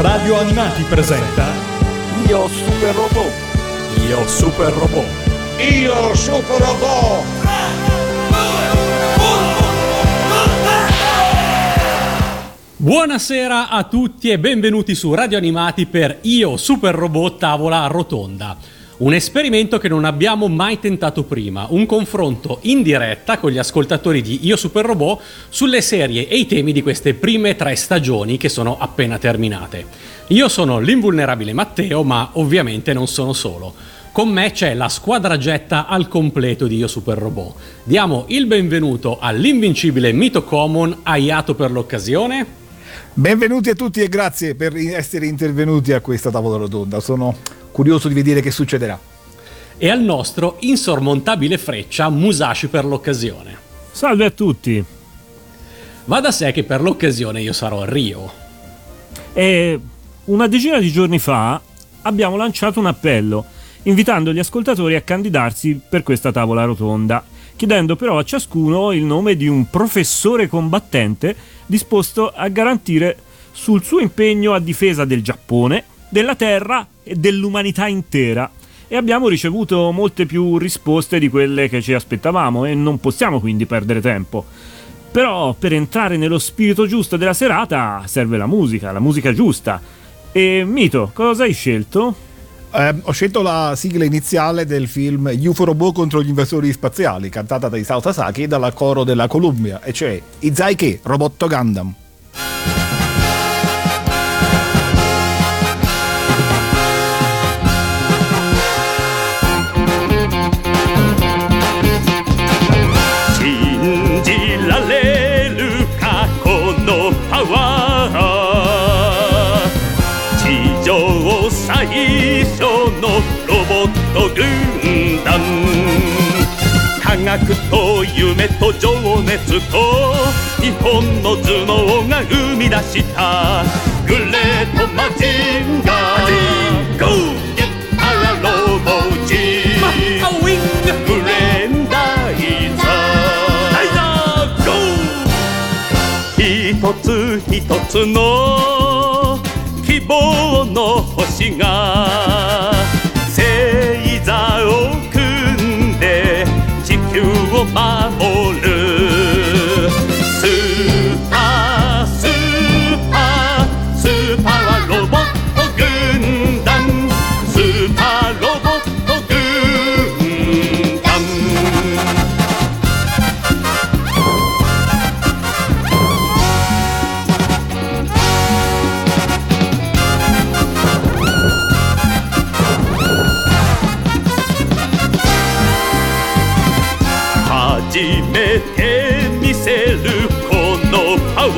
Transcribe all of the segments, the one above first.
Radio Animati presenta Io Super Robot. Io Super Robot. Io Super Robot. Buonasera a tutti e benvenuti su Radio Animati per Io Super Robot Tavola Rotonda. Un esperimento che non abbiamo mai tentato prima, un confronto in diretta con gli ascoltatori di Io Super Robot sulle serie e i temi di queste prime 3 stagioni che sono appena terminate. Io sono l'invulnerabile Matteo, ma ovviamente non sono solo. Con me c'è la squadragetta al completo di Io Super Robot. Diamo il benvenuto all'invincibile Mito Common, aiato per l'occasione. Benvenuti a tutti e grazie per essere intervenuti a questa tavola rotonda. Sono curioso di vedere che succederà. E al nostro insormontabile freccia Musashi per l'occasione. Salve a tutti. Va da sé che per l'occasione io sarò a Rio. E una decina di giorni fa abbiamo lanciato un appello invitando gli ascoltatori a candidarsi per questa tavola rotonda, chiedendo però a ciascuno il nome di un professore combattente disposto a garantire sul suo impegno a difesa del Giappone, della Terra e dell'umanità intera. E abbiamo ricevuto molte più risposte di quelle che ci aspettavamo e non possiamo quindi perdere tempo. Però per entrare nello spirito giusto della serata serve la musica giusta. E Mito, cosa hai scelto? Ho scelto la sigla iniziale del film UFO Robot contro gli invasori spaziali, cantata da Isao Sasaki e dalla coro della Columbia, e cioè Izaike, Robotto Gundam. 軍団科学と夢と情熱と日本の頭脳が生み出したグレートマジンガーゴーゲッタラロボジーマッハウィンググレンダイザーゴー一つ一つの希望の星が星座を組んで地球を守るスーパースーパースーパーロボット軍団スーパーロボット軍団初めて見せるこのパ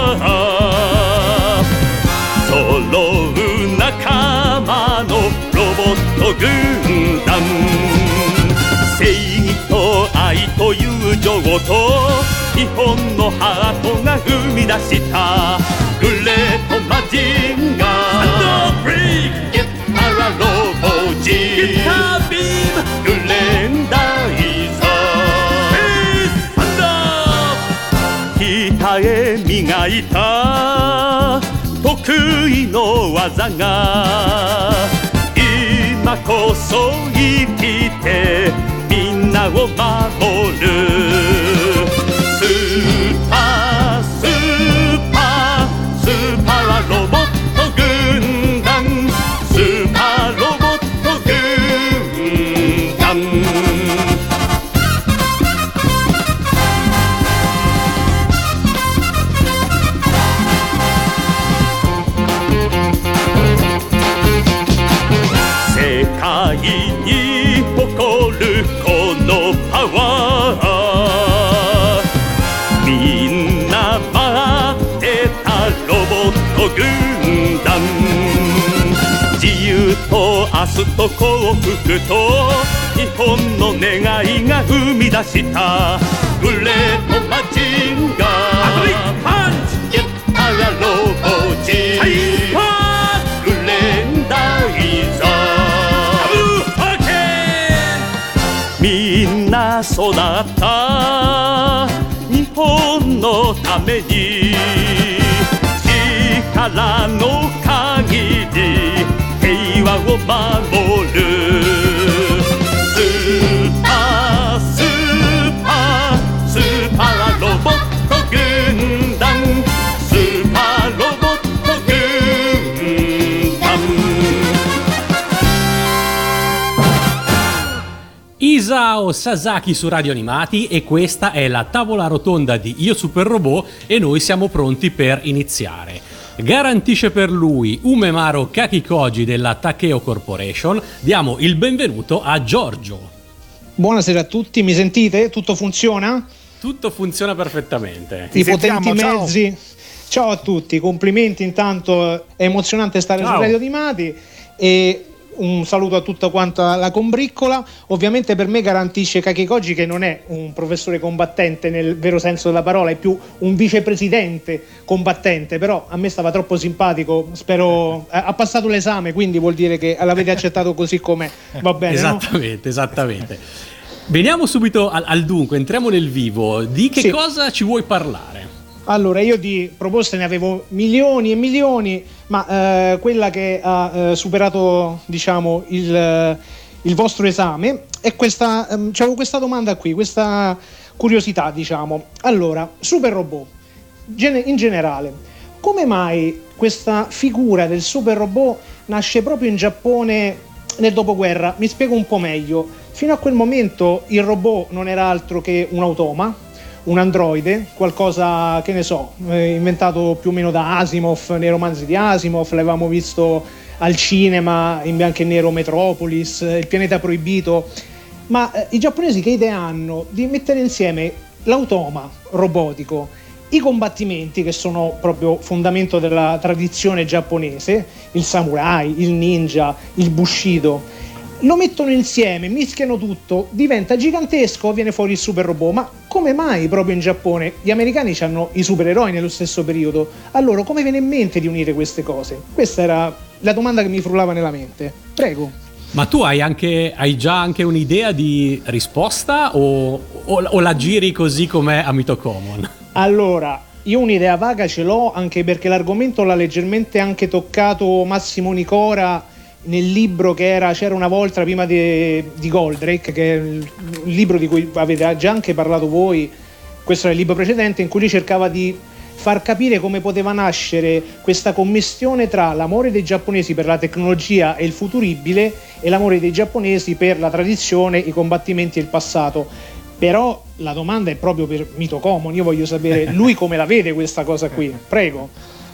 ワー揃う仲間のロボット軍団正義と愛と友情と日本のハートが生み出したグレートマジンガーゲッタラロボジーグレンダイザ鍛え磨いた得意の技が今こそ生きてみんなを守るスーパースーパースーパーロボット軍団スーパーロボット軍団世界に誇るこのパワーみんな待ってたロボット軍団自由と明日と幸福と日本の願いが生み出したグレートマジンガーパンチゲッタラロボジーグレンダイザーみんな育った日本のために力の輝を守るスーパースーパースーパーロボット軍団スーパーロボット軍団 Isao Sasaki su Radio Animati, e questa è la tavola rotonda di Io Super Robot e noi siamo pronti per iniziare. Garantisce per lui Umemaro Kakikoji della Takeo Corporation. Diamo il benvenuto a Giorgio. Buonasera a tutti, mi sentite? Tutto funziona? Tutto funziona perfettamente. I potenti sentiamo, mezzi. Ciao a tutti, complimenti, intanto è emozionante stare su Radio Animati e un saluto a tutta quanta la combriccola. Ovviamente per me Garantisce Kakikoji, che non è un professore combattente nel vero senso della parola, è più un vicepresidente combattente, però a me stava troppo simpatico, spero ha passato l'esame, quindi vuol dire che l'avete accettato così com'è, va bene? Esattamente, no? esattamente. Veniamo subito al dunque, entriamo nel vivo. Di che Sì. cosa ci vuoi parlare? Allora, io di proposte ne avevo milioni e milioni, ma quella che ha superato, diciamo, il vostro esame è questa. C'avevo questa domanda qui, questa curiosità, diciamo. Allora, Super Robot, in generale, come mai questa figura del super robot nasce proprio in Giappone nel dopoguerra? Mi spiego un po' meglio. Fino a quel momento il robot non era altro che un automa, un androide, qualcosa, che ne so, inventato più o meno da Asimov, nei romanzi di Asimov, l'avevamo visto al cinema in bianco e nero, Metropolis, Il pianeta proibito, ma i giapponesi che idea hanno di mettere insieme l'automa robotico, i combattimenti che sono proprio fondamento della tradizione giapponese, il samurai, il ninja, il bushido, lo mettono insieme, mischiano tutto, diventa gigantesco, viene fuori il super robot. Ma come mai proprio in Giappone? Gli americani hanno i supereroi nello stesso periodo, a loro come viene in mente di unire queste cose? Questa era la domanda che mi frullava nella mente. Prego. Ma tu hai già anche un'idea di risposta o la giri così com'è a Mito Common? Allora, io un'idea vaga ce l'ho, anche perché l'argomento l'ha leggermente anche toccato Massimo Nicora nel libro che c'era una volta prima di Goldrake, che è il libro di cui avete già anche parlato voi. Questo era il libro precedente, in cui lui cercava di far capire come poteva nascere questa commistione tra l'amore dei giapponesi per la tecnologia e il futuribile e l'amore dei giapponesi per la tradizione, i combattimenti e il passato. Però la domanda è proprio per Mito Common, io voglio sapere lui come la vede questa cosa qui. Prego.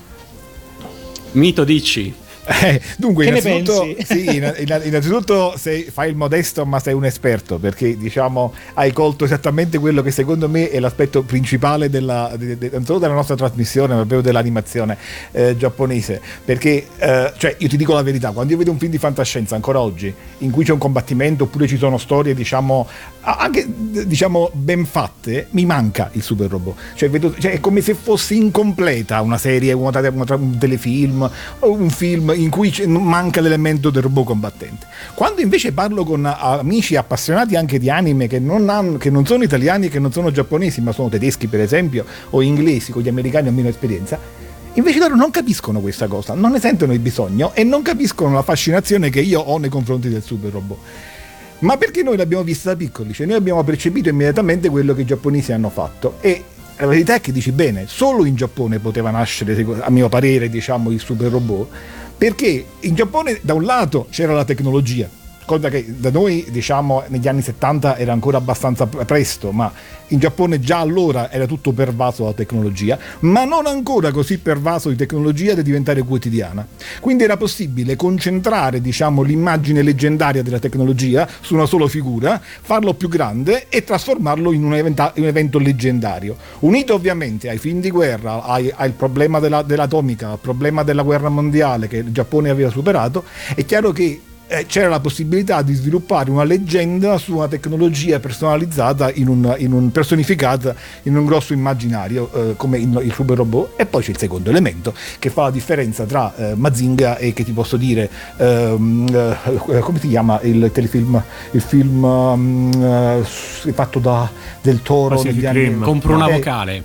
Mito, dici? Dunque, Che ne innanzitutto, pensi? sì, innanzitutto fai il modesto, ma sei un esperto, perché diciamo hai colto esattamente quello che secondo me è l'aspetto principale non solo della nostra trasmissione, ma proprio dell'animazione giapponese. Perché, cioè, io ti dico la verità, quando io vedo un film di fantascienza ancora oggi, in cui c'è un combattimento oppure ci sono storie, diciamo, anche diciamo ben fatte, mi manca il super robot. Cioè, è come se fosse incompleta una serie, un telefilm, un film in cui manca l'elemento del robot combattente. Quando invece parlo con amici appassionati anche di anime che non sono italiani, che non sono giapponesi, ma sono tedeschi per esempio, o inglesi, con gli americani ho meno esperienza, invece loro non capiscono questa cosa, non ne sentono il bisogno e non capiscono la fascinazione che io ho nei confronti del super robot. Ma perché noi l'abbiamo vista da piccoli, cioè noi abbiamo percepito immediatamente quello che i giapponesi hanno fatto, e la verità è che dici bene, solo in Giappone poteva nascere, a mio parere, diciamo, il super robot, perché in Giappone da un lato c'era la tecnologia, cosa che da noi, diciamo, negli anni 70 era ancora abbastanza presto, ma in Giappone già allora era tutto pervaso dalla tecnologia, ma non ancora così pervaso di tecnologia da diventare quotidiana. Quindi era possibile concentrare, diciamo, l'immagine leggendaria della tecnologia su una sola figura, farlo più grande e trasformarlo in un evento leggendario, unito ovviamente ai film di guerra, al problema dell'atomica, al problema della guerra mondiale che il Giappone aveva superato. È chiaro che c'era la possibilità di sviluppare una leggenda su una tecnologia personalizzata personificata in un grosso immaginario, come il super robot. E poi c'è il secondo elemento che fa la differenza tra Mazinga e, che ti posso dire, come si chiama il telefilm, il film fatto del Toro negli anni. Compro una vocale.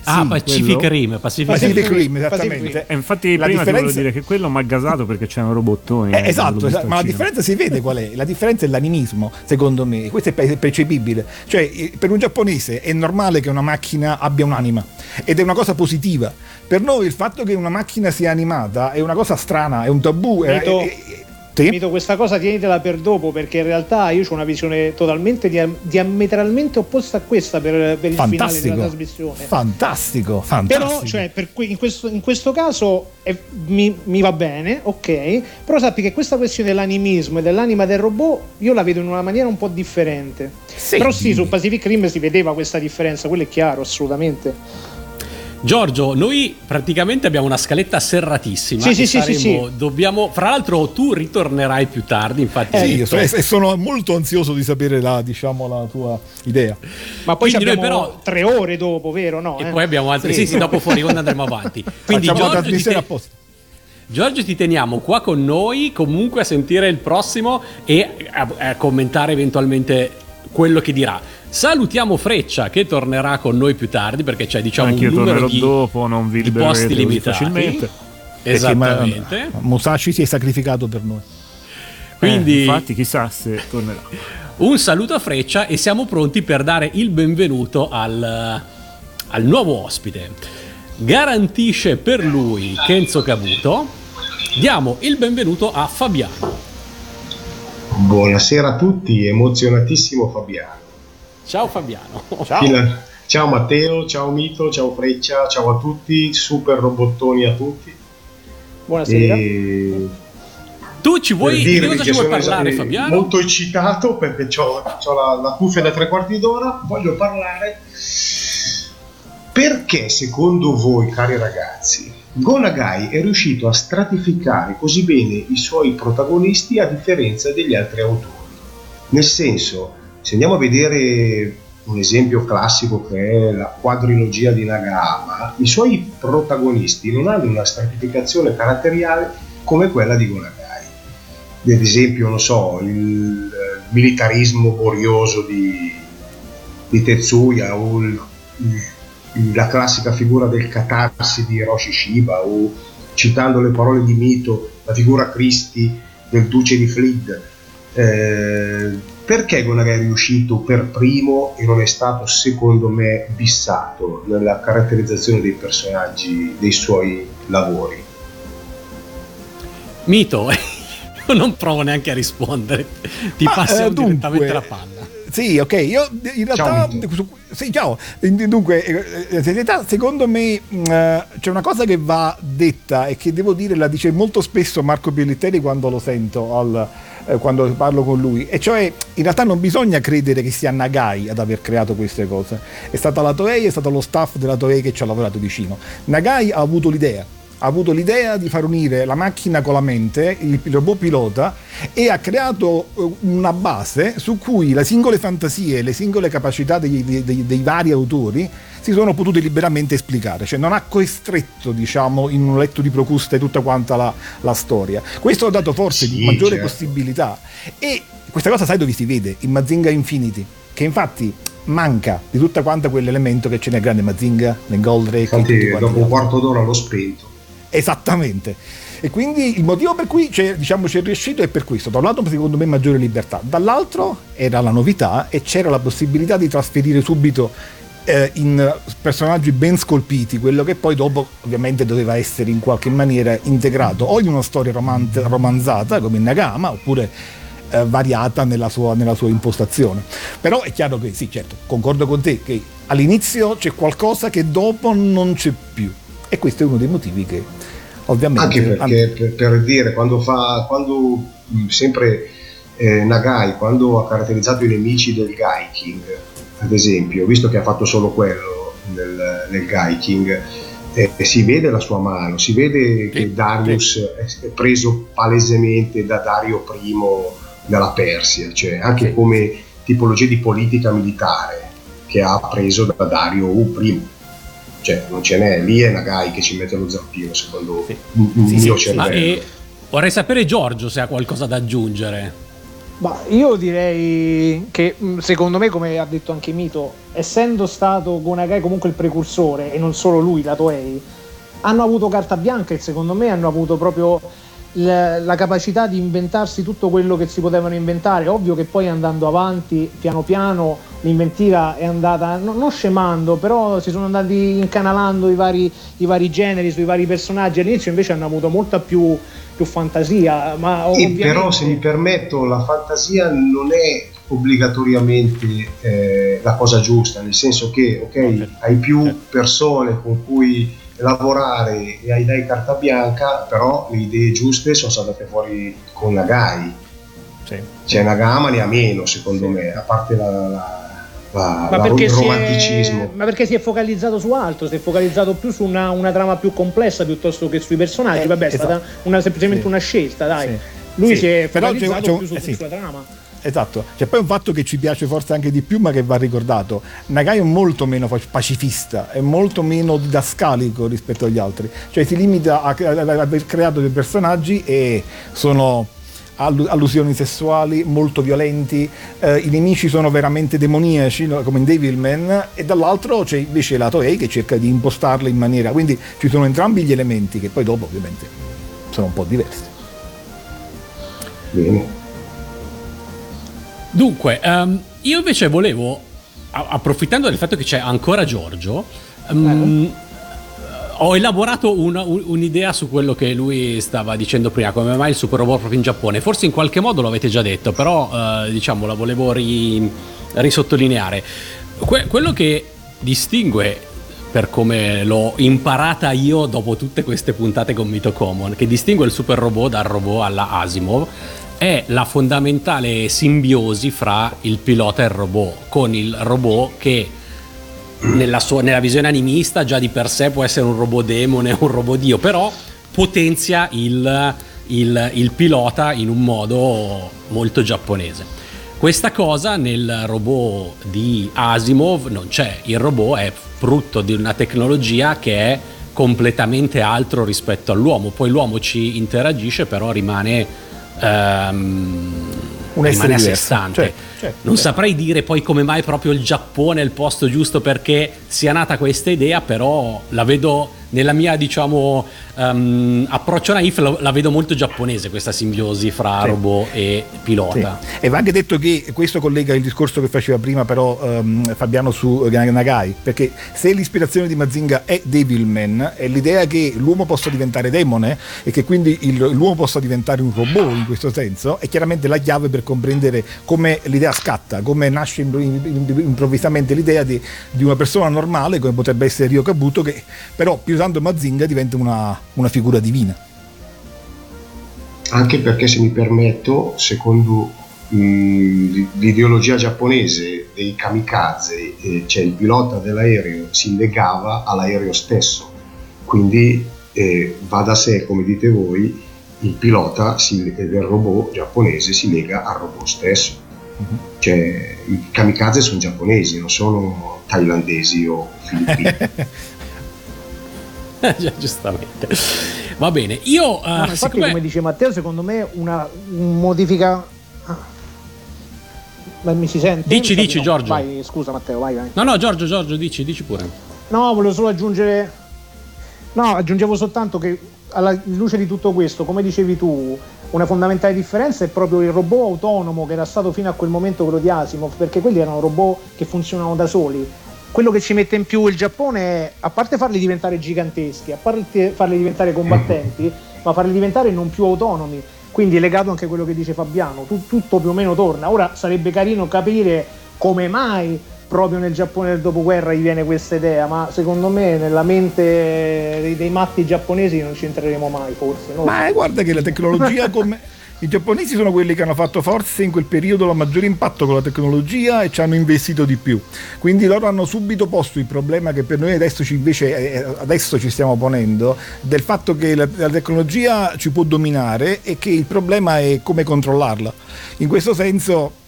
Pacific quello? Rim. Pacific Rim, esattamente. E infatti La prima ti volevo differenza- dire che quello mi ha gasato perché c'erano robottoni. Esatto, l'ho visto al ma la cinema. differenza si vede qual è? La differenza è l'animismo, secondo me, questo è percepibile. Cioè, per un giapponese è normale che una macchina abbia un'anima ed è una cosa positiva. Per noi il fatto che una macchina sia animata è una cosa strana, è un tabù. Sì? Mito, questa cosa tienitela per dopo, perché in realtà io ho una visione totalmente diametralmente opposta a questa per il finale della trasmissione. Fantastico. Però, cioè, in questo caso mi va bene, ok. Però sappi che questa questione dell'animismo e dell'anima del robot io la vedo in una maniera un po' differente. Sì. Però sì, su Pacific Rim si vedeva questa differenza, quello è chiaro, assolutamente. Giorgio, noi praticamente abbiamo una scaletta serratissima. Sì. Dobbiamo, fra l'altro, tu ritornerai più tardi. Infatti, Io sono molto ansioso di sapere la tua idea. Ma poi Quindi abbiamo noi però 3 ore dopo, vero? No, E poi abbiamo altri. Sì, dopo fuori onda andremo avanti. Quindi, Facciamo la Giorgio, trasmissione apposta. Giorgio, ti teniamo qua con noi comunque a sentire il prossimo e a commentare eventualmente quello che dirà. Salutiamo Freccia che tornerà con noi più tardi perché c'è Anche io un numero tornerò di dopo, non vi di posti libererete così limitati. facilmente. Esattamente. Musashi si è sacrificato per noi. Quindi infatti chissà se tornerà. un saluto a Freccia e siamo pronti per dare il benvenuto al nuovo ospite. Garantisce per lui Kenzo Kabuto. Diamo il benvenuto a Fabiano. Buonasera a tutti, emozionatissimo Fabiano. Ciao Fabiano. Ciao Matteo, ciao Mito, ciao Freccia, ciao a tutti, super robottoni a tutti. Buonasera. Tu ci vuoi, di cosa ci vuoi parlare, Fabiano? Molto eccitato perché ho la cuffia da 3/4 d'ora. Voglio parlare perché secondo voi, cari ragazzi, Go Nagai è riuscito a stratificare così bene i suoi protagonisti a differenza degli altri autori. Nel senso, se andiamo a vedere un esempio classico che è la quadrilogia di Nagahama, i suoi protagonisti non hanno una stratificazione caratteriale come quella di Go Nagai. Ad esempio, non so, il militarismo borioso di Tetsuya o la classica figura del catarsi di Hiroshi Shiba, o citando le parole di Mito, la figura Christie del duce di Flid. Perché Go Nagai è riuscito per primo e non è stato, secondo me, bissato nella caratterizzazione dei personaggi dei suoi lavori? Mito, io non provo neanche a rispondere, ti passiamo direttamente la palla. Sì, ok, io in realtà ciao. Dunque, in realtà secondo me c'è una cosa che va detta e che devo dire la dice molto spesso Marco Bielittelli quando lo sento quando parlo con lui, e cioè in realtà non bisogna credere che sia Nagai ad aver creato queste cose, è stata la Toei, è stato lo staff della Toei che ci ha lavorato vicino. Nagai ha avuto l'idea di far unire la macchina con la mente, il robot pilota, e ha creato una base su cui le singole fantasie, le singole capacità dei vari autori si sono potute liberamente esplicare, cioè non ha costretto, diciamo, in un letto di Procuste tutta quanta la storia. Questo ha dato forse di maggiore possibilità, e questa cosa sai dove si vede? In Mazinga Infinity, che infatti manca di tutta quanta quell'elemento che c'è nel grande Mazinga, nel Goldrake. Infatti dopo un quarto d'ora l'ho spento. Esattamente, e quindi il motivo per cui c'è riuscito è per questo. Da un lato secondo me maggiore libertà, dall'altro era la novità e c'era la possibilità di trasferire subito in personaggi ben scolpiti quello che poi dopo ovviamente doveva essere in qualche maniera integrato o in una storia romanzata come in Nagahama, oppure variata nella sua impostazione. Però è chiaro che sì, certo, concordo con te che all'inizio c'è qualcosa che dopo non c'è più, e questo è uno dei motivi che ovviamente anche perché per dire quando sempre Nagai, quando ha caratterizzato i nemici del Gaiking, ad esempio, visto che ha fatto solo quello nel Gaiking, si vede la sua mano, si vede che Darius è preso palesemente da Dario I della Persia, cioè anche come tipologia di politica militare che ha preso da Dario I. Cioè non ce n'è, lì è Nagai che ci mette lo zampino, secondo il mio cervello. Vorrei sapere Giorgio se ha qualcosa da aggiungere. Ma io direi che secondo me, come ha detto anche Mito, essendo stato Go Nagai comunque il precursore e non solo lui, la Toei, hanno avuto carta bianca e secondo me hanno avuto proprio la capacità di inventarsi tutto quello che si potevano inventare. Ovvio che poi andando avanti piano piano l'inventiva è andata non scemando, però si sono andati incanalando i vari generi sui vari personaggi. All'inizio invece hanno avuto molta più fantasia, ma ovviamente... Però se mi permetto, la fantasia non è obbligatoriamente la cosa giusta, nel senso che ok, hai più persone con cui lavorare e dai carta bianca, però le idee giuste sono state fuori con Nagai. Cioè Nagama ne ha meno, secondo me, a parte il romanticismo. Ma perché si è focalizzato su altro, si è focalizzato più su una trama più complessa piuttosto che sui personaggi. Vabbè, è stata semplicemente una scelta, dai. Lui si è focalizzato più sulla trama. Esatto, c'è poi un fatto che ci piace forse anche di più, ma che va ricordato: Nagai è molto meno pacifista, è molto meno didascalico rispetto agli altri, cioè si limita a aver creato dei personaggi e sono allusioni sessuali molto violenti, i nemici sono veramente demoniaci come in Devilman, e dall'altro c'è invece la Toei che cerca di impostarle in maniera, quindi ci sono entrambi gli elementi che poi dopo ovviamente sono un po' diversi. Bene. Dunque, io invece volevo, approfittando del fatto che c'è ancora Giorgio, ho elaborato un'idea su quello che lui stava dicendo prima, come mai il super robot proprio in Giappone. Forse in qualche modo lo avete già detto, però diciamo la volevo risottolineare. Quello che distingue, per come l'ho imparata io dopo tutte queste puntate con Mito Common, che distingue il super robot dal robot alla Asimov, è la fondamentale simbiosi fra il pilota e il robot, con il robot che nella visione animista già di per sé può essere un robot demone, un robot dio, però potenzia il pilota in un modo molto giapponese. Questa cosa nel robot di Asimov non c'è, il robot è frutto di una tecnologia che è completamente altro rispetto all'uomo, poi l'uomo ci interagisce, però rimane a sé stante. Non saprei dire poi come mai proprio il Giappone è il posto giusto perché sia nata questa idea, però la vedo nella mia, diciamo, approccio naif, la vedo molto giapponese questa simbiosi fra robot e pilota. E va anche detto che questo collega il discorso che faceva prima però Fabiano su Nagai, perché se l'ispirazione di Mazinga è Devilman, è l'idea che l'uomo possa diventare demone e che quindi l'uomo possa diventare un robot in questo senso, è chiaramente la chiave per comprendere come l'idea scatta, come nasce improvvisamente l'idea di una persona normale come potrebbe essere Ryo Kabuto, che però più usando Mazinga diventa una figura divina. Anche perché, se mi permetto, secondo l'ideologia giapponese dei kamikaze, cioè il pilota dell'aereo si legava all'aereo stesso, quindi va da sé, come dite voi, il pilota del robot giapponese si lega al robot stesso. Cioè i kamikaze sono giapponesi, non sono thailandesi o filippini. Giustamente. Va bene, io infatti, come dice Matteo, secondo me una modifica. Ma mi si sente? Dici Giorgio. Vai, scusa Matteo, vai. No, Giorgio, dici pure. No, volevo solo aggiungere. No, aggiungevo soltanto che alla luce di tutto questo, come dicevi tu, una fondamentale differenza è proprio il robot autonomo che era stato fino a quel momento quello di Asimov, perché quelli erano robot che funzionano da soli. Quello che ci mette in più il Giappone è, a parte farli diventare giganteschi, a parte farli diventare combattenti, ma farli diventare non più autonomi. Quindi è legato anche a quello che dice Fabiano, tutto più o meno torna. Ora sarebbe carino capire come mai proprio nel Giappone del dopoguerra gli viene questa idea, ma secondo me nella mente dei matti giapponesi non ci entreremo mai, forse. Ma guarda che la tecnologia come... I giapponesi sono quelli che hanno fatto forse in quel periodo il maggiore impatto con la tecnologia e ci hanno investito di più, quindi loro hanno subito posto il problema che per noi adesso ci stiamo ponendo, del fatto che la tecnologia ci può dominare e che il problema è come controllarla. In questo senso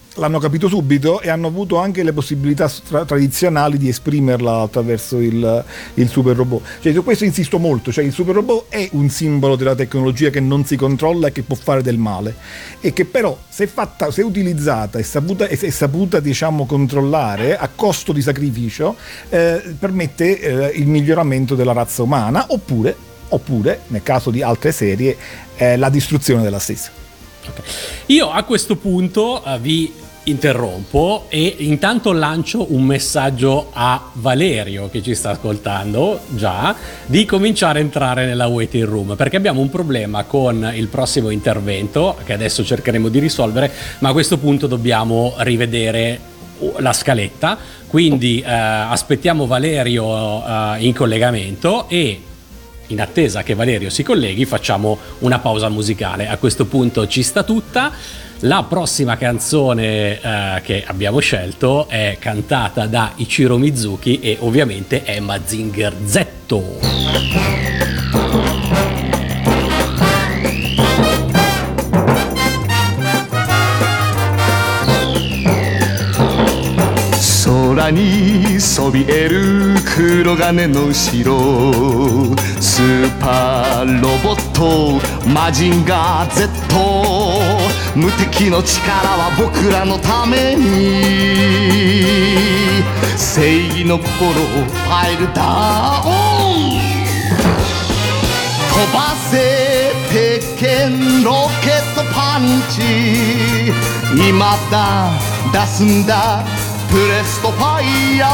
l'hanno capito subito e hanno avuto anche le possibilità tradizionali di esprimerla attraverso il super robot. Cioè, su questo insisto molto, cioè il super robot è un simbolo della tecnologia che non si controlla e che può fare del male, e che però se utilizzata e saputa diciamo controllare a costo di sacrificio, permette il miglioramento della razza umana, oppure nel caso di altre serie la distruzione della stessa. Okay. Io a questo punto vi interrompo e intanto lancio un messaggio a Valerio, che ci sta ascoltando già, di cominciare a entrare nella waiting room, perché abbiamo un problema con il prossimo intervento che adesso cercheremo di risolvere, ma a questo punto dobbiamo rivedere la scaletta, quindi aspettiamo Valerio in collegamento e in attesa che Valerio si colleghi facciamo una pausa musicale. A questo punto ci sta tutta. La prossima canzone che abbiamo scelto è cantata da Ichiro Mizuki e ovviamente è Mazinger Z. 空にそびえる黒金の城スーパーロボットマジンガー Z 無敵の力は僕らのために正義の心をパイルダウン飛ばせ鉄拳ロケットパンチ今だ出すんだプレストファイヤ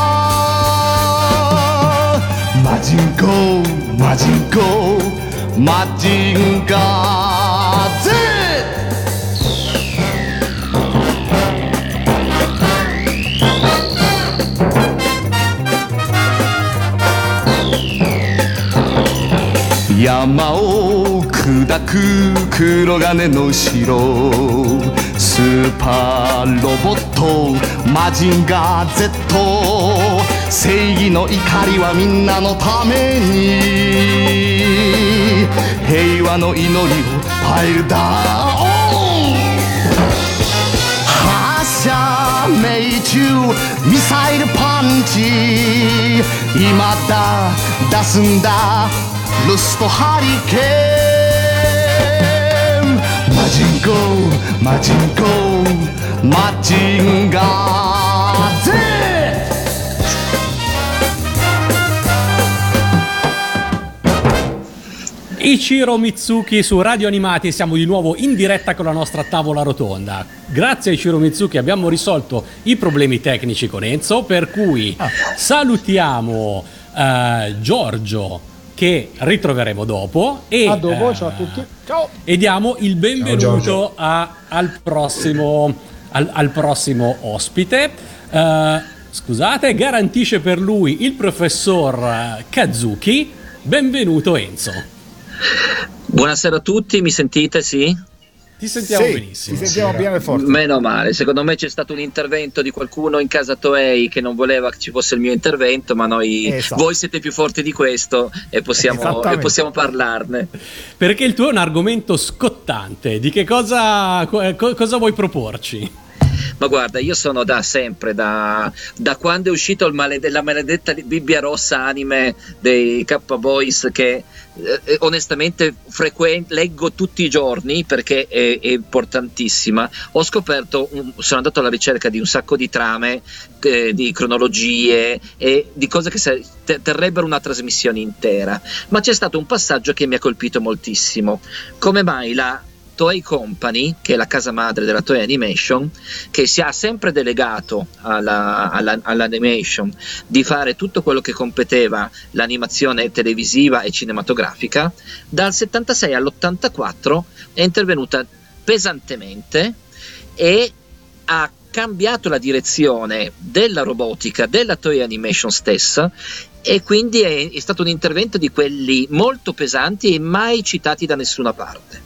ーマジンゴーマジンゴーマジンガー Z山を砕く黒金の城スーパーロボットマジンガー Z 正義の怒りはみんなのために平和の祈りをパイルダウン発射命中ミサイルパンチ今だ出すんだルストハリケーンマジンゴーマジンゴーマジンガー Z Ichiro Mizuki su Radio Animati, siamo di nuovo in diretta con la nostra tavola rotonda. Grazie a Ichiro Mizuki abbiamo risolto i problemi tecnici con Enzo, per cui salutiamo Giorgio che ritroveremo dopo e dopo, ciao a tutti, ciao, e diamo il benvenuto al prossimo ospite. Scusate, garantisce per lui il professor Kazuki. Benvenuto Enzo. Buonasera a tutti, mi sentite? Sì? Ti sentiamo benissimo. Ti sentiamo bene e forte. Meno male, secondo me c'è stato un intervento di qualcuno in casa Toei che non voleva che ci fosse il mio intervento, ma voi siete più forti di questo e possiamo parlarne. Perché il tuo è un argomento scottante, di che cosa vuoi proporci? Ma guarda, io sono da sempre, da quando è uscito la maledetta Bibbia Rossa anime dei K-Boys che onestamente leggo tutti i giorni perché è importantissima. Ho scoperto, sono andato alla ricerca di un sacco di trame, di cronologie e di cose che terrebbero una trasmissione intera, ma c'è stato un passaggio che mi ha colpito moltissimo. Come mai la Toei Company, che è la casa madre della Toei Animation, che si ha sempre delegato all'animation di fare tutto quello che competeva l'animazione televisiva e cinematografica, dal 76 all'84 è intervenuta pesantemente e ha cambiato la direzione della robotica della Toei Animation stessa, e quindi è stato un intervento di quelli molto pesanti e mai citati da nessuna parte.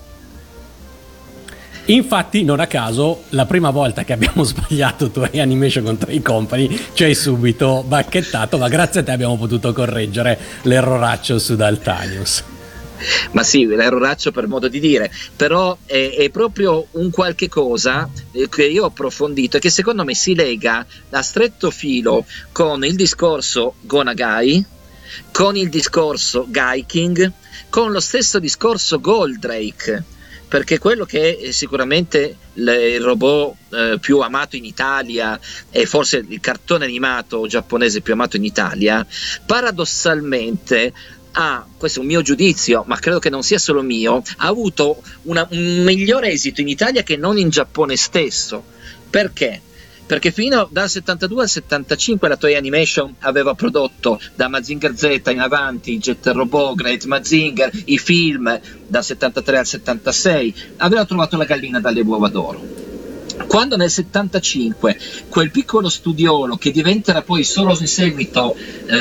Infatti, non a caso, la prima volta che abbiamo sbagliato Toei Animation con Toei Company ci hai subito bacchettato, ma grazie a te abbiamo potuto correggere l'erroraccio su Daltanius. Ma sì, l'erroraccio per modo di dire, però è proprio un qualche cosa che io ho approfondito e che secondo me si lega a stretto filo con il discorso Go Nagai, con il discorso Gaiking, con lo stesso discorso Goldrake, perché quello che è sicuramente il robot più amato in Italia e forse il cartone animato giapponese più amato in Italia, paradossalmente questo è un mio giudizio, ma credo che non sia solo mio, ha avuto un migliore esito in Italia che non in Giappone stesso. Perché? Perché fino dal 72 al 75 la Toei Animation aveva prodotto da Mazinger Z in avanti Jet Robot, Great Mazinger, i film dal 73 al 76, aveva trovato la gallina dalle uova d'oro. Quando nel 75 quel piccolo studiolo che diventerà poi solo in seguito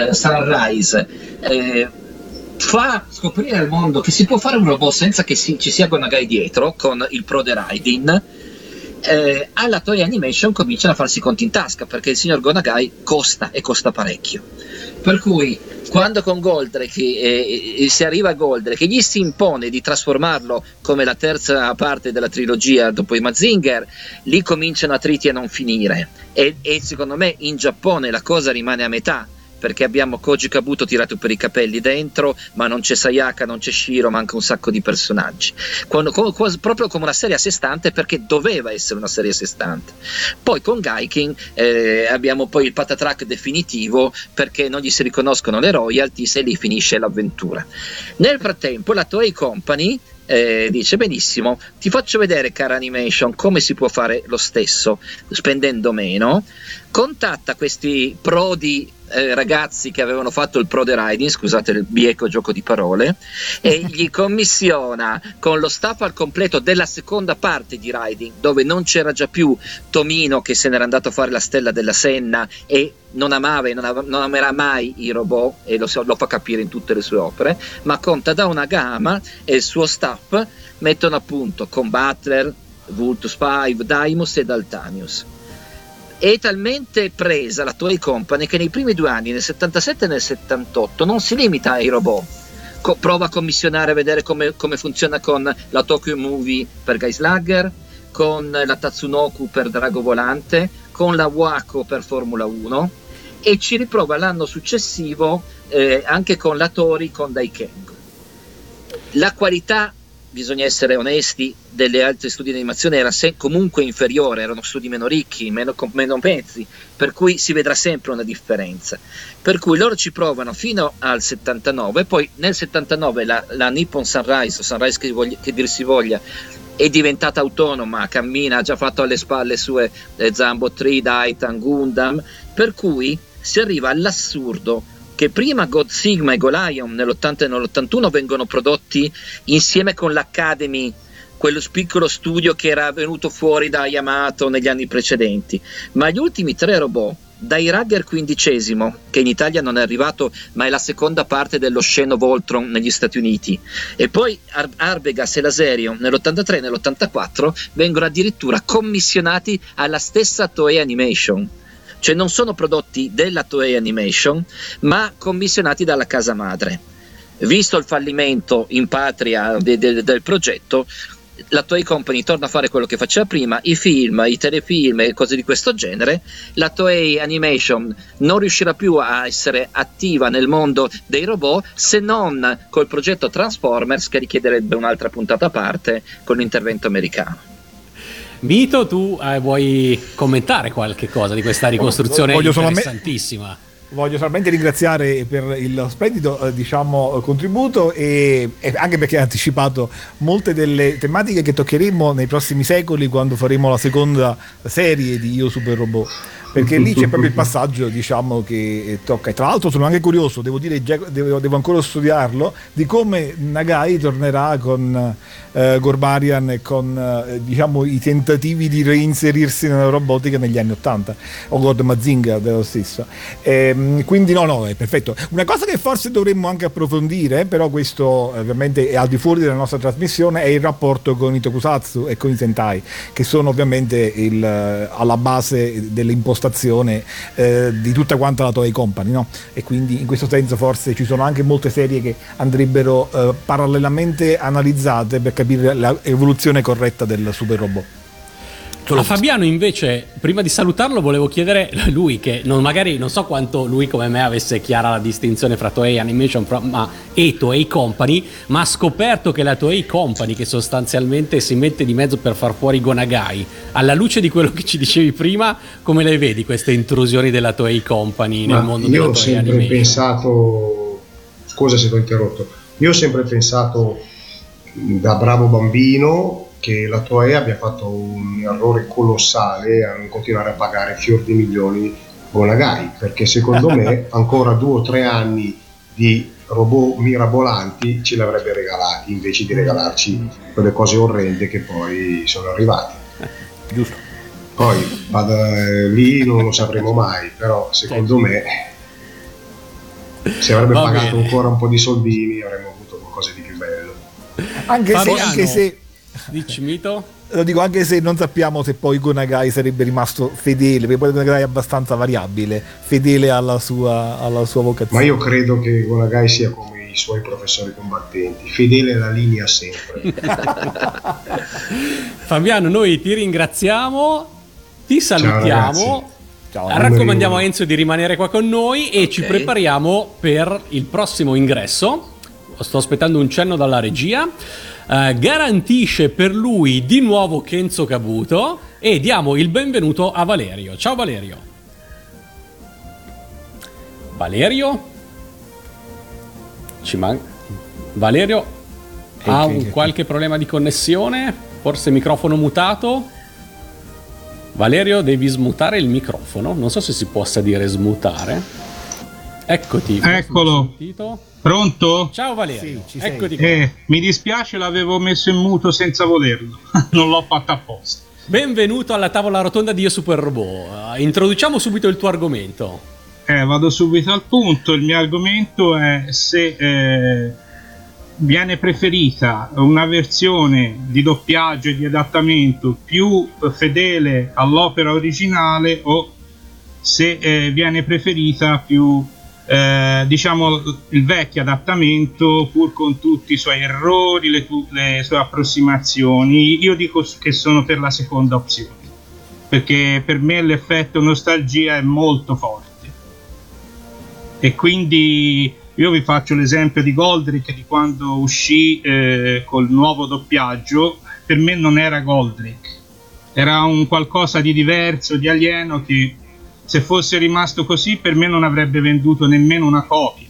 Sunrise fa scoprire al mondo che si può fare un robot senza che ci sia Go Nagai dietro, con il Pro The Riding, alla Toei Animation cominciano a farsi conti in tasca, perché il signor Go Nagai costa parecchio. Per cui quando con Goldrake si arriva a Goldrake, gli si impone di trasformarlo come la terza parte della trilogia dopo i Mazinger, lì cominciano attriti a non finire e secondo me in Giappone la cosa rimane a metà, perché abbiamo Koji Kabuto tirato per i capelli dentro, ma non c'è Sayaka, non c'è Shiro, manca un sacco di personaggi, proprio come una serie a sé stante, perché doveva essere una serie a sé stante. Poi con Gaiking abbiamo poi il patatrack definitivo, perché non gli si riconoscono le royalties e lì finisce l'avventura. Nel frattempo la Toei Company dice: benissimo, ti faccio vedere, cara Animation, come si può fare lo stesso spendendo meno. Contatta questi prodi ragazzi che avevano fatto il Pro The Riding, scusate il bieco gioco di parole, e gli commissiona con lo staff al completo della seconda parte di Riding, dove non c'era già più Tomino che se n'era andato a fare la stella della Senna e non amava e non amerà mai i robot, e lo fa capire in tutte le sue opere, ma con Tadao Nagahama e il suo staff mettono a punto con Butler, Vultus 5, Daimos e Daltanius. È talmente presa la Toei Company che nei primi 2 anni, nel 77 e nel 78, non si limita ai robot. Prova a commissionare, a vedere come funziona con la Tokyo Movie per Geislagger, con la Tatsunoku per Drago Volante, con la Wako per Formula 1, e ci riprova l'anno successivo anche con la Tori, con Daikengo. La qualità, bisogna essere onesti, delle altre studi di animazione era comunque inferiore, erano studi meno ricchi, meno mezzi, per cui si vedrà sempre una differenza. Per cui loro ci provano fino al 79, poi nel 79 la Nippon Sunrise, o Sunrise che dir si voglia, è diventata autonoma, cammina, ha già fatto alle spalle sue Zambo 3, Daitan, Gundam, per cui si arriva all'assurdo che prima God Sigma e Golion nell'80 e nell'81 vengono prodotti insieme con l'Academy, quello piccolo studio che era venuto fuori da Yamato negli anni precedenti, ma gli ultimi 3 robot, dai Rugger 15°, che in Italia non è arrivato ma è la seconda parte dello sceno Voltron negli Stati Uniti, e poi Arbegas e Laserio nell'83 e nell'84 vengono addirittura commissionati alla stessa Toei Animation. Cioè non sono prodotti della Toei Animation, ma commissionati dalla casa madre. Visto il fallimento in patria del progetto, la Toei Company torna a fare quello che faceva prima, i film, i telefilm e cose di questo genere. La Toei Animation non riuscirà più a essere attiva nel mondo dei robot, se non col progetto Transformers, che richiederebbe un'altra puntata a parte con l'intervento americano. Mito, tu vuoi commentare qualche cosa di questa ricostruzione interessantissima? Voglio solamente ringraziare per il splendido contributo e anche perché ha anticipato molte delle tematiche che toccheremo nei prossimi secoli, quando faremo la seconda serie di Io Super Robot, perché lì c'è proprio il passaggio che tocca. E tra l'altro sono anche curioso, devo dire, devo ancora studiarlo, di come Nagai tornerà con Gorbarian e con i tentativi di reinserirsi nella robotica negli anni 80, o God Mazinger dello stesso. Quindi no, è perfetto. Una cosa che forse dovremmo anche approfondire, però questo ovviamente è al di fuori della nostra trasmissione, è il rapporto con i tokusatsu e con i sentai, che sono ovviamente alla base delle impostazioni impostazione di tutta quanta la Toei Company, no? E quindi in questo senso forse ci sono anche molte serie che andrebbero parallelamente analizzate per capire l'evoluzione corretta del super robot. A Fabiano invece, prima di salutarlo, volevo chiedere lui che magari non so quanto lui come me avesse chiara la distinzione fra Toei Animation e Toei Company, ma ha scoperto che la Toei Company, che sostanzialmente si mette di mezzo per far fuori Go Nagai, alla luce di quello che ci dicevi prima, come le vedi queste intrusioni della Toei Company nel mondo della Toei Animation? Io ho sempre pensato, scusa se ti ho interrotto, io ho sempre pensato da bravo bambino che la Toei abbia fatto un errore colossale a non continuare a pagare fior di milioni Go Nagai, perché secondo me ancora 2 o 3 anni di robot mirabolanti ce li avrebbe regalati invece di regalarci quelle cose orrende che poi sono arrivate. Giusto. Poi lì non lo sapremo mai, però secondo me se avrebbe pagato ancora un po' di soldini avremmo avuto qualcosa di più bello. Anche se dici Mito? Lo dico anche se non sappiamo se poi Go Nagai sarebbe rimasto fedele, perché poi Go Nagai è abbastanza variabile, fedele alla sua vocazione. Ma io credo che Go Nagai sia come i suoi professori combattenti, fedele alla linea sempre. Fabiano, noi ti ringraziamo, ti salutiamo. Ciao, raccomandiamo a Enzo di rimanere qua con noi e ci prepariamo per il prossimo ingresso. Sto aspettando un cenno dalla regia. Garantisce per lui di nuovo Kenzo Kabuto e diamo il benvenuto a Valerio. Ciao Valerio. Valerio? Valerio ha qualche problema di connessione? Forse microfono mutato? Valerio, devi smutare il microfono. Non so se si possa dire smutare. Eccoti. Eccolo. Pronto? Ciao Valerio, sì, eccoti qua. Mi dispiace, l'avevo messo in muto senza volerlo, non l'ho fatto apposta. Benvenuto alla tavola rotonda di Io Super Robot. Introduciamo subito il tuo argomento. Vado subito al punto. Il mio argomento è se viene preferita una versione di doppiaggio e di adattamento più fedele all'opera originale o se viene preferita più diciamo il vecchio adattamento, pur con tutti i suoi errori, le sue approssimazioni. Io dico che sono per la seconda opzione, perché per me l'effetto nostalgia è molto forte, e quindi io vi faccio l'esempio di Goldrick, di quando uscì col nuovo doppiaggio. Per me non era Goldrick, era un qualcosa di diverso, di alieno, che se fosse rimasto così per me non avrebbe venduto nemmeno una copia.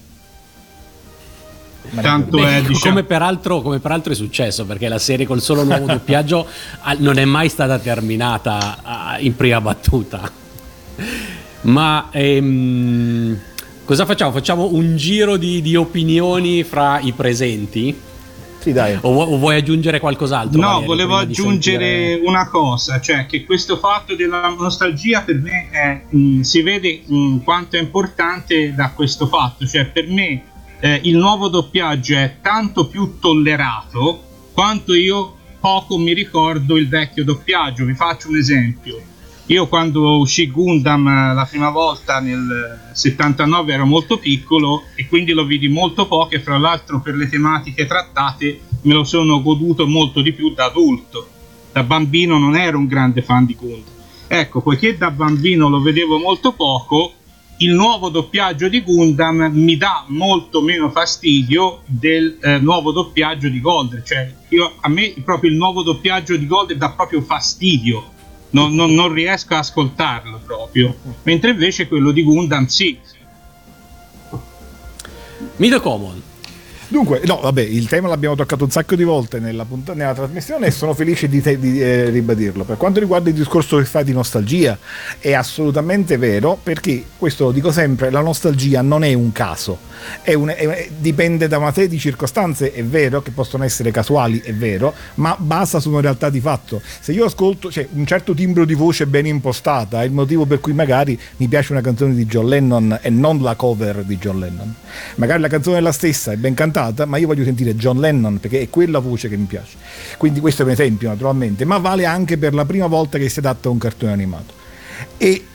Tanto è, diciamo... come peraltro è successo, perché la serie col solo nuovo doppiaggio non è mai stata terminata in prima battuta. Ma cosa facciamo? Facciamo un giro di opinioni fra i presenti? Sì, dai. O vuoi aggiungere qualcos'altro? No, Valerio, volevo aggiungere una cosa, cioè che questo fatto della nostalgia per me si vede quanto è importante da questo fatto. Cioè per me il nuovo doppiaggio è tanto più tollerato quanto io poco mi ricordo il vecchio doppiaggio. Vi faccio un esempio. Io quando uscì Gundam la prima volta nel 79 ero molto piccolo e quindi lo vidi molto poco, e fra l'altro per le tematiche trattate me lo sono goduto molto di più da adulto. Da bambino non ero un grande fan di Gundam. Ecco, poiché da bambino lo vedevo molto poco, il nuovo doppiaggio di Gundam mi dà molto meno fastidio del nuovo doppiaggio di Goldrick. Cioè a me proprio il nuovo doppiaggio di Goldrick dà proprio fastidio. Non riesco a ascoltarlo proprio, mentre invece quello di Gundam sì. Mito Common. Dunque, no, vabbè, il tema l'abbiamo toccato un sacco di volte nella trasmissione e sono felice di ribadirlo. Per quanto riguarda il discorso che fai di nostalgia, è assolutamente vero, perché questo lo dico sempre, la nostalgia non è un caso, dipende da una serie di circostanze, è vero, che possono essere casuali, è vero, ma basa su una realtà di fatto. Se io ascolto, un certo timbro di voce ben impostata, è il motivo per cui magari mi piace una canzone di John Lennon e non la cover di John Lennon. Magari la canzone è la stessa, è ben cantata, ma io voglio sentire John Lennon perché è quella voce che mi piace. Quindi questo è un esempio, naturalmente, ma vale anche per la prima volta che si adatta a un cartone animato. E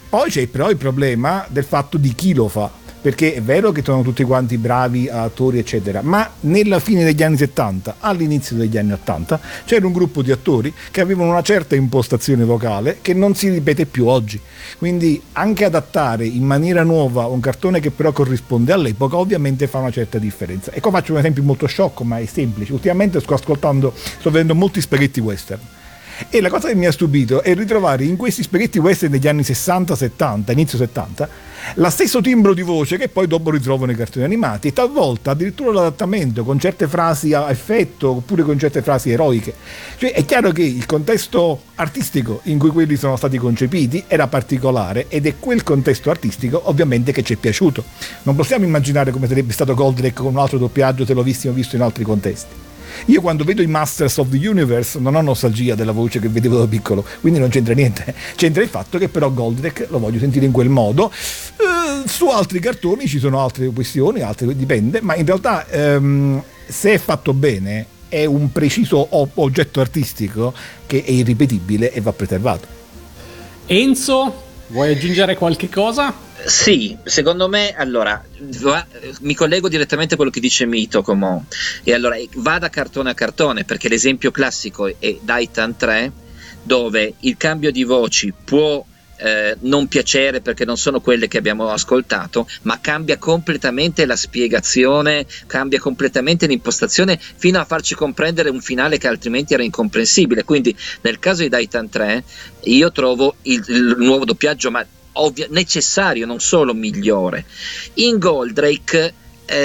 Poi c'è però il problema del fatto di chi lo fa, perché è vero che sono tutti quanti bravi attori eccetera, ma nella fine degli anni 70, all'inizio degli anni 80 c'era un gruppo di attori che avevano una certa impostazione vocale che non si ripete più oggi, quindi anche adattare in maniera nuova un cartone che però corrisponde all'epoca ovviamente fa una certa differenza. E qua faccio un esempio molto sciocco ma è semplice: ultimamente sto vedendo molti spaghetti western. E la cosa che mi ha stupito è ritrovare in questi spaghetti western degli anni 60-70, inizio 70, lo stesso timbro di voce che poi dopo ritrovo nei cartoni animati, e talvolta addirittura l'adattamento con certe frasi a effetto oppure con certe frasi eroiche. Cioè è chiaro che il contesto artistico in cui quelli sono stati concepiti era particolare, ed è quel contesto artistico ovviamente che ci è piaciuto. Non possiamo immaginare come sarebbe stato Goldrake con un altro doppiaggio se lo avessimo visto in altri contesti. Io quando vedo i Masters of the Universe non ho nostalgia della voce che vedevo da piccolo, quindi non c'entra niente. C'entra il fatto che però Goldrake lo voglio sentire in quel modo. Su altri cartoni ci sono altre questioni, altre dipende, ma in realtà se è fatto bene è un preciso oggetto artistico che è irripetibile e va preservato. Enzo, vuoi aggiungere qualche cosa? Sì, secondo me, allora, mi collego direttamente a quello che dice Mito Comò, e allora va da cartone a cartone, perché l'esempio classico è Daitan 3, dove il cambio di voci può non piacere perché non sono quelle che abbiamo ascoltato, ma cambia completamente la spiegazione, cambia completamente l'impostazione, fino a farci comprendere un finale che altrimenti era incomprensibile. Quindi nel caso di Daitan 3 io trovo il nuovo doppiaggio necessario, non solo migliore. In Goldrake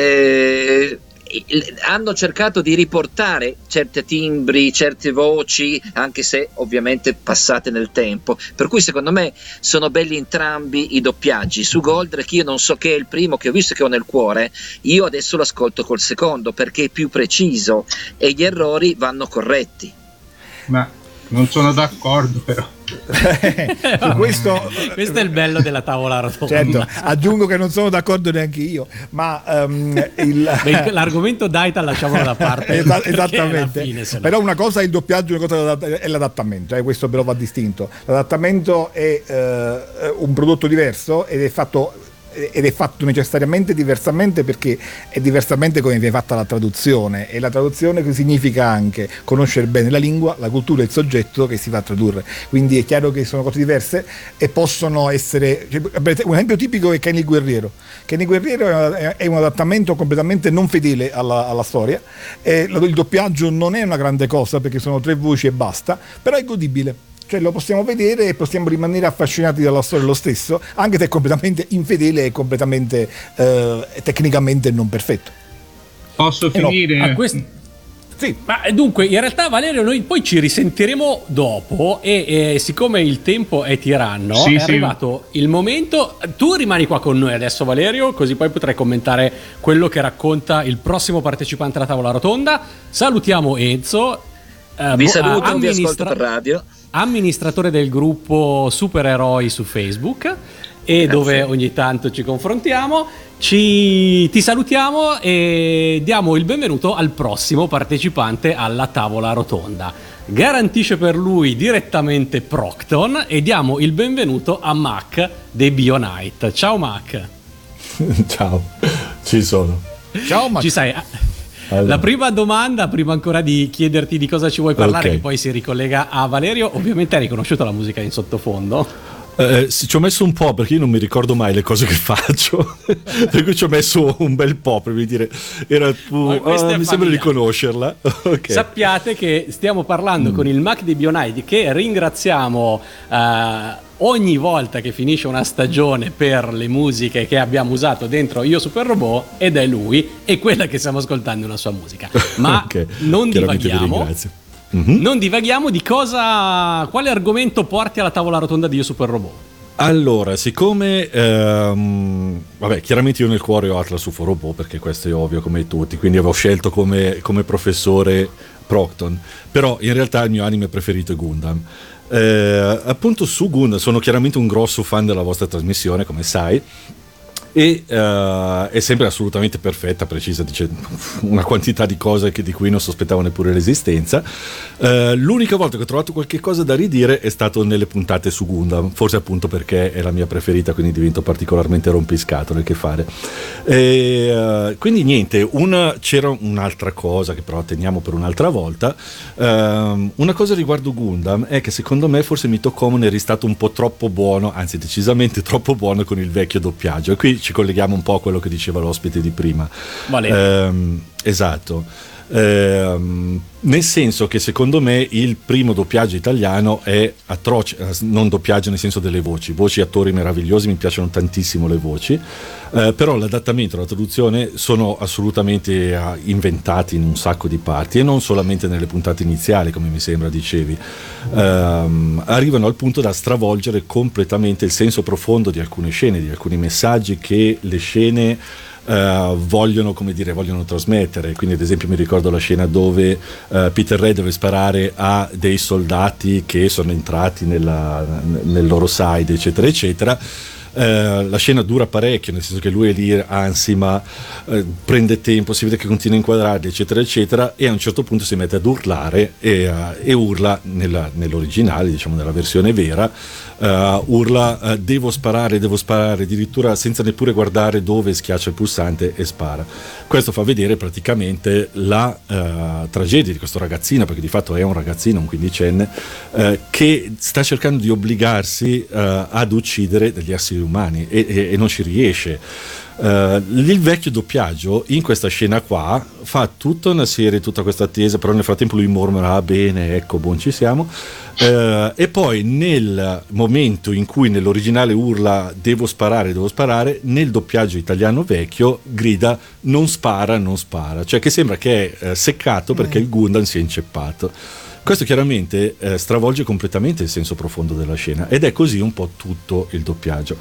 hanno cercato di riportare certi timbri, certe voci, anche se ovviamente passate nel tempo, per cui secondo me sono belli entrambi i doppiaggi. Su Goldrake io non so, che è il primo che ho visto, che ho nel cuore, io adesso lo ascolto col secondo perché è più preciso e gli errori vanno corretti. Ma non sono d'accordo però. Questo è il bello della tavola rotonda. Certo, aggiungo che non sono d'accordo neanche io, ma l'argomento Daitan lasciamolo da parte. Esattamente. Fine, però una cosa è il doppiaggio, una cosa è l'adattamento, questo però va distinto. L'adattamento è un prodotto diverso ed è fatto necessariamente diversamente, perché è diversamente come viene fatta la traduzione, e la traduzione significa anche conoscere bene la lingua, la cultura e il soggetto che si va a tradurre, quindi è chiaro che sono cose diverse e possono essere. Un esempio tipico è Kenny Guerriero è un adattamento completamente non fedele alla storia, il doppiaggio non è una grande cosa perché sono 3 voci e basta, però è godibile. Cioè lo possiamo vedere e possiamo rimanere affascinati dalla storia lo stesso, anche se è completamente infedele e completamente tecnicamente non perfetto. Posso finire? Sì, ma dunque in realtà Valerio noi poi ci risentiremo dopo e siccome il tempo è tiranno, è arrivato il momento. Tu rimani qua con noi adesso Valerio, così poi potrai commentare quello che racconta il prossimo partecipante alla tavola rotonda. Salutiamo Enzo, vi saluto, vi ascolto per radio, amministratore del gruppo Supereroi su Facebook, e dove ogni tanto ci confrontiamo. Ti salutiamo e diamo il benvenuto al prossimo partecipante alla tavola rotonda. Garantisce per lui direttamente Procton, e diamo il benvenuto a Mac dei Bionite. Ciao Mac. Ciao, ci sono. Ciao Mac. Ci sei? Allora. La prima domanda, prima ancora di chiederti di cosa ci vuoi parlare, che poi si ricollega a Valerio, ovviamente hai riconosciuto la musica in sottofondo? Ci ho messo un po', perché io non mi ricordo mai le cose che faccio, per cui ci ho messo un bel po' per dire era tu, mi sembra di conoscerla. Okay. Sappiate che stiamo parlando con il Mac di Bionide, che ringraziamo ogni volta che finisce una stagione per le musiche che abbiamo usato dentro Io Super Robot, ed è lui, e quella che stiamo ascoltando è una sua musica. Ma non divaghiamo. Non divaghiamo. Quale argomento porti alla tavola rotonda di Io Super Robot? Allora, siccome chiaramente io nel cuore ho Atlas UFO Robot, perché questo è ovvio come tutti, quindi avevo scelto come professore Procton, però in realtà il mio anime preferito è Gundam. Appunto su Gundam sono chiaramente un grosso fan della vostra trasmissione, come sai, e è sempre assolutamente perfetta, precisa, dice una quantità di cose di cui non sospettavo neppure l'esistenza. L'unica volta che ho trovato qualche cosa da ridire è stato nelle puntate su Gundam, forse appunto perché è la mia preferita, quindi divento particolarmente rompiscatole che fare. Quindi niente, c'era un'altra cosa che però teniamo per un'altra volta. Una cosa riguardo Gundam è che secondo me forse Mito Common è stato un po' troppo buono, anzi decisamente troppo buono con il vecchio doppiaggio, e qui ci colleghiamo un po' a quello che diceva l'ospite di prima. Esatto. Nel senso che secondo me il primo doppiaggio italiano è atroce, non doppiaggio nel senso delle voci, attori meravigliosi, mi piacciono tantissimo le voci, però l'adattamento e la traduzione sono assolutamente inventati in un sacco di parti, e non solamente nelle puntate iniziali, come mi sembra dicevi. Arrivano al punto da stravolgere completamente il senso profondo di alcune scene, di alcuni messaggi che le scene vogliono trasmettere. Quindi ad esempio mi ricordo la scena dove Peter Ray deve sparare a dei soldati che sono entrati nel loro side, eccetera eccetera. La scena dura parecchio, nel senso che lui è lì ansima, prende tempo, si vede che continua a inquadrarli, eccetera eccetera, e a un certo punto si mette ad urlare e urla nell'originale, diciamo nella versione vera, urla devo sparare, addirittura senza neppure guardare dove schiaccia il pulsante e spara. Questo fa vedere praticamente la tragedia di questo ragazzino, perché di fatto è un ragazzino, un quindicenne, che sta cercando di obbligarsi ad uccidere degli esseri umani e non ci riesce. Il vecchio doppiaggio in questa scena qua fa tutta una serie, tutta questa attesa, però nel frattempo lui mormora bene, ecco, buon ci siamo, e poi nel momento in cui nell'originale urla devo sparare, nel doppiaggio italiano vecchio grida non spara, cioè che sembra che è seccato perché il Gundam si è inceppato. Questo chiaramente stravolge completamente il senso profondo della scena, ed è così un po' tutto il doppiaggio.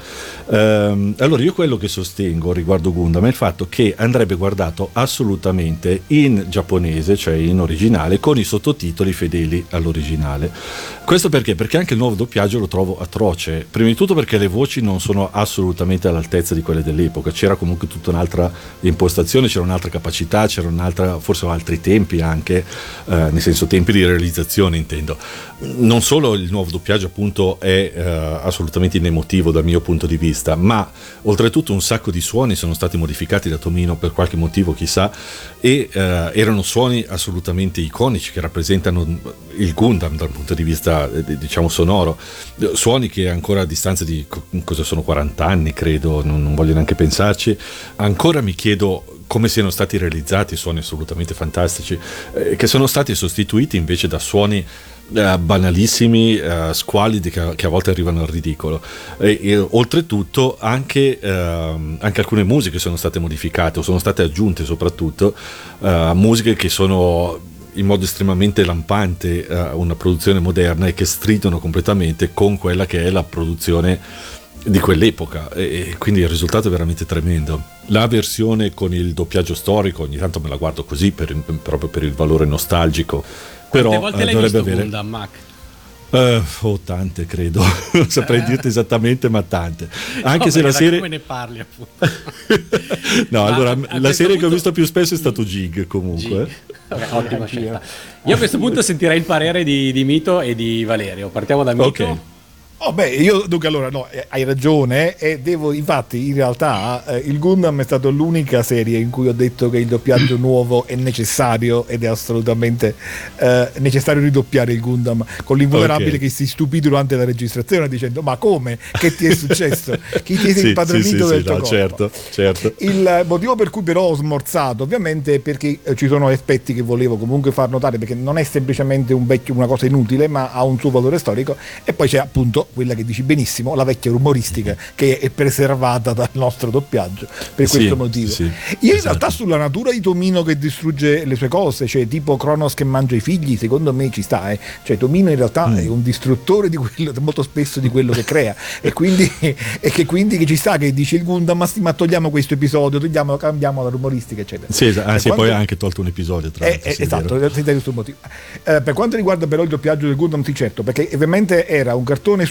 Allora io quello che sostengo riguardo Gundam è il fatto che andrebbe guardato assolutamente in giapponese, cioè in originale, con i sottotitoli fedeli all'originale. Questo perché? Perché anche il nuovo doppiaggio lo trovo atroce. Prima di tutto perché le voci non sono assolutamente all'altezza di quelle dell'epoca, c'era comunque tutta un'altra impostazione, c'era un'altra capacità, c'era un'altra, forse altri tempi anche, nel senso tempi di realizzazione intendo. Non solo il nuovo doppiaggio appunto è assolutamente inemotivo dal mio punto di vista, ma oltretutto un sacco di suoni sono stati modificati da Tomino per qualche motivo chissà, e erano suoni assolutamente iconici che rappresentano il Gundam dal punto di vista diciamo sonoro, suoni che ancora a distanza di cosa sono 40 anni credo, non voglio neanche pensarci, ancora mi chiedo come siano stati realizzati suoni assolutamente fantastici, che sono stati sostituiti invece da suoni banalissimi, squalidi, che a volte arrivano al ridicolo, e oltretutto anche alcune musiche sono state modificate o sono state aggiunte, soprattutto musiche che sono in modo estremamente lampante una produzione moderna e che stridono completamente con quella che è la produzione di quell'epoca, e quindi il risultato è veramente tremendo. La versione con il doppiaggio storico ogni tanto me la guardo così proprio per il valore nostalgico, però quante volte l'hai dovrebbe visto avere Gundam, Mac? Tante credo, non saprei dirti esattamente, ma tante, anche no, se la serie come ne parli appunto. no, allora la serie che ho visto più spesso è stato Jig comunque. Vabbè, ottima scelta. Io a questo punto sentirei il parere di Mito e di Valerio. Partiamo da Mito. Ok. Oh beh, io dunque allora no, hai ragione, e devo infatti in realtà il Gundam è stato l'unica serie in cui ho detto che il doppiaggio nuovo è necessario, ed è assolutamente necessario ridoppiare il Gundam, con l'Invulnerabile che si stupì durante la registrazione dicendo ma come? Che ti è successo? Chi ti sei impadronito del tuo corpo? Certo. Il motivo per cui però ho smorzato ovviamente è perché ci sono aspetti che volevo comunque far notare, perché non è semplicemente una cosa inutile, ma ha un suo valore storico, e poi c'è appunto quella che dici benissimo, la vecchia umoristica che è preservata dal nostro doppiaggio per questo motivo. Io in realtà sulla natura di Tomino che distrugge le sue cose, cioè tipo Cronos che mangia i figli, secondo me ci sta, cioè Tomino in realtà è un distruttore di quello, molto spesso di quello che crea, e quindi che ci sta che dice il Gundam ma togliamo questo episodio, cambiamo la rumoristica eccetera. Sì, poi ha anche tolto un episodio tra l'altro. Esatto, senza questo motivo. Per quanto riguarda però il doppiaggio del Gundam, sì certo, perché ovviamente era un cartone su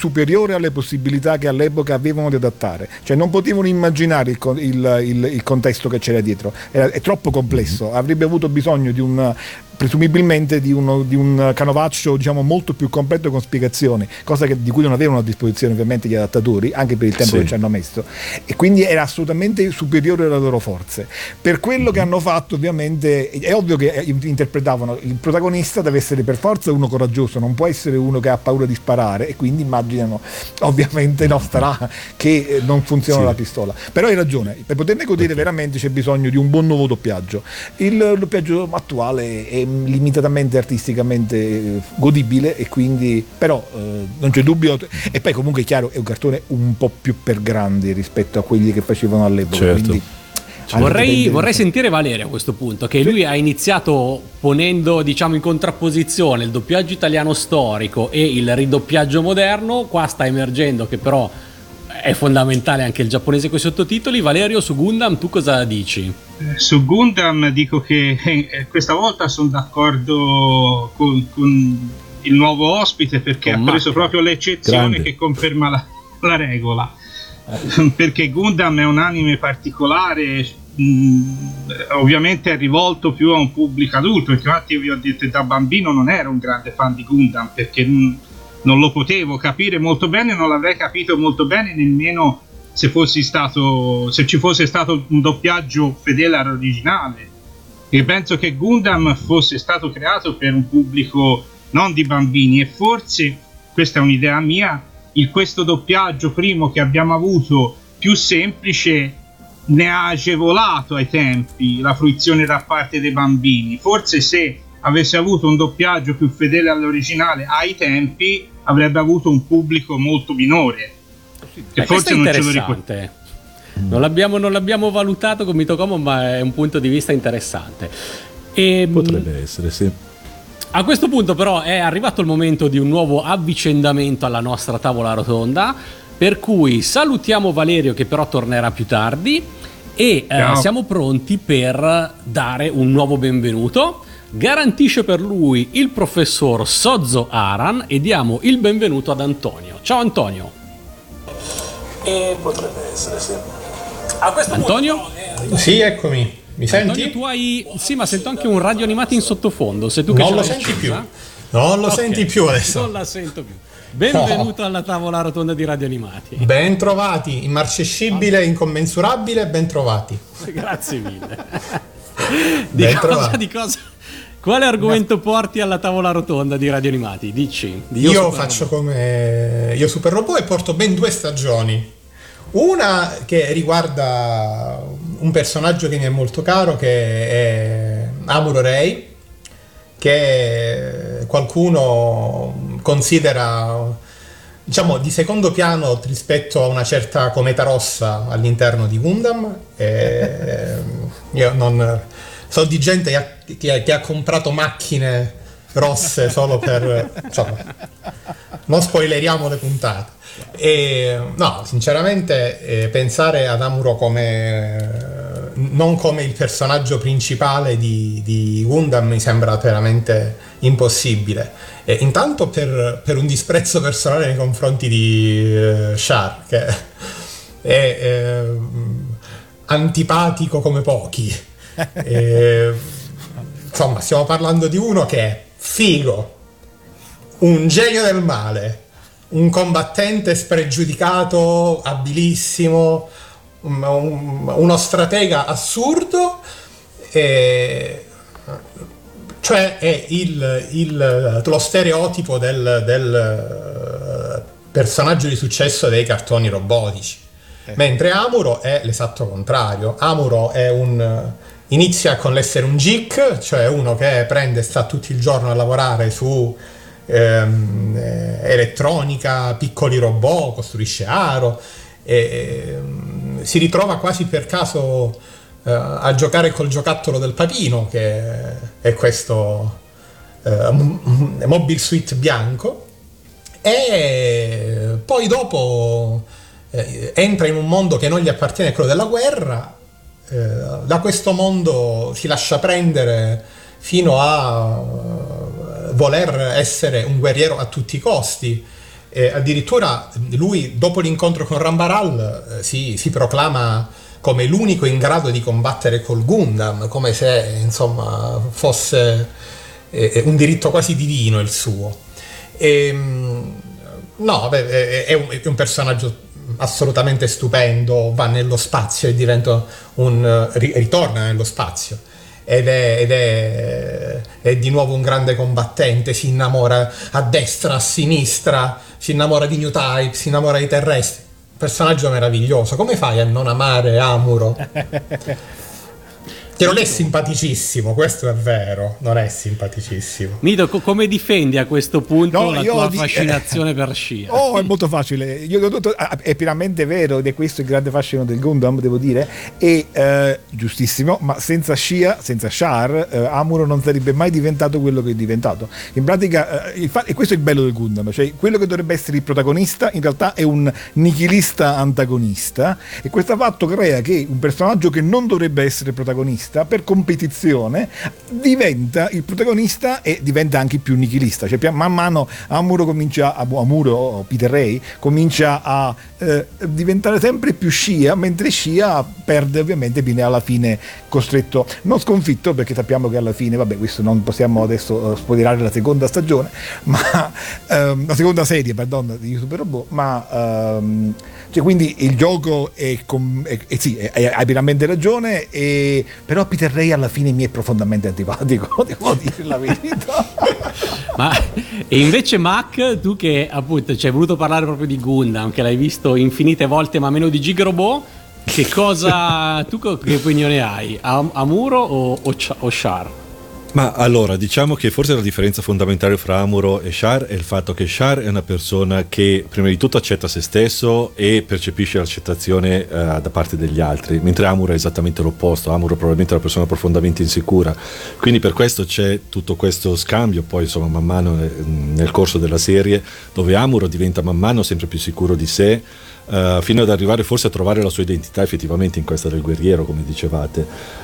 superiore alle possibilità che all'epoca avevano di adattare, cioè non potevano immaginare il contesto che c'era dietro, è troppo complesso, avrebbe avuto bisogno presumibilmente di un canovaccio, diciamo, molto più completo con spiegazioni, cosa di cui non avevano a disposizione ovviamente gli adattatori, anche per il tempo che ci hanno messo, e quindi era assolutamente superiore alle loro forze. Per quello che hanno fatto, ovviamente è ovvio che interpretavano il protagonista deve essere per forza uno coraggioso, non può essere uno che ha paura di sparare, e quindi immaginano ovviamente che non funziona la pistola. Però hai ragione, per poterne godere veramente c'è bisogno di un buon nuovo doppiaggio. Il doppiaggio attuale è limitatamente artisticamente godibile, e quindi però non c'è dubbio, e poi comunque è chiaro, è un cartone un po' più per grandi rispetto a quelli che facevano all'epoca, quindi vorrei sentire Valerio a questo punto, che lui ha iniziato ponendo, diciamo, in contrapposizione il doppiaggio italiano storico e il ridoppiaggio moderno. Qua sta emergendo che però è fondamentale anche il giapponese con i sottotitoli. Valerio, su Gundam tu cosa dici? Su Gundam dico che questa volta sono d'accordo con il nuovo ospite, perché ha preso proprio l'eccezione che conferma la regola. Perché Gundam è un anime particolare, ovviamente è rivolto più a un pubblico adulto, perché infatti io vi ho detto, da bambino non ero un grande fan di Gundam, perché non lo potevo capire molto bene, non l'avrei capito molto bene nemmeno se ci fosse stato un doppiaggio fedele all'originale. E penso che Gundam fosse stato creato per un pubblico non di bambini, e forse, questa è un'idea mia, questo doppiaggio primo che abbiamo avuto, più semplice, ne ha agevolato ai tempi la fruizione da parte dei bambini. Forse se avesse avuto un doppiaggio più fedele all'originale ai tempi, avrebbe avuto un pubblico molto minore. E forse non ce lo ricordiamo. Non l'abbiamo valutato con Mitocomo, ma è un punto di vista interessante. Potrebbe essere, sì. A questo punto però è arrivato il momento di un nuovo avvicendamento alla nostra tavola rotonda, per cui salutiamo Valerio, che però tornerà più tardi, e siamo pronti per dare un nuovo benvenuto. Garantisce per lui il professor Sozzo Aran, e diamo il benvenuto ad Antonio. Ciao Antonio. Potrebbe essere, sì. A questo Antonio? Punto, sì, eccomi. Mi senti? Antonio, tu hai... Sì, ma sento anche un radio animati in sottofondo. Se tu non lo senti più. Non lo senti più adesso. Non la sento più. Benvenuto alla tavola rotonda di Radio Animati. Ben trovati, immarcescibile, incommensurabile, ben trovati. Grazie mille. Di cosa? Quale argomento porti alla tavola rotonda di Radio Animati? Dici. Io faccio come Io Super Robot, e porto ben 2 stagioni. Una che riguarda un personaggio che mi è molto caro, che è Amuro Ray, che qualcuno considera, diciamo, di secondo piano rispetto a una certa Cometa Rossa all'interno di Gundam. Io non so di gente che ha comprato macchine rosse solo per, insomma, non spoileriamo le puntate. No, sinceramente pensare ad Amuro come non come il personaggio principale di Gundam mi sembra veramente impossibile. Intanto per un disprezzo personale nei confronti di Char, che è antipatico come pochi. Insomma, stiamo parlando di uno che è figo, un genio del male, un combattente spregiudicato, abilissimo, uno stratega assurdo, cioè è lo stereotipo del personaggio di successo dei cartoni robotici. Mentre Amuro è l'esatto contrario. Amuro inizia con l'essere un geek, cioè uno che prende e sta tutto il giorno a lavorare su elettronica, piccoli robot, costruisce aro, si ritrova quasi per caso a giocare col giocattolo del papino, che è questo Mobile Suit bianco, e poi dopo entra in un mondo che non gli appartiene, quello della guerra. Da questo mondo si lascia prendere fino a voler essere un guerriero a tutti i costi, Addirittura lui, dopo l'incontro con Rambaral, si proclama come l'unico in grado di combattere col Gundam, come se insomma fosse un diritto quasi divino il suo. No, è un personaggio assolutamente stupendo, va nello spazio e diventa ritorna nello spazio ed è di nuovo un grande combattente, si innamora a destra, a sinistra, si innamora di New Type, si innamora di terrestri. Personaggio meraviglioso. Come fai a non amare Amuro? Che non è simpaticissimo, questo è vero, non è simpaticissimo. Mito, come difendi a questo punto la tua fascinazione per Shia? È molto facile, è pienamente vero ed è questo il grande fascino del Gundam, devo dire, e giustissimo, ma senza Shia, senza Char, Amuro non sarebbe mai diventato quello che è diventato. In pratica, e questo è il bello del Gundam, cioè quello che dovrebbe essere il protagonista in realtà è un nichilista antagonista, e questo fatto crea che un personaggio che non dovrebbe essere protagonista per competizione diventa il protagonista e diventa anche più nichilista, cioè man mano Amuro o Peter Ray comincia a diventare sempre più Shia, mentre Shia perde, ovviamente viene alla fine costretto, non sconfitto, perché sappiamo che alla fine, vabbè, questo non possiamo adesso spoilerare la seconda stagione, ma la seconda serie, perdono, di Super Robot, ma cioè, quindi il gioco hai pienamente ragione, però Peter Ray alla fine mi è profondamente antipatico, devo dire la verità. E invece Mac, tu che appunto ci hai voluto parlare proprio di Gundam, che l'hai visto infinite volte ma meno di Gigrobot, che cosa, tu che opinione hai? Amuro o Char? Ma allora, diciamo che forse la differenza fondamentale fra Amuro e Char è il fatto che Char è una persona che prima di tutto accetta se stesso e percepisce l'accettazione da parte degli altri, mentre Amuro è esattamente l'opposto. Amuro probabilmente è una persona profondamente insicura, quindi per questo c'è tutto questo scambio poi insomma man mano nel corso della serie, dove Amuro diventa man mano sempre più sicuro di sé, fino ad arrivare forse a trovare la sua identità effettivamente in questa del guerriero, come dicevate,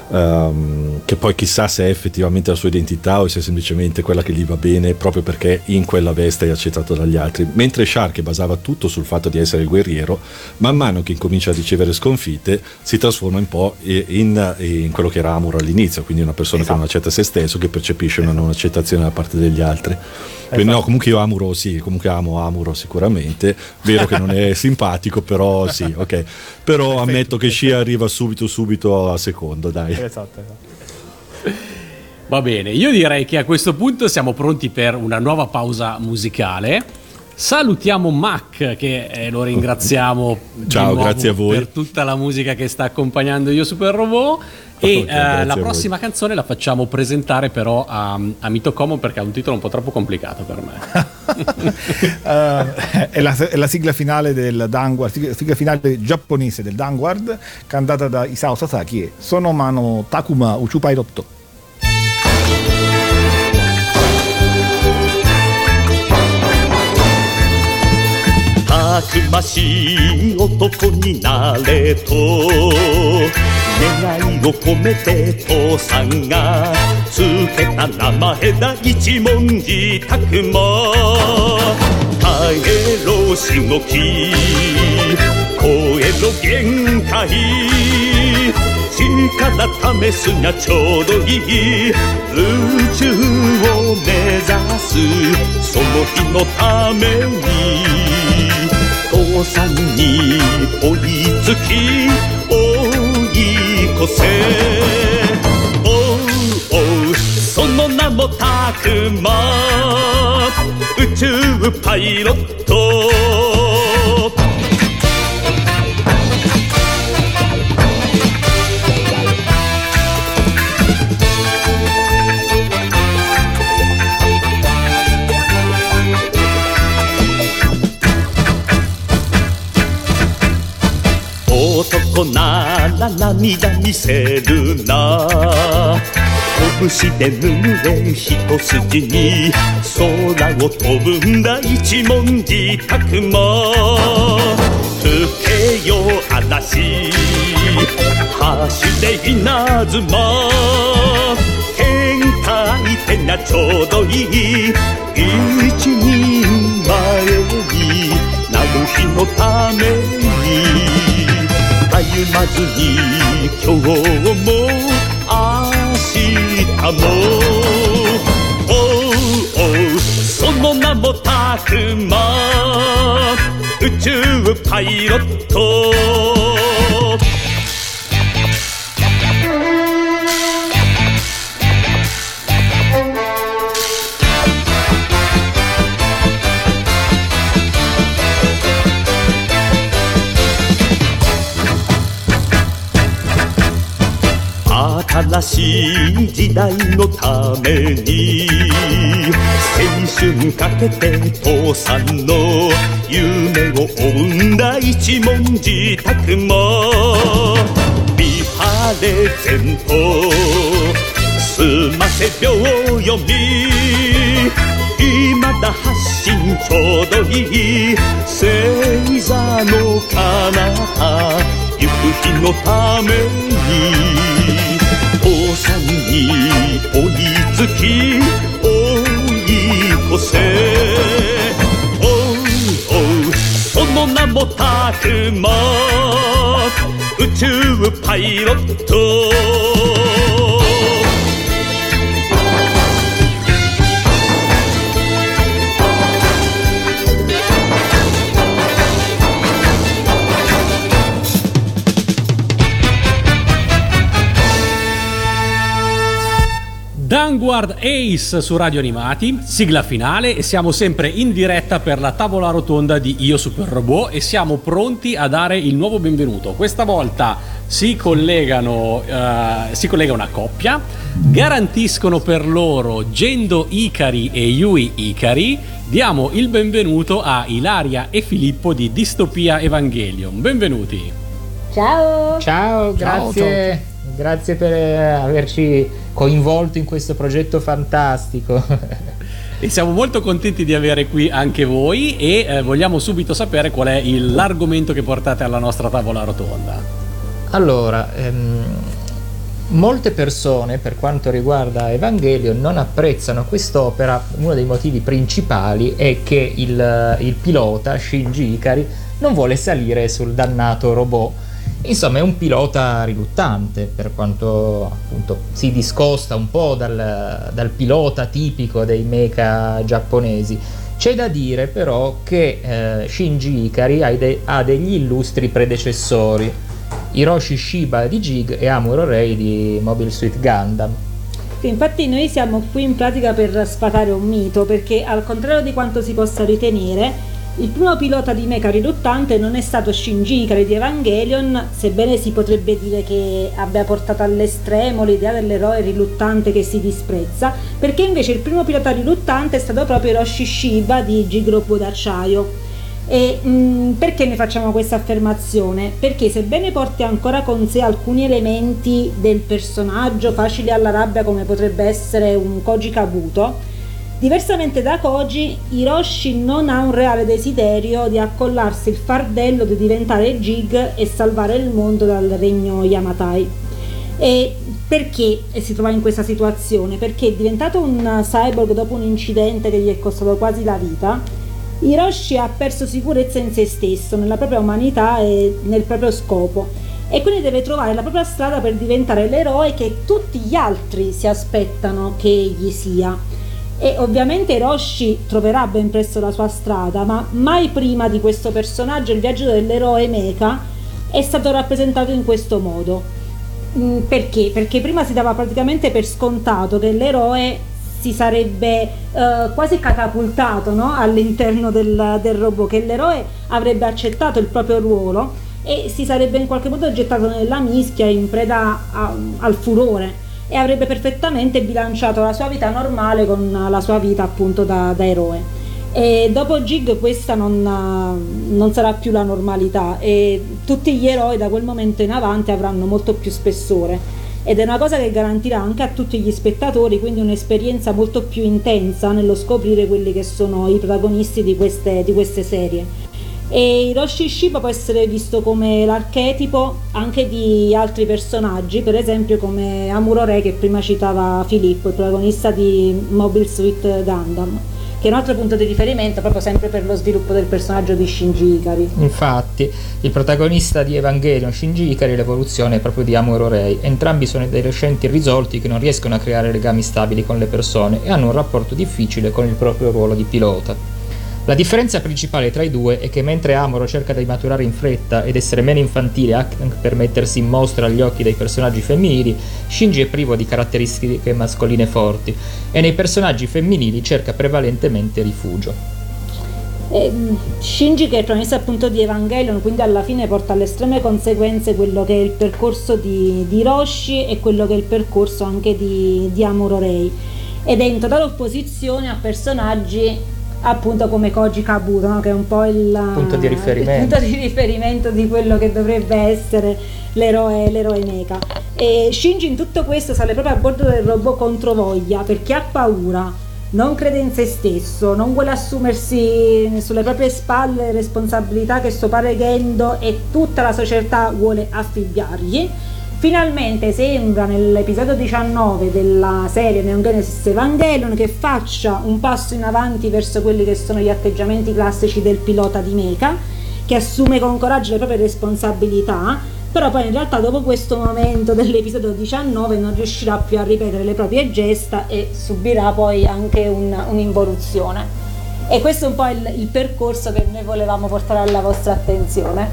che poi chissà se è effettivamente la sua identità o se è semplicemente quella che gli va bene proprio perché in quella veste è accettato dagli altri, mentre Char, che basava tutto sul fatto di essere il guerriero, man mano che incomincia a ricevere sconfitte si trasforma un po' in quello che era Amuro all'inizio, quindi una persona che non accetta se stesso, che percepisce una non accettazione da parte degli altri. Quindi no, comunque io amo Amuro sicuramente, vero che non è simpatico, però sì, ok, però ammetto che Shia arriva subito a secondo, dai. Esatto. Va bene, io direi che a questo punto siamo pronti per una nuova pausa musicale. Salutiamo Mac, che lo ringraziamo ciao, grazie a voi per tutta la musica che sta accompagnando Io Super Robot. E la prossima canzone la facciamo presentare però a Mitocomo, perché ha un titolo un po' troppo complicato per me. È la sigla finale del Danguard, sigla finale giapponese del Danguard, cantata da Isao Sasaki e Sonomano Takuma Uchupai Rotto. たくましい男になれと願いを込めて父さんがつけた名前だ一文字たくま帰ろしごき超えろ限界力試すがちょうどいい宇宙を目指すその日のために父さんに追いつき追い越せおうその名もたくま宇宙パイロット男なら涙見せるな拳で拭え一筋に空を飛ぶんだ一文字たくま吹けよ嵐走れ稲妻天回転がちょうどいい一人前に日のためにたゆまずに今日も明日もその名もたくま宇宙パイロット新しい時代のために青春かけて父さんの夢を追うんだ一文字たくも見晴れ前途済ませ秒読み今だ発信ちょうどいい星座の彼方行く日のために父さんに追いつき追い越せその名もたくま宇宙パイロット Downward Ace su Radio Animati, sigla finale, e siamo sempre in diretta per la tavola rotonda di Io Super Robot e siamo pronti a dare il nuovo benvenuto. Questa volta si collega una coppia, garantiscono per loro Gendo Ikari e Yui Ikari. Diamo il benvenuto a Ilaria e Filippo di Distopia Evangelion. Benvenuti. Ciao. Ciao, grazie. Ciao. Grazie per averci coinvolto in questo progetto fantastico. E siamo molto contenti di avere qui anche voi e vogliamo subito sapere qual è l'argomento che portate alla nostra tavola rotonda. Allora, molte persone, per quanto riguarda Evangelion, non apprezzano quest'opera. Uno dei motivi principali è che il pilota Shinji Ikari non vuole salire sul dannato robot. Insomma, è un pilota riluttante, per quanto appunto si discosta un po' dal pilota tipico dei mecha giapponesi. C'è da dire però che Shinji Ikari ha degli illustri predecessori, Hiroshi Shiba di Jig e Amuro Rei di Mobile Suit Gundam. Sì, infatti noi siamo qui in pratica per sfatare un mito, perché al contrario di quanto si possa ritenere, il primo pilota di mecha riluttante non è stato Shinji Ikari di Evangelion, sebbene si potrebbe dire che abbia portato all'estremo l'idea dell'eroe riluttante che si disprezza, perché invece il primo pilota riluttante è stato proprio Hiroshi Shiba di Jigrobo d'acciaio. E perché ne facciamo questa affermazione? Perché sebbene porti ancora con sé alcuni elementi del personaggio facili alla rabbia, come potrebbe essere un Koji Kabuto, diversamente da Koji, Hiroshi non ha un reale desiderio di accollarsi il fardello di diventare Jig e salvare il mondo dal regno Yamatai. E perché si trova in questa situazione? Perché è diventato un cyborg dopo un incidente che gli è costato quasi la vita. Hiroshi ha perso sicurezza in se stesso, nella propria umanità e nel proprio scopo, e quindi deve trovare la propria strada per diventare l'eroe che tutti gli altri si aspettano che egli sia. E ovviamente Hiroshi troverà ben presto la sua strada, ma mai prima di questo personaggio il viaggio dell'eroe mecha è stato rappresentato in questo modo. Perché? Perché prima si dava praticamente per scontato che l'eroe si sarebbe quasi catapultato, no? All'interno del robot, che l'eroe avrebbe accettato il proprio ruolo e si sarebbe in qualche modo gettato nella mischia in preda al furore, e avrebbe perfettamente bilanciato la sua vita normale con la sua vita appunto da eroe. E dopo Jig questa non sarà più la normalità, e tutti gli eroi da quel momento in avanti avranno molto più spessore, ed è una cosa che garantirà anche a tutti gli spettatori quindi un'esperienza molto più intensa nello scoprire quelli che sono i protagonisti di queste serie. E Hiroshi Shiba può essere visto come l'archetipo anche di altri personaggi, per esempio come Amuro Rei, che prima citava Filippo, il protagonista di Mobile Suit Gundam, che è un altro punto di riferimento proprio sempre per lo sviluppo del personaggio di Shinji Ikari. Infatti, il protagonista di Evangelion, Shinji Ikari, è l'evoluzione proprio di Amuro Rei. Entrambi sono adolescenti irrisolti che non riescono a creare legami stabili con le persone e hanno un rapporto difficile con il proprio ruolo di pilota. La differenza principale tra i due è che mentre Amuro cerca di maturare in fretta ed essere meno infantile anche per mettersi in mostra agli occhi dei personaggi femminili, Shinji è privo di caratteristiche mascoline forti e nei personaggi femminili cerca prevalentemente rifugio. Shinji, che è il protagonista appunto di Evangelion, quindi alla fine porta alle estreme conseguenze quello che è il percorso di Hiroshi e quello che è il percorso anche di Amuro Rei, ed è in totale opposizione a personaggi appunto come Koji Kabuto, no? Che è un po' il punto di riferimento di quello che dovrebbe essere l'eroe mecha. E Shinji in tutto questo sale proprio a bordo del robot contro voglia, perché ha paura, non crede in se stesso, non vuole assumersi sulle proprie spalle le responsabilità che suo padre Gendo e tutta la società vuole affibbiargli. Finalmente sembra nell'episodio 19 della serie Neon Genesis Evangelion che faccia un passo in avanti verso quelli che sono gli atteggiamenti classici del pilota di mecha, che assume con coraggio le proprie responsabilità, però poi in realtà dopo questo momento dell'episodio 19 non riuscirà più a ripetere le proprie gesta e subirà poi anche un'involuzione. E questo è un po' il percorso che noi volevamo portare alla vostra attenzione.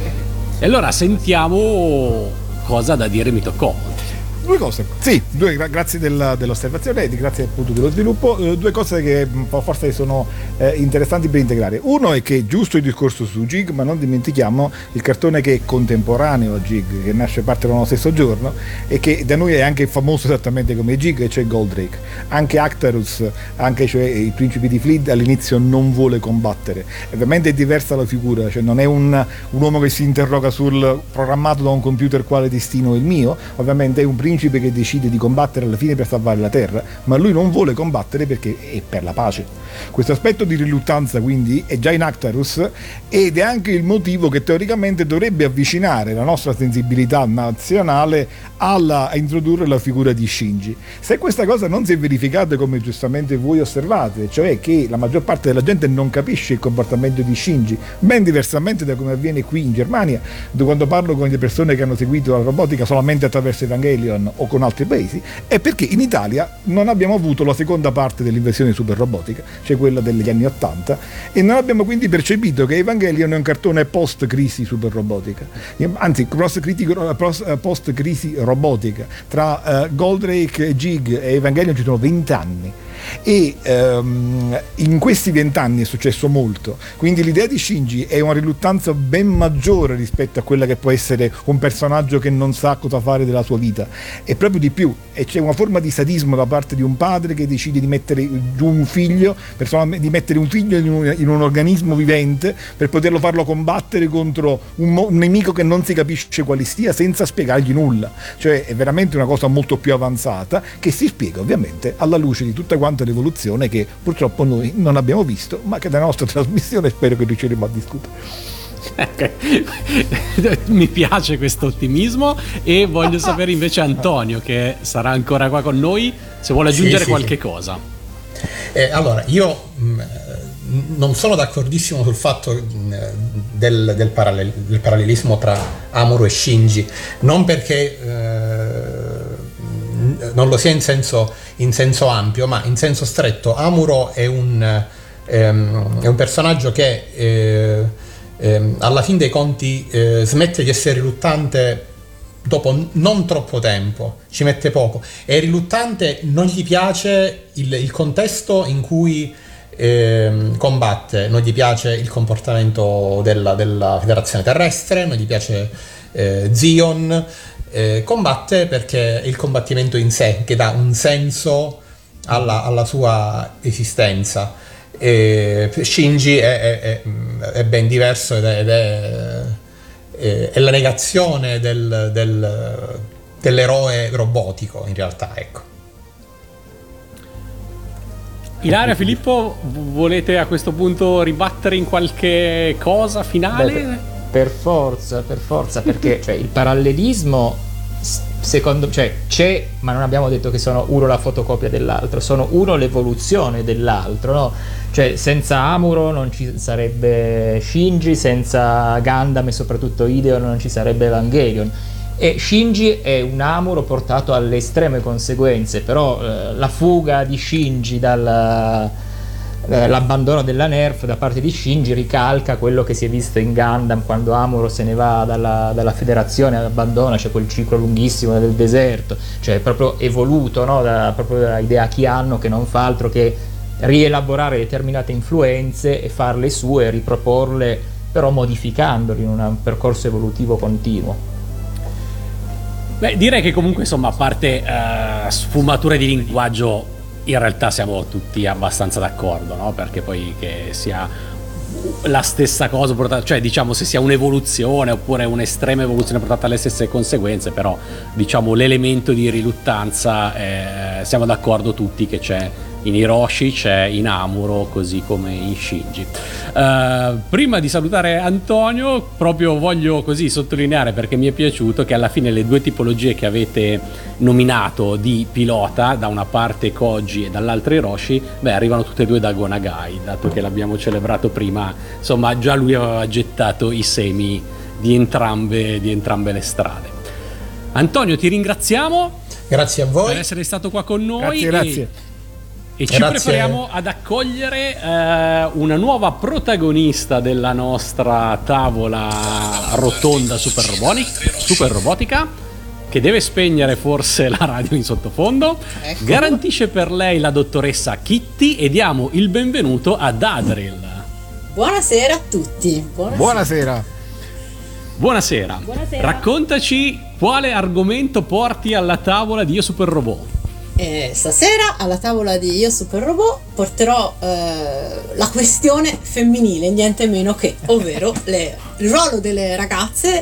E allora sentiamo cosa da dire mi toccò. Due cose, sì, grazie dell'osservazione e grazie appunto dello sviluppo. Due cose che forse sono interessanti per integrare. Uno è che giusto il discorso su Jig, ma non dimentichiamo il cartone che è contemporaneo a Jig, che nasce parte dello stesso giorno e che da noi è anche famoso esattamente come Jig, e c'è Goldrake. Anche Actarus, anche cioè il principe di Fleet, all'inizio non vuole combattere. Ovviamente è diversa la figura, cioè non è un uomo che si interroga sul programmato da un computer quale destino è il mio, ovviamente è un principe che decide di combattere alla fine per salvare la terra, ma lui non vuole combattere perché è per la pace. Questo aspetto di riluttanza quindi è già in Actarus ed è anche il motivo che teoricamente dovrebbe avvicinare la nostra sensibilità nazionale a introdurre la figura di Shinji. Se questa cosa non si è verificata come giustamente voi osservate, cioè che la maggior parte della gente non capisce il comportamento di Shinji, ben diversamente da come avviene qui in Germania, quando parlo con le persone che hanno seguito la robotica solamente attraverso Evangelion o con altri paesi, è perché in Italia non abbiamo avuto la seconda parte dell'invasione super robotica, cioè quella degli anni 80, e non abbiamo quindi percepito che Evangelion è un cartone post crisi super robotica, anzi post crisi robotica. Tra Goldrake, Jig e Evangelion ci sono 20 anni. E in questi 20 anni è successo molto, quindi l'idea di Shinji è una riluttanza ben maggiore rispetto a quella che può essere un personaggio che non sa cosa fare della sua vita, è proprio di più, e c'è una forma di sadismo da parte di un padre che decide di mettere giù un figlio, di mettere un figlio in un organismo vivente per poterlo farlo combattere contro un nemico che non si capisce quale sia, senza spiegargli nulla. Cioè è veramente una cosa molto più avanzata, che si spiega ovviamente alla luce di tutta quanta l'evoluzione che purtroppo noi non abbiamo visto, ma che nella nostra trasmissione spero che riusciremo a discutere. Mi piace questo ottimismo e voglio sapere invece Antonio, che sarà ancora qua con noi, se vuole aggiungere qualche cosa. Allora, io non sono d'accordissimo sul fatto del parallelismo tra Amuro e Shinji, non perché non lo sia in senso ampio, ma in senso stretto. Amuro è un personaggio che alla fin dei conti smette di essere riluttante dopo non troppo tempo, ci mette poco. È riluttante, non gli piace il contesto in cui combatte, non gli piace il comportamento della Federazione Terrestre, non gli piace Zion. Combatte perché è il combattimento in sé che dà un senso alla sua esistenza. Shinji è ben diverso ed è la negazione dell'eroe robotico, in realtà, ecco. Ilaria, Filippo, volete a questo punto ribattere in qualche cosa finale? Per forza, perché cioè, il parallelismo c'è, ma non abbiamo detto che sono uno la fotocopia dell'altro, sono uno l'evoluzione dell'altro, no? Cioè senza Amuro non ci sarebbe Shinji, senza Gundam e soprattutto Ideon non ci sarebbe Evangelion. E Shinji è un Amuro portato alle estreme conseguenze, però la fuga di Shinji l'abbandono della Nerf da parte di Shinji ricalca quello che si è visto in Gundam quando Amuro se ne va dalla federazione, abbandona, c'è quel ciclo lunghissimo del deserto, cioè è proprio evoluto, no? Proprio dall'idea Chianno, che non fa altro che rielaborare determinate influenze e farle sue e riproporle, però modificandoli in un percorso evolutivo continuo. Beh, direi che comunque, insomma, a parte sfumature di linguaggio, in realtà siamo tutti abbastanza d'accordo, no? Perché poi che sia la stessa cosa portata, cioè diciamo se sia un'evoluzione oppure un'estrema evoluzione portata alle stesse conseguenze, però diciamo l'elemento di riluttanza siamo d'accordo tutti che c'è in Hiroshi, c'è in Amuro, così come in Shinji. Prima di salutare Antonio, proprio voglio così sottolineare, perché mi è piaciuto, che alla fine le due tipologie che avete nominato di pilota, da una parte Koji e dall'altra Hiroshi, arrivano tutte e due da Go Nagai, dato che l'abbiamo celebrato prima, insomma già lui aveva gettato i semi di entrambe le strade. Antonio, ti ringraziamo. Grazie a voi per essere stato qua con noi. Grazie. E ci prepariamo ad accogliere una nuova protagonista della nostra tavola rotonda super robotica, che deve spegnere forse la radio in sottofondo. Ecco. Garantisce per lei la dottoressa Kitty e diamo il benvenuto ad Adril. Buonasera a tutti. Buonasera. Buonasera. Raccontaci quale argomento porti alla tavola di Io Super Robot. Stasera alla tavola di Io Super Robot porterò la questione femminile, niente meno che, ovvero il ruolo delle ragazze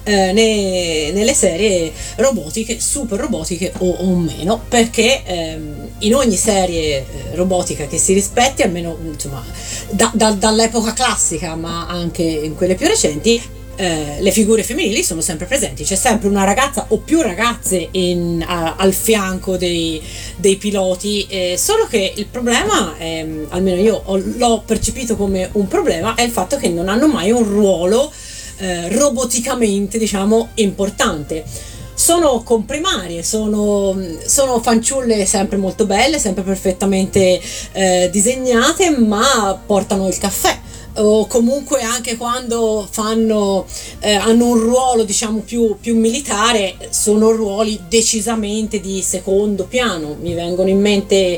nelle serie robotiche, super robotiche o meno, perché in ogni serie robotica che si rispetti, almeno insomma dall'epoca classica ma anche in quelle più recenti, le figure femminili sono sempre presenti, c'è sempre una ragazza o più ragazze al fianco dei piloti, solo che il problema, almeno io l'ho percepito come un problema, è il fatto che non hanno mai un ruolo roboticamente, diciamo, importante. Sono comprimarie, sono fanciulle sempre molto belle, sempre perfettamente disegnate, ma portano il caffè, o comunque anche quando hanno un ruolo, diciamo, più militare, sono ruoli decisamente di secondo piano. Mi viene in mente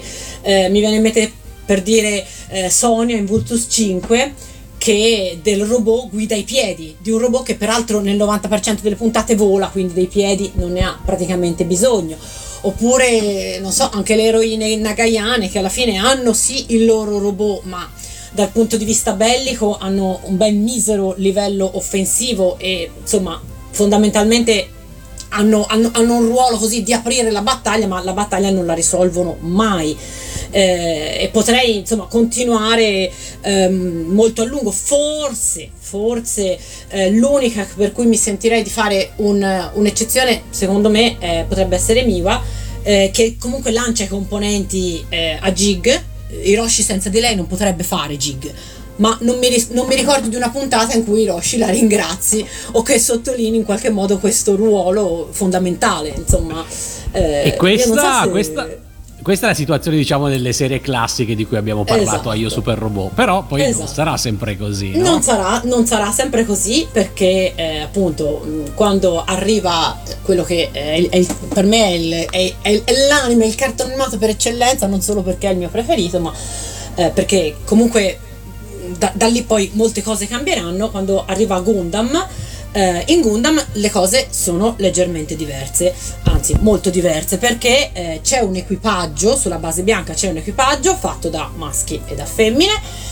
per dire Sonia in Vultus 5, che del robot guida i piedi, di un robot che peraltro nel 90% delle puntate vola, quindi dei piedi non ne ha praticamente bisogno. Oppure, non so, anche le eroine nagaiane, che alla fine hanno sì il loro robot, ma dal punto di vista bellico hanno un ben misero livello offensivo e insomma fondamentalmente hanno un ruolo così di aprire la battaglia, ma la battaglia non la risolvono mai. E potrei insomma continuare molto a lungo. Forse l'unica per cui mi sentirei di fare un'eccezione, secondo me, potrebbe essere Miwa, che comunque lancia i componenti a Jig. Hiroshi senza di lei non potrebbe fare Jig, ma non mi ricordo di una puntata in cui Hiroshi la ringrazi o che sottolinei in qualche modo questo ruolo fondamentale, insomma. E questa è la situazione, diciamo, delle serie classiche di cui abbiamo parlato, esatto, a Io Super Robot, però poi esatto, non sarà sempre così, no? Non sarà sempre così, perché appunto quando arriva quello che per me è l'anime, il cartone animato per eccellenza, non solo perché è il mio preferito, ma perché comunque da lì poi molte cose cambieranno. Quando arriva Gundam, in Gundam le cose sono leggermente diverse, anzi molto diverse, perché c'è un equipaggio, sulla base bianca c'è un equipaggio fatto da maschi e da femmine,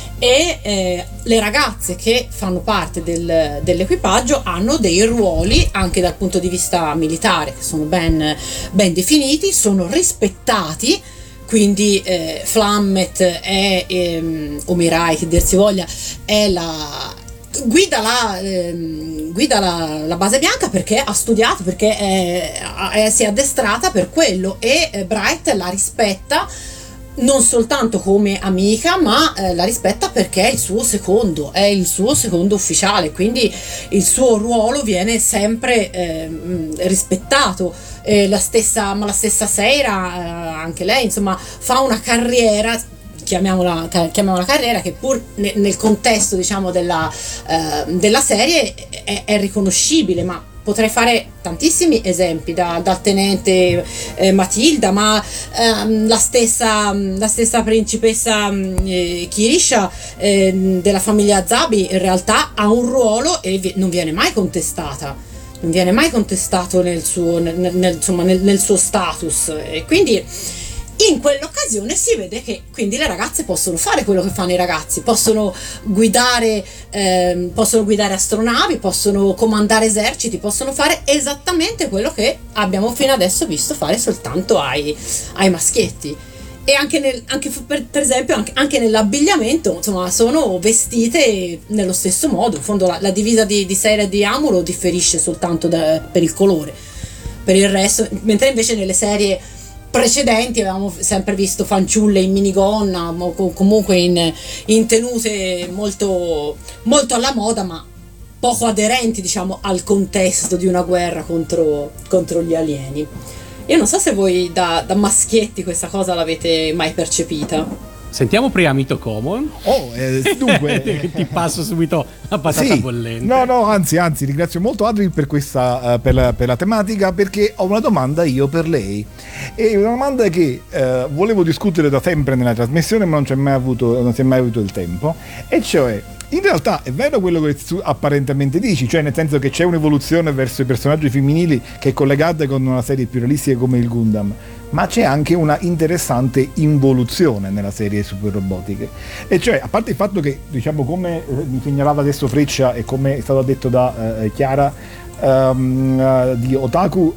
e le ragazze che fanno parte dell'equipaggio hanno dei ruoli anche dal punto di vista militare che sono ben definiti, sono rispettati. Quindi Flammet è o Mirai, che dir si voglia, è guida guida la base bianca perché ha studiato, perché si è addestrata per quello, e Bright la rispetta non soltanto come amica, ma la rispetta perché è il suo secondo ufficiale, quindi il suo ruolo viene sempre rispettato. La stessa Seira, anche lei insomma fa una carriera, chiamiamola carriera, che pur nel contesto diciamo della serie è riconoscibile, ma potrei fare tantissimi esempi dal tenente Matilda, ma la stessa principessa Kirisha della famiglia Zabi in realtà ha un ruolo e non viene mai contestata. Non viene mai contestato nel suo status, e quindi in quell'occasione si vede che quindi le ragazze possono fare quello che fanno i ragazzi, possono guidare astronavi, possono comandare eserciti, possono fare esattamente quello che abbiamo fino adesso visto fare soltanto ai maschietti. E anche per esempio anche nell'abbigliamento, insomma, sono vestite nello stesso modo. In fondo la divisa di Seira e di Amuro differisce soltanto per il colore, per il resto, mentre invece nelle serie precedenti avevamo sempre visto fanciulle in minigonna, comunque in tenute molto, molto alla moda, ma poco aderenti, diciamo, al contesto di una guerra contro gli alieni. Io non so se voi da maschietti questa cosa l'avete mai percepita. Sentiamo prima Mito Common. Dunque ti passo subito la patata bollente. No, anzi, ringrazio molto Adril per questa per la tematica, perché ho una domanda io per lei. È una domanda che volevo discutere da sempre nella trasmissione, ma non si è mai avuto il tempo. E cioè, in realtà è vero quello che tu apparentemente dici, cioè nel senso che c'è un'evoluzione verso i personaggi femminili che è collegata con una serie più realistica come il Gundam, ma c'è anche una interessante involuzione nella serie super robotiche. E cioè, a parte il fatto che, diciamo, come mi segnalava adesso Freccia e come è stato detto da Chiara di Otaku,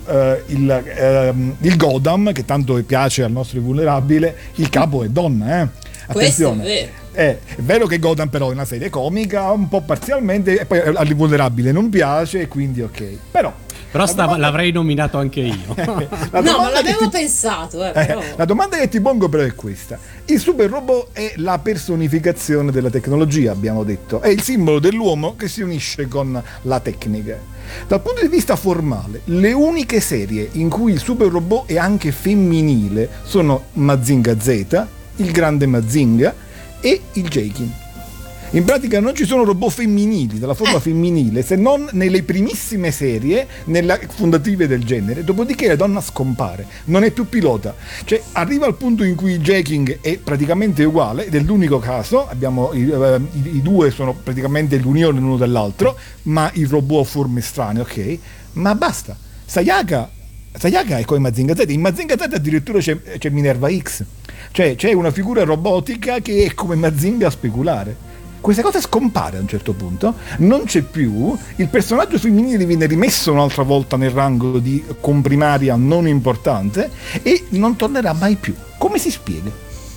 il Godam, che tanto piace al nostro vulnerabile, il capo è donna, attenzione. Questo è vero. È vero che Godam però è una serie comica, un po' parzialmente, e poi all'invulnerabile non piace, e quindi ok. Però l'avrei nominato anche io. No, ma l'avevo pensato. Però. La domanda che ti pongo però è questa. Il super robot è la personificazione della tecnologia, abbiamo detto. È il simbolo dell'uomo che si unisce con la tecnica. Dal punto di vista formale, le uniche serie in cui il super robot è anche femminile sono Mazinga Z, il grande Mazinga e il Jeikin. In pratica non ci sono robot femminili, della forma femminile, se non nelle primissime serie, nelle fondative del genere. Dopodiché la donna scompare, non è più pilota. Cioè arriva al punto in cui il Jeiking è praticamente uguale, ed è l'unico caso, abbiamo i due sono praticamente l'unione l'uno dell'altro, ma il robot ha forme strane, ok? Ma basta. Sayaka è come Mazinga Z. In Mazinga Z addirittura c'è Minerva X. Cioè c'è una figura robotica che è come Mazinga a speculare. Questa cosa scompare a un certo punto, non c'è più, il personaggio femminile viene rimesso un'altra volta nel rango di comprimaria non importante e non tornerà mai più. Come si spiega?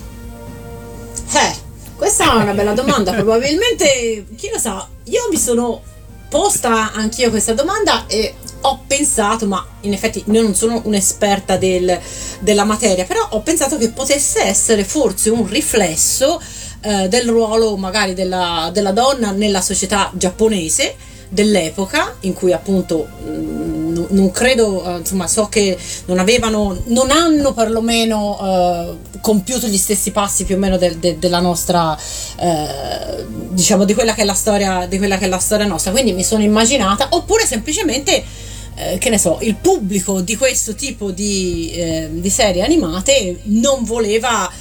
Questa è una bella domanda, probabilmente, chi lo sa, io mi sono posta anch'io questa domanda e ho pensato, ma in effetti io non sono un'esperta della materia, però ho pensato che potesse essere forse un riflesso del ruolo magari della donna nella società giapponese dell'epoca, in cui appunto non credo, insomma, so che non hanno perlomeno compiuto gli stessi passi più o meno della nostra, diciamo, di quella che è la storia nostra. Quindi mi sono immaginata, oppure semplicemente che ne so, il pubblico di questo tipo di serie animate non voleva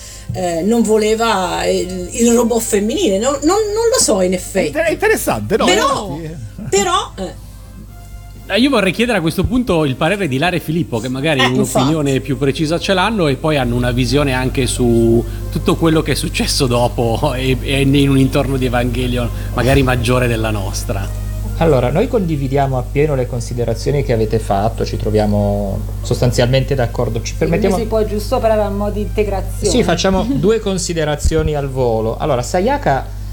il robot femminile, non lo so, in effetti è interessante, no? Però io vorrei chiedere a questo punto il parere di Lara e Filippo, che magari un'opinione più precisa ce l'hanno e poi hanno una visione anche su tutto quello che è successo dopo e in un intorno di Evangelion magari maggiore della nostra. Allora, noi condividiamo appieno le considerazioni che avete fatto, ci troviamo sostanzialmente d'accordo. Ci permettiamo... Si può giusto per avere un modo di integrazione. Sì, facciamo due considerazioni al volo. Allora, Sayaka,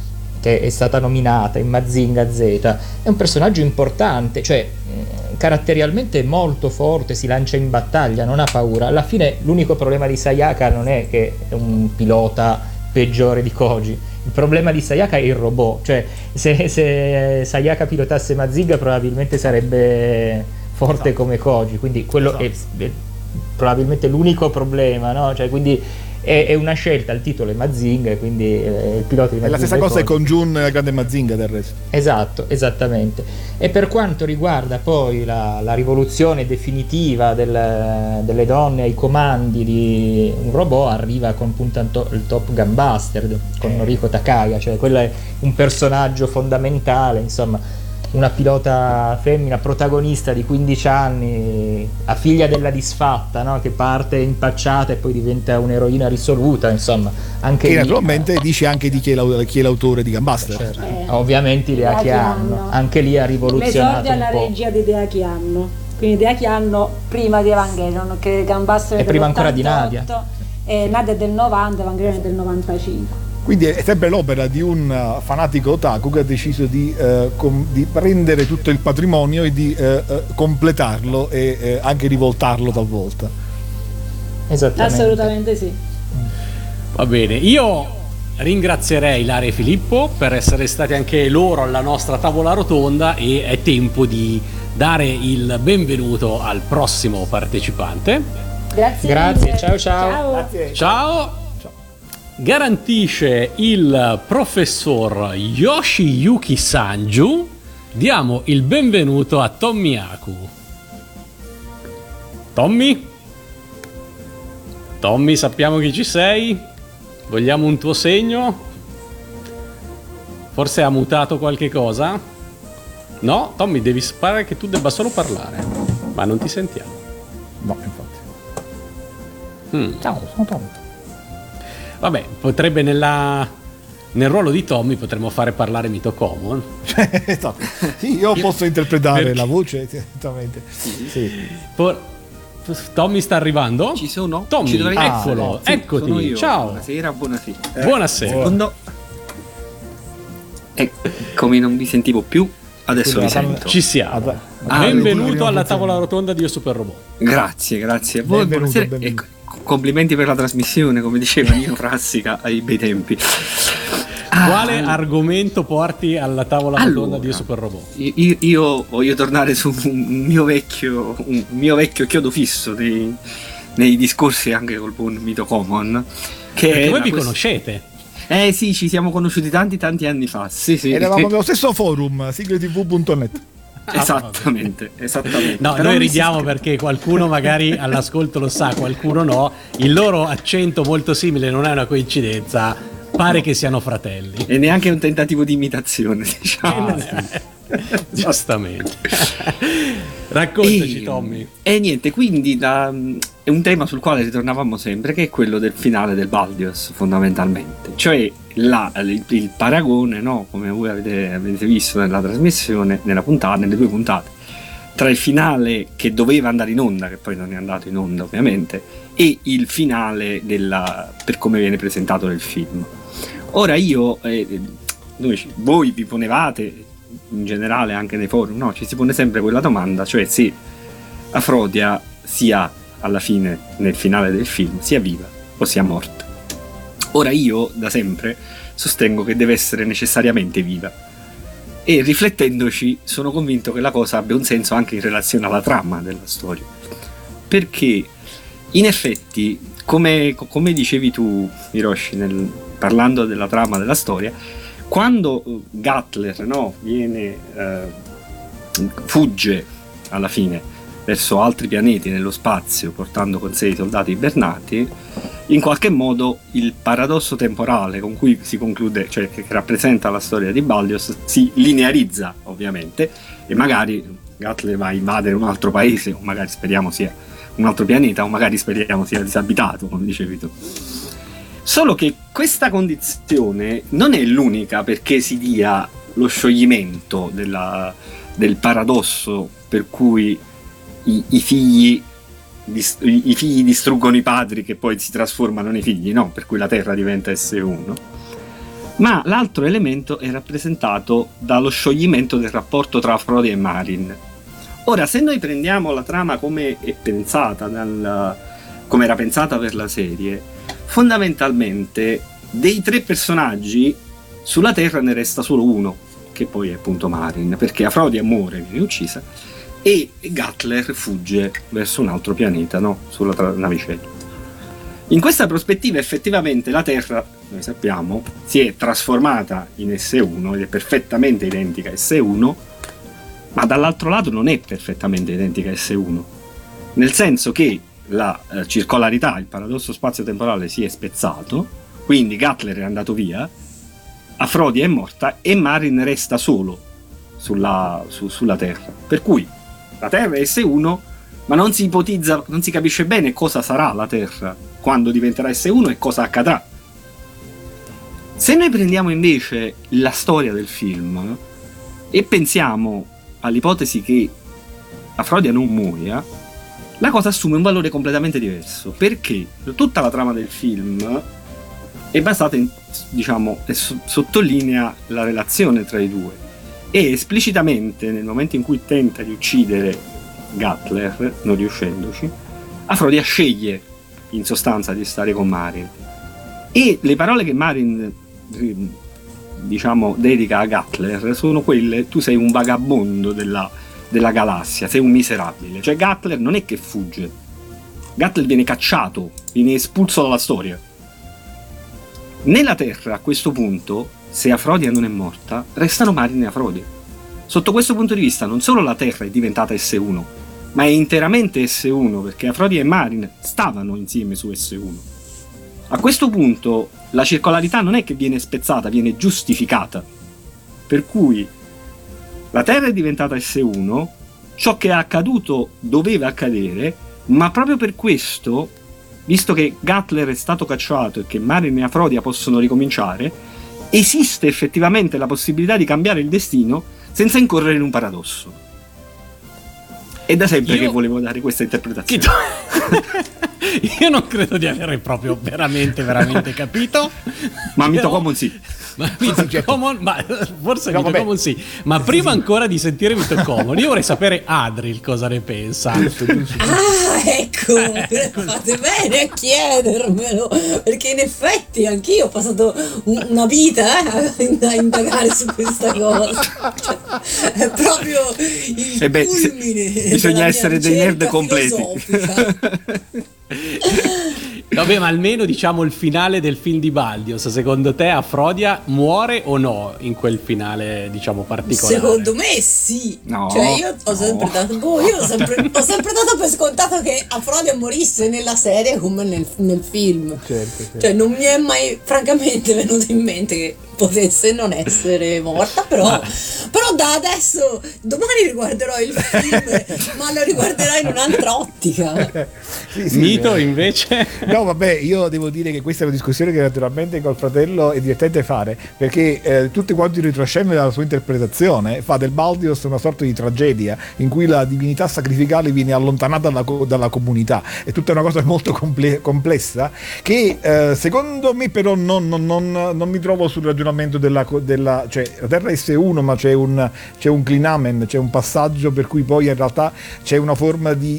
che è stata nominata in Mazinga Z, è un personaggio importante, cioè caratterialmente molto forte, si lancia in battaglia, non ha paura. Alla fine l'unico problema di Sayaka non è che è un pilota peggiore di Koji, il problema di Sayaka è il robot, cioè se Sayaka pilotasse Mazinga probabilmente sarebbe forte come Koji, quindi quello è probabilmente l'unico problema, no? Cioè, quindi è una scelta, il titolo è Mazinga, quindi il pilota di Mazinga. La stessa cosa è con Jun, la grande Mazinga del resto. Esatto, esattamente. E per quanto riguarda poi la rivoluzione definitiva delle donne ai comandi di un robot, arriva con appunto il Top Gun Buster con Noriko Takaya, cioè quello è un personaggio fondamentale, insomma, una pilota femmina protagonista di 15 anni, a figlia della disfatta, no? Che parte impacciata e poi diventa un'eroina risoluta, insomma, anche che lì, naturalmente dice anche di chi è l'autore di Gunbuster. Certo. Ovviamente Hideaki Anno, anche lì ha rivoluzionato l'esordio alla regia di Hideaki Anno, quindi Hideaki Anno prima di Evangelion, che Gunbuster è prima ancora di Nadia, e Nadia è del 90, Evangelion è del 95. Quindi è sempre l'opera di un fanatico otaku che ha deciso di prendere tutto il patrimonio e di completarlo e anche rivoltarlo talvolta. Esattamente. Assolutamente sì. Va bene, io ringrazierei Ilaria e Filippo per essere stati anche loro alla nostra tavola rotonda, e è tempo di dare il benvenuto al prossimo partecipante. Grazie. Ciao. Grazie. Ciao. Garantisce il professor Yoshiyuki Sanju. Diamo il benvenuto a Tommy Aku. Tommy, sappiamo chi ci sei. Vogliamo un tuo segno? Forse ha mutato qualche cosa? No, Tommy, devi sparare che tu debba solo parlare, ma non ti sentiamo. No, infatti. Ciao, sono Tommy. Vabbè, potrebbe nel ruolo di Tommy potremmo fare parlare Mitokomo. Esatto. Sì, io posso interpretare la voce esattamente. Sì. Tommy sta arrivando? Ci sono? Tommy, ci dovrei... eccolo, sì, eccoti. Ciao. Buonasera. Buonasera. Secondo... come non mi sentivo più, adesso mi sento. Ci siamo. Benvenuto alla tavola rotonda di Io Super Robot. Grazie a voi. Buonasera. Complimenti per la trasmissione, come diceva Nino Frassica ai bei tempi. Quale argomento porti alla tavola rotonda di Super Robot? Io voglio tornare su un mio vecchio chiodo fisso nei discorsi anche col buon Mito Common. Perché voi vi conoscete? Sì, ci siamo conosciuti tanti anni fa. Sì. Eravamo nello stesso forum, sigletv.net. Esattamente. No, però noi ridiamo perché qualcuno magari all'ascolto lo sa, qualcuno no. Il loro accento molto simile non è una coincidenza, pare che siano fratelli. E neanche un tentativo di imitazione, diciamo. Giustamente. Raccontaci, Tommy. E niente, quindi è un tema sul quale ritornavamo sempre, che è quello del finale del Baldios, fondamentalmente. Cioè il paragone, no? Come voi avete visto nella trasmissione, nelle 2 puntate, tra il finale che doveva andare in onda, che poi non è andato in onda ovviamente, e il finale per come viene presentato nel film. Ora voi vi ponevate, in generale anche nei forum, no? Ci si pone sempre quella domanda, cioè se Afrodia sia alla fine, nel finale del film, sia viva o sia morta. Ora io da sempre sostengo che deve essere necessariamente viva, e riflettendoci sono convinto che la cosa abbia un senso anche in relazione alla trama della storia, perché in effetti come dicevi tu, Hiroshi, parlando della trama della storia, quando Gatler, no, fugge alla fine verso altri pianeti nello spazio portando con sé i soldati ibernati, in qualche modo il paradosso temporale con cui si conclude, cioè che rappresenta la storia di Baldios, si linearizza ovviamente, e magari Gatler va a invadere un altro paese, o magari speriamo sia un altro pianeta, o magari speriamo sia disabitato, come dicevi tu. Solo che questa condizione non è l'unica perché si dia lo scioglimento del paradosso per cui i figli distruggono i padri che poi si trasformano nei figli, no? Per cui la Terra diventa S1. Ma l'altro elemento è rappresentato dallo scioglimento del rapporto tra Frodi e Marin. Ora, se noi prendiamo la trama come è pensata come era pensata per la serie, fondamentalmente dei 3 personaggi sulla Terra ne resta solo uno, che poi è appunto Marin, perché Afrodite muore, viene uccisa, e Gatler fugge verso un altro pianeta, no? Sulla navicella. In questa prospettiva effettivamente la Terra, noi sappiamo, si è trasformata in S1 ed è perfettamente identica a S1, ma dall'altro lato non è perfettamente identica a S1, nel senso che la circolarità, il paradosso spazio-temporale si è spezzato, quindi Gatler è andato via, Afrodite è morta e Marin resta solo sulla Terra, per cui la Terra è S1, ma non si ipotizza, non si capisce bene cosa sarà la Terra quando diventerà S1 e cosa accadrà. Se noi prendiamo invece la storia del film e pensiamo all'ipotesi che Afrodite non muoia, la cosa assume un valore completamente diverso, perché tutta la trama del film è basata sottolinea la relazione tra i due, e esplicitamente nel momento in cui tenta di uccidere Gatler, non riuscendoci, Afrodite sceglie in sostanza di stare con Marin, e le parole che Marin dedica a Gatler sono quelle: tu sei un vagabondo della galassia, sei un miserabile. Cioè Gatler non è che fugge, Gatler viene cacciato, viene espulso dalla storia. Nella Terra a questo punto, se Afrodite non è morta, restano Marin e Afrodite. Sotto questo punto di vista non solo la Terra è diventata S1, ma è interamente S1, perché Afrodite e Marin stavano insieme su S1. A questo punto la circolarità non è che viene spezzata, viene giustificata, per cui la Terra è diventata S1, ciò che è accaduto doveva accadere, ma proprio per questo, visto che Gatler è stato cacciato e che Marin e Afrodite possono ricominciare, esiste effettivamente la possibilità di cambiare il destino senza incorrere in un paradosso. È da sempre che volevo dare questa interpretazione. Io non credo di avere proprio veramente capito. Ma Mito Common sì. Ma forse Mito Common sì. Ma prima ancora di sentire Mito Common, io vorrei sapere Adril cosa ne pensa. Ecco, fate bene a chiedermelo, perché in effetti anch'io ho passato una vita a indagare su questa cosa. Cioè, è proprio il culmine. Bisogna essere dei nerd completi. Vabbè, ma almeno diciamo il finale del film di Baldios, secondo te Afrodite muore o no in quel finale, diciamo, particolare? Secondo me sì. No, cioè io ho sempre dato dato per scontato che Afrodite morisse nella serie come nel film. Certo. Cioè non mi è mai francamente venuto in mente che potesse non essere morta, però da adesso domani riguarderò il film, ma lo riguarderò in un'altra ottica. Sì, Mito invece? No, vabbè, io devo dire che questa è una discussione che naturalmente col fratello è divertente fare, perché tutti quanti ritroscende dalla sua interpretazione fa del Baldios una sorta di tragedia in cui la divinità sacrificale viene allontanata dalla comunità. È tutta una cosa molto complessa che secondo me però non mi trovo sul ragionamento della cioè la Terra S1, ma c'è un clinamen, c'è un passaggio per cui poi in realtà c'è una forma di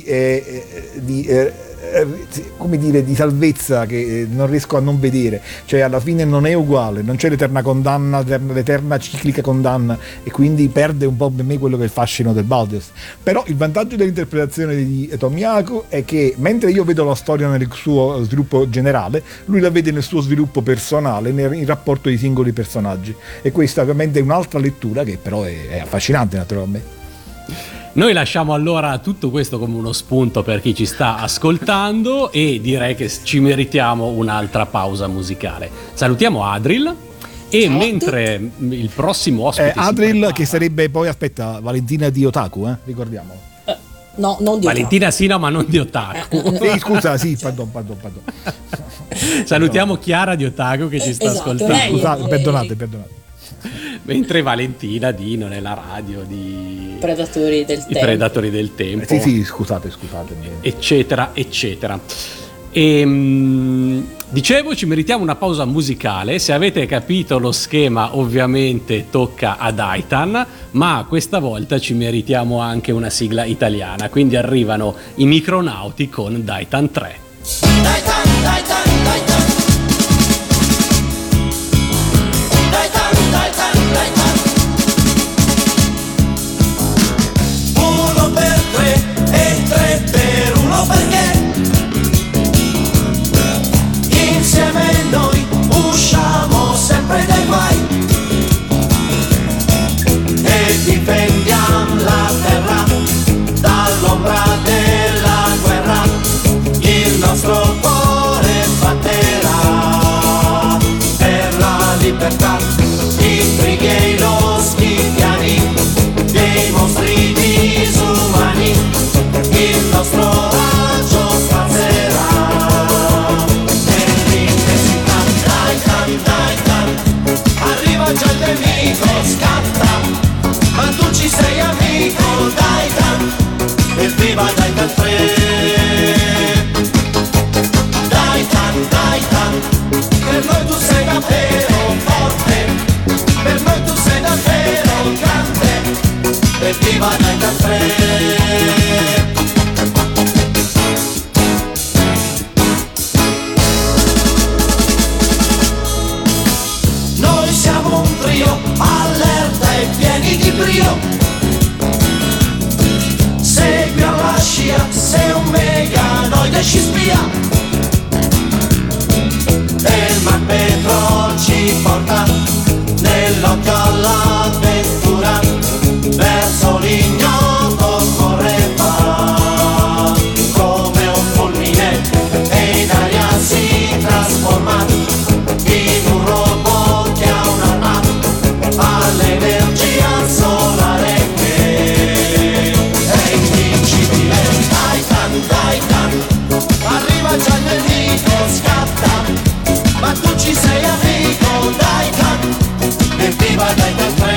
come dire, di salvezza che non riesco a non vedere, cioè alla fine non è uguale, non c'è l'eterna condanna, l'eterna ciclica condanna, e quindi perde un po' per me quello che è il fascino del Baldios. Però il vantaggio dell'interpretazione di Tomiyaku è che mentre io vedo la storia nel suo sviluppo generale, lui la vede nel suo sviluppo personale, in rapporto ai singoli personaggi, e questa ovviamente è un'altra lettura che però è affascinante naturalmente. Noi lasciamo allora tutto questo come uno spunto per chi ci sta ascoltando, e direi che ci meritiamo un'altra pausa musicale. Salutiamo Adril, e mentre il prossimo ospite Adril, che sarebbe poi, aspetta, Valentina di Otaku, ricordiamolo. No, non di Valentina sì, no, ma non di Otaku. Scusa, sì, pardon. Salutiamo Chiara di Otaku che ci sta ascoltando. Scusate, perdonate. Mentre Valentina Dino nella radio di Predatori del Tempo. Predatori del Tempo. Sì, scusate. Eccetera. E dicevo, ci meritiamo una pausa musicale. Se avete capito lo schema, ovviamente tocca a Daitan, ma questa volta ci meritiamo anche una sigla italiana, quindi arrivano i Micronauti con Daitan 3. Daitan, Daitan, Daitan. Daitan, Daitan, Daitan. 1 per 3 e 3 per 1 perché insieme noi usciamo sempre dai guai e difendiamo la terra dall'ombra della guerra. Il nostro cuore batterà per la libertà. I brighe e i loschiviani, dei mostri disumani, il nostro raggio spazzerà. Arriva già il nemico, scatta, ma tu ci sei amico, Daitan, evviva Daitan 3. Daitan, Daitan, per noi tu sei davvero forte, per noi tu sei davvero grande, evviva Daitan 3. Allerta e pieni di brio, segui alla scia, sei un meganoide ci spia, e il magneto ci porta nell'occhio all'avventura, verso l'ignoto correva come un fulmine e in aria si trasforma in un robot che ha un'arma all'energia solare che è invincibile. Daitan, Daitan, arriva già il nemico, scatta, ma tu ci sei amico, Daitan, evviva Daitan 3.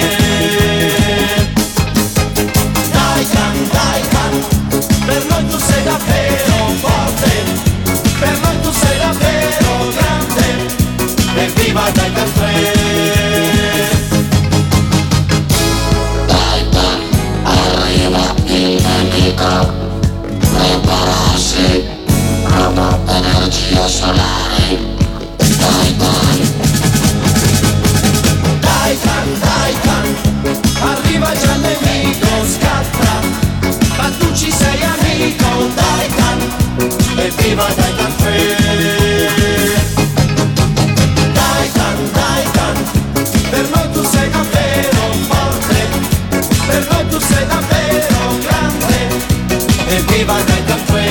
Daitan, Daitan, per noi tu sei davvero forte, per noi tu sei davvero grande, evviva Daitan 3. Prepararsi, robot energia solare. Daitan, Daitan, arriva già il nemico, scatta, ma tu ci sei amico, Daitan, evviva Daitan 3. Daitan, Daitan, per noi tu sei davvero forte, per noi tu sei davvero grande, evviva Daitan 3.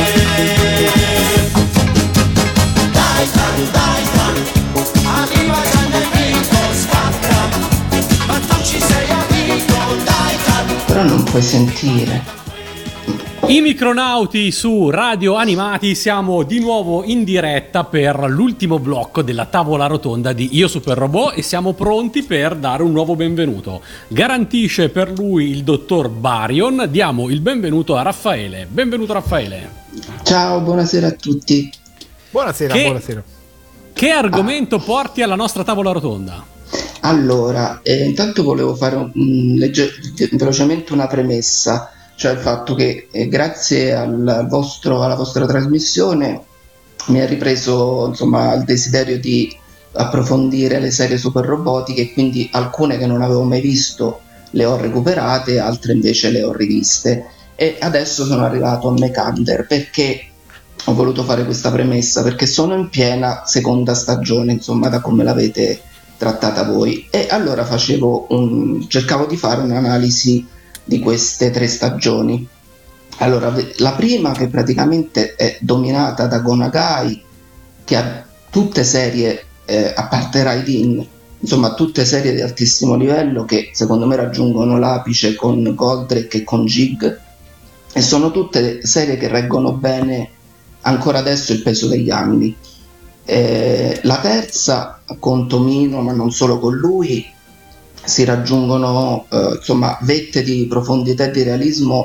Daitan, Daitan, arriva già il nemico, scatta, ma tu ci sei amico, Daitan. Però non puoi sentire. I Micronauti su Radio Animati, siamo di nuovo in diretta per l'ultimo blocco della tavola rotonda di Io Super Robot e siamo pronti per dare un nuovo benvenuto. Garantisce per lui il dottor Barion, diamo il benvenuto a Raffaele. Benvenuto Raffaele. Ciao, buonasera a tutti. Buonasera, buonasera. Che argomento porti alla nostra tavola rotonda? Allora, intanto volevo fare velocemente una premessa, cioè il fatto che grazie alla vostra trasmissione mi ha ripreso insomma il desiderio di approfondire le serie super robotiche, e quindi alcune che non avevo mai visto le ho recuperate, altre invece le ho riviste, e adesso sono arrivato a Mekander. Perché ho voluto fare questa premessa? Perché sono in piena seconda stagione, insomma, da come l'avete trattata voi, e allora cercavo di fare un'analisi di queste 3 stagioni. Allora, la prima, che praticamente è dominata da Go Nagai, che ha tutte serie, a parte Raidin, insomma tutte serie di altissimo livello che secondo me raggiungono l'apice con Goldrake e con Jig, e sono tutte serie che reggono bene ancora adesso il peso degli anni. La terza, con Tomino, ma non solo con lui, si raggiungono insomma vette di profondità e di realismo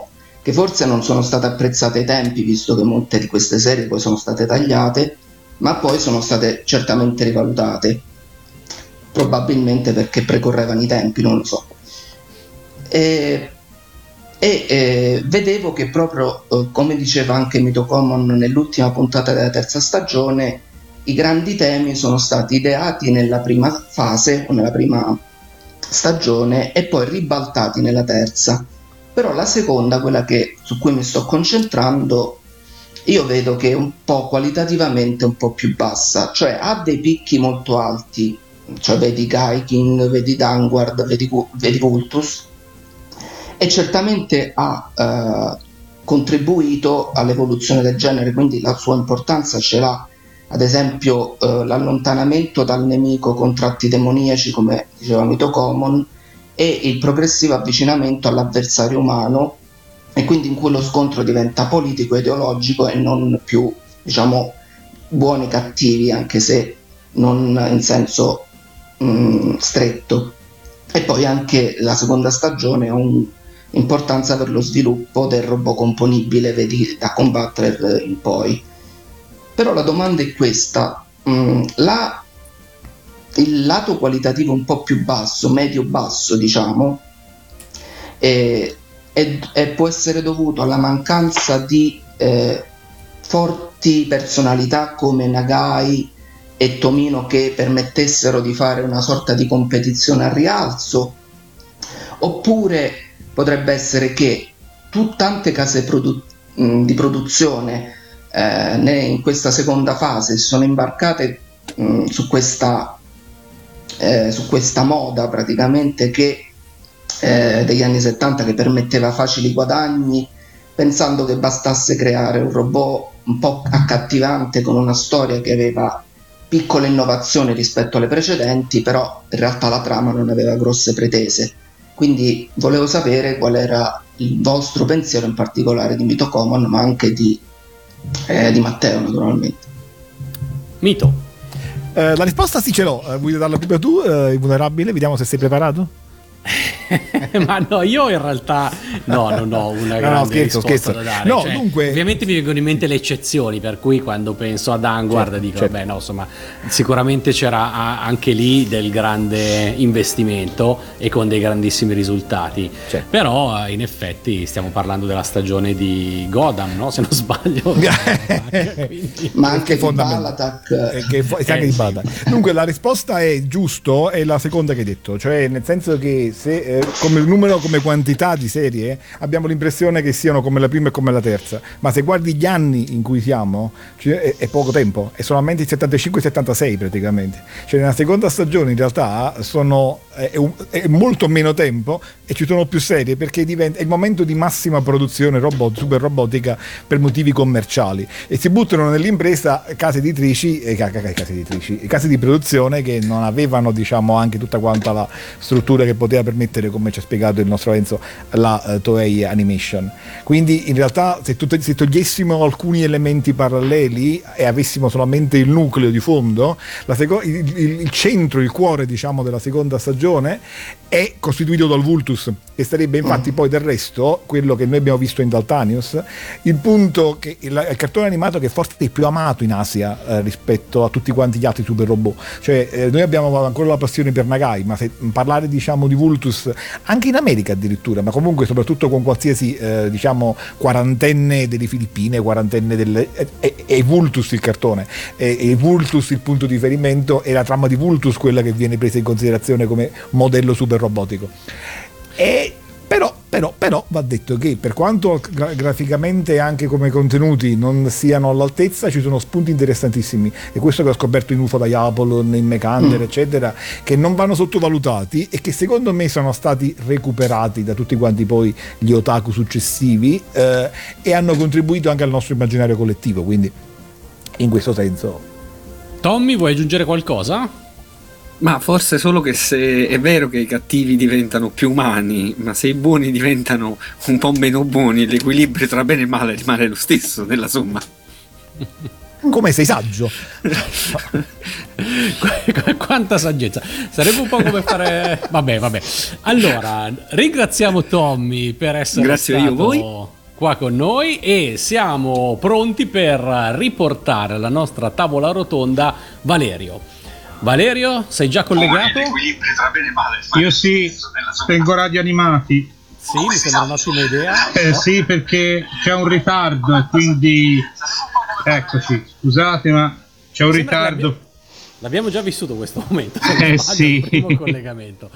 che forse non sono state apprezzate ai tempi, visto che molte di queste serie poi sono state tagliate, ma poi sono state certamente rivalutate, probabilmente perché precorrevano i tempi, non lo so. E vedevo che proprio, come diceva anche Mito Common nell'ultima puntata della terza stagione, i grandi temi sono stati ideati nella prima fase o nella prima stagione e poi ribaltati nella terza. Però la seconda, quella su cui mi sto concentrando, io vedo che è un po' qualitativamente un po' più bassa, cioè ha dei picchi molto alti, cioè vedi Gaiking, vedi Danguard, vedi Vultus, e certamente ha contribuito all'evoluzione del genere, quindi la sua importanza ce l'ha. Ad esempio l'allontanamento dal nemico con tratti demoniaci, come diceva Mito Common, e il progressivo avvicinamento all'avversario umano, e quindi in cui lo scontro diventa politico, ideologico e non più, diciamo, buoni cattivi, anche se non in senso stretto. E poi anche la seconda stagione ha un'importanza per lo sviluppo del robot componibile, vedi da Combattler in poi. Però la domanda è questa: il lato qualitativo un po' più basso, medio-basso diciamo, può essere dovuto alla mancanza di forti personalità come Nagai e Tomino che permettessero di fare una sorta di competizione al rialzo, oppure potrebbe essere che tante case di produzione in questa seconda fase si sono imbarcate su questa moda praticamente degli anni 70, che permetteva facili guadagni, pensando che bastasse creare un robot un po' accattivante con una storia che aveva piccole innovazioni rispetto alle precedenti, però in realtà la trama non aveva grosse pretese. Quindi volevo sapere qual era il vostro pensiero, in particolare di Mito Common, ma anche di Matteo, naturalmente. Mito. La risposta sì, ce l'ho. Vuoi darla prima tu, Invulnerabile? Vediamo se sei preparato. Ma no, io in realtà non ho una grande risposta da dare. No, cioè, dunque, ovviamente mi vengono in mente le eccezioni, per cui quando penso ad Vanguard dico vabbè, no, insomma, sicuramente c'era anche lì del grande investimento e con dei grandissimi risultati. Però in effetti stiamo parlando della stagione di Godam, no? Se non sbaglio. Ma anche di Balatac. Dunque la risposta è giusto, è la seconda che hai detto, cioè nel senso che se come numero, come quantità di serie abbiamo l'impressione che siano come la prima e come la terza, ma se guardi gli anni in cui siamo, cioè, è poco tempo, è solamente il 75-76 praticamente, cioè nella seconda stagione in realtà è molto meno tempo e ci sono più serie, perché è il momento di massima produzione super robotica per motivi commerciali, e si buttano nell'impresa case editrici e case di produzione che non avevano, diciamo, anche tutta quanta la struttura che poteva permettere, come ci ha spiegato il nostro Enzo, la Toei Animation. Quindi in realtà se togliessimo alcuni elementi paralleli e avessimo solamente il nucleo di fondo, il centro, il cuore, diciamo, della seconda stagione è costituito dal Vultus, che sarebbe infatti poi del resto quello che noi abbiamo visto in Daltanius, il punto che il cartone animato che forse è il più amato in Asia rispetto a tutti quanti gli altri super robot. Cioè noi abbiamo ancora la passione per Nagai, ma se parlare, diciamo, di Vultus anche in America addirittura, ma comunque soprattutto con qualsiasi diciamo quarantenne delle Filippine, quarantenne è Vultus il cartone, e Vultus il punto di riferimento, e la trama di Vultus quella che viene presa in considerazione come modello super robotico. Però va detto che per quanto graficamente e anche come contenuti non siano all'altezza, ci sono spunti interessantissimi, e questo che ho scoperto in UFO Diapolon, in Mekander eccetera, che non vanno sottovalutati e che secondo me sono stati recuperati da tutti quanti poi gli otaku successivi e hanno contribuito anche al nostro immaginario collettivo, quindi in questo senso. Tommy, vuoi aggiungere qualcosa? Ma forse solo che se è vero che i cattivi diventano più umani, ma se i buoni diventano un po' meno buoni, l'equilibrio tra bene e male rimane lo stesso nella somma. Come sei saggio. Quanta saggezza. Sarebbe un po' come fare vabbè. Allora, ringraziamo Tommy per essere stato io voi. qua con noi e siamo pronti per riportare alla nostra tavola rotonda Valerio. Valerio, sei già collegato? Io sì, tengo Radio Animati. Sì, mi sembra un'ottima idea. Sì, perché c'è un ritardo e quindi eccoci, scusate, ma c'è un ritardo. L'abbiamo già vissuto questo momento. Sì. Il primo collegamento.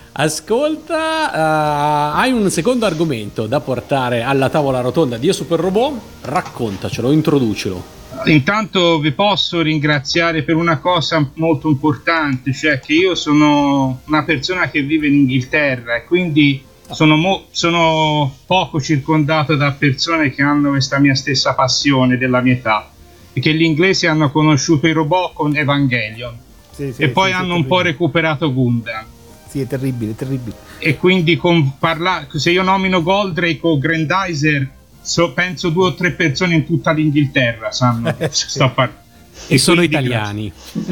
Ascolta, hai un secondo argomento da portare alla tavola rotonda di Io Super Robot? Raccontacelo, introducilo. Intanto vi posso ringraziare per una cosa molto importante, cioè che io sono una persona che vive in Inghilterra e quindi sono poco circondato da persone che hanno questa mia stessa passione della mia età e che gli inglesi hanno conosciuto i robot con Evangelion e poi hanno un po' recuperato Gundam. Sì, è terribile. E quindi se io nomino Goldrake o Grandizer, penso 2 o 3 persone in tutta l'Inghilterra sanno che sto parlando. E sono italiani.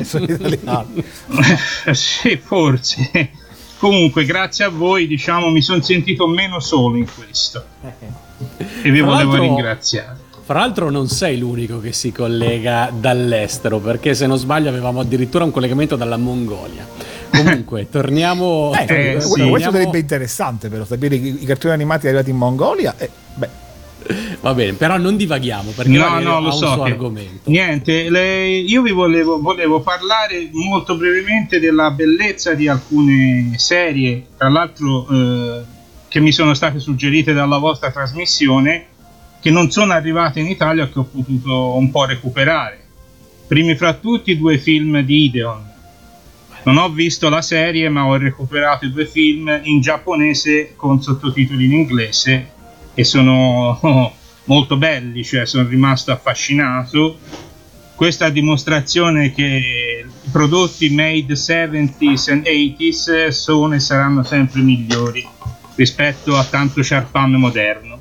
Sì, forse. Comunque, grazie a voi, diciamo, mi sono sentito meno solo in questo. E vi volevo ringraziare. Fra l'altro non sei l'unico che si collega dall'estero, perché se non sbaglio avevamo addirittura un collegamento dalla Mongolia. Comunque, torniamo... Questo sarebbe interessante, però, sapere i cartoni animati arrivati in Mongolia. Va bene, però non divaghiamo, perché no, lo ha so un suo argomento. Niente, io vi volevo parlare molto brevemente della bellezza di alcune serie, tra l'altro che mi sono state suggerite dalla vostra trasmissione, che non sono arrivate in Italia, che ho potuto un po' recuperare. Primi fra tutti 2 film di Ideon. Non ho visto la serie, ma ho recuperato i 2 film in giapponese con sottotitoli in inglese e sono molto belli, cioè sono rimasto affascinato. Questa dimostrazione che i prodotti made 70s and 80s sono e saranno sempre migliori rispetto a tanto sciarpame moderno.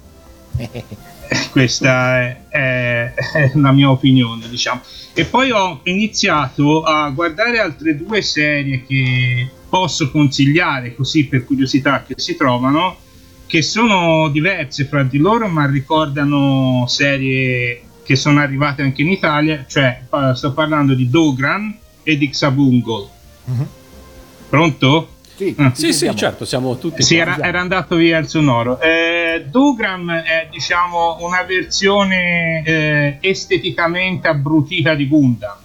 Questa è la mia opinione, diciamo. E poi ho iniziato a guardare altre 2 serie che posso consigliare così per curiosità, che si trovano, che sono diverse fra di loro ma ricordano serie che sono arrivate anche in Italia, cioè sto parlando di Dogran e di Xabungol. Pronto? Sì, certo, siamo tutti sì, era andato via il sonoro. Dogran è, diciamo, una versione esteticamente abbrutita di Gundam,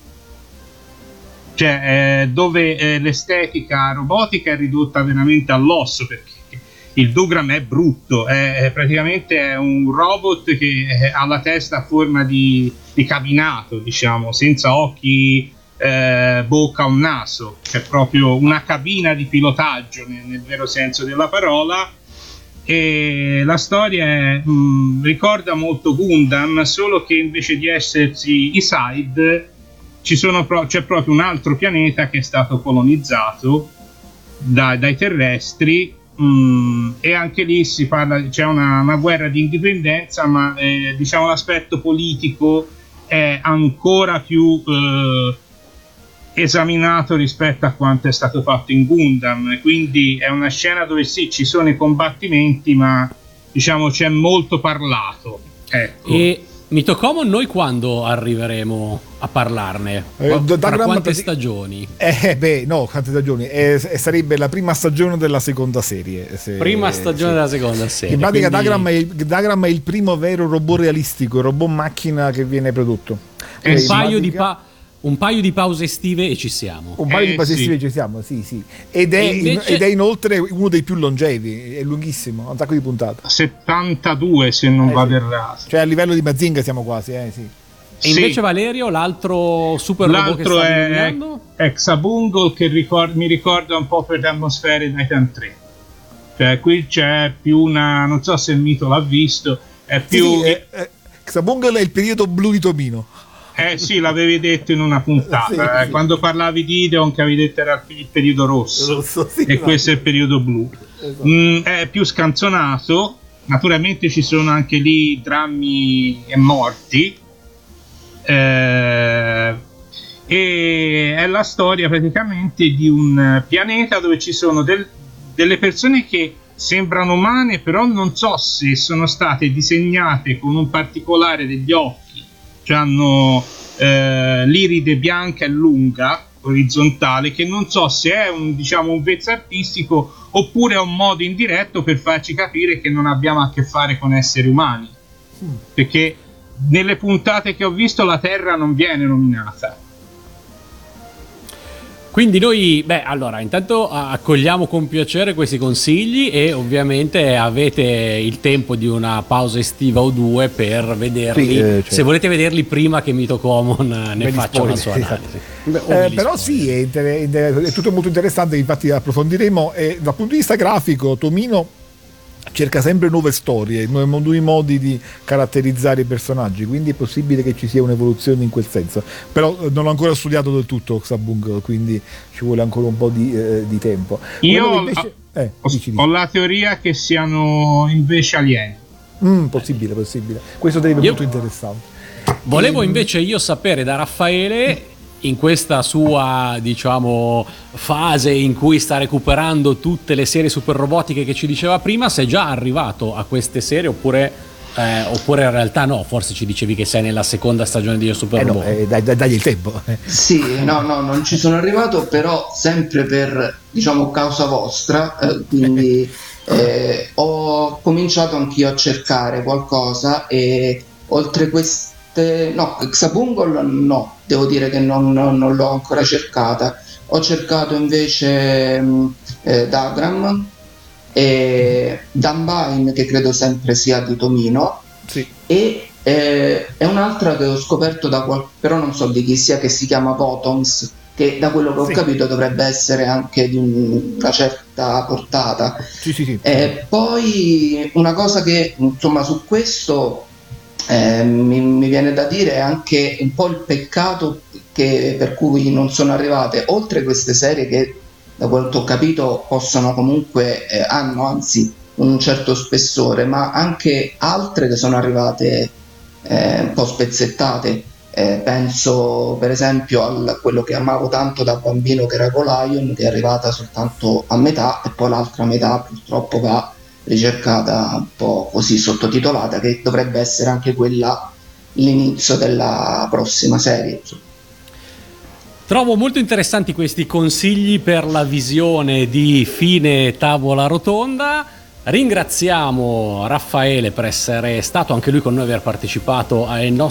cioè dove l'estetica robotica è ridotta veramente all'osso, perché il Dogran è brutto, praticamente è un robot che ha la testa a forma di cabinato, diciamo, senza occhi, bocca o naso, c'è proprio una cabina di pilotaggio nel vero senso della parola. E la storia ricorda molto Gundam, solo che invece di esserci i Side c'è proprio un altro pianeta che è stato colonizzato dai terrestri. E anche lì si parla, c'è una guerra di indipendenza, ma diciamo l'aspetto politico è ancora più esaminato rispetto a quanto è stato fatto in Gundam. Quindi è una scena dove sì, ci sono i combattimenti, ma diciamo c'è molto parlato, ecco. E Mitocomo, noi quando arriveremo a parlarne? Tra quante stagioni? Quante stagioni? Sarebbe la prima stagione della seconda serie. Prima stagione della seconda serie. In pratica Dagram è il primo vero robot realistico, il robot macchina che viene prodotto. Un paio di pause estive e ci siamo. Un paio di pause estive e ci siamo, sì. Ed è inoltre uno dei più longevi, è lunghissimo, ha un sacco di puntate. 72 se non vado errato. Cioè a livello di Mazinga siamo quasi, sì. E invece Valerio, l'altro super robot che stavi nominando? È Xabungol, che mi ricorda un po' per le atmosfere Titan 3. Cioè qui c'è più una, non so se il Mito l'ha visto, è più... Xabungol è il periodo blu di Tomino. Sì, l'avevi detto in una puntata, sì. Quando parlavi di Ideon, che avevi detto era il periodo rosso e questo è il periodo blu. Esatto. È più scanzonato, naturalmente ci sono anche lì drammi e morti, e è la storia praticamente di un pianeta dove ci sono delle persone che sembrano umane, però non so se sono state disegnate con un particolare degli occhi, cioè hanno l'iride bianca e lunga, orizzontale, che non so se è un vezzo artistico oppure è un modo indiretto per farci capire che non abbiamo a che fare con esseri umani, perché nelle puntate che ho visto la Terra non viene nominata. Quindi noi, allora, intanto accogliamo con piacere questi consigli e ovviamente avete il tempo di una pausa estiva o due per vederli, certo. Se volete vederli prima che Mito Common ne faccia una sua analisi. Però sì, è tutto molto interessante, infatti approfondiremo. Dal punto di vista grafico, Tomino cerca sempre nuove storie, nuovi modi di caratterizzare i personaggi, quindi è possibile che ci sia un'evoluzione in quel senso, però non l'ho ancora studiato del tutto Xabung, quindi ci vuole ancora un po' di tempo. Io invece, ho la teoria che siano invece alieni. Possibile, questo sarebbe molto interessante. Volevo invece io sapere da Raffaele, in questa sua fase in cui sta recuperando tutte le serie super robotiche che ci diceva prima, se è già arrivato a queste serie oppure in realtà no, forse ci dicevi che sei nella seconda stagione di Io Super Robot. Dagli il tempo. Sì, no, non ci sono arrivato, però sempre per causa vostra, quindi ho cominciato anch'io a cercare qualcosa e oltre Xabungol no, devo dire che non l'ho ancora cercata. Ho cercato invece Dagram e Dunbine, che credo sempre sia di Tomino, sì. E è un'altra che ho scoperto però non so di chi sia, che si chiama Bottoms, che da quello che ho capito dovrebbe essere anche di una certa portata. Sì. Poi una cosa che su questo mi viene da dire è anche un po' il peccato per cui non sono arrivate, oltre queste serie che da quanto ho capito possono comunque hanno anzi un certo spessore, ma anche altre che sono arrivate un po' spezzettate. Penso per esempio a quello che amavo tanto da bambino, che era Golion, che è arrivata soltanto a metà e poi l'altra metà purtroppo va ricercata un po' così sottotitolata, che dovrebbe essere anche quella l'inizio della prossima serie. Trovo molto interessanti questi consigli per la visione di fine tavola rotonda. Ringraziamo Raffaele per essere stato anche lui con noi, aver partecipato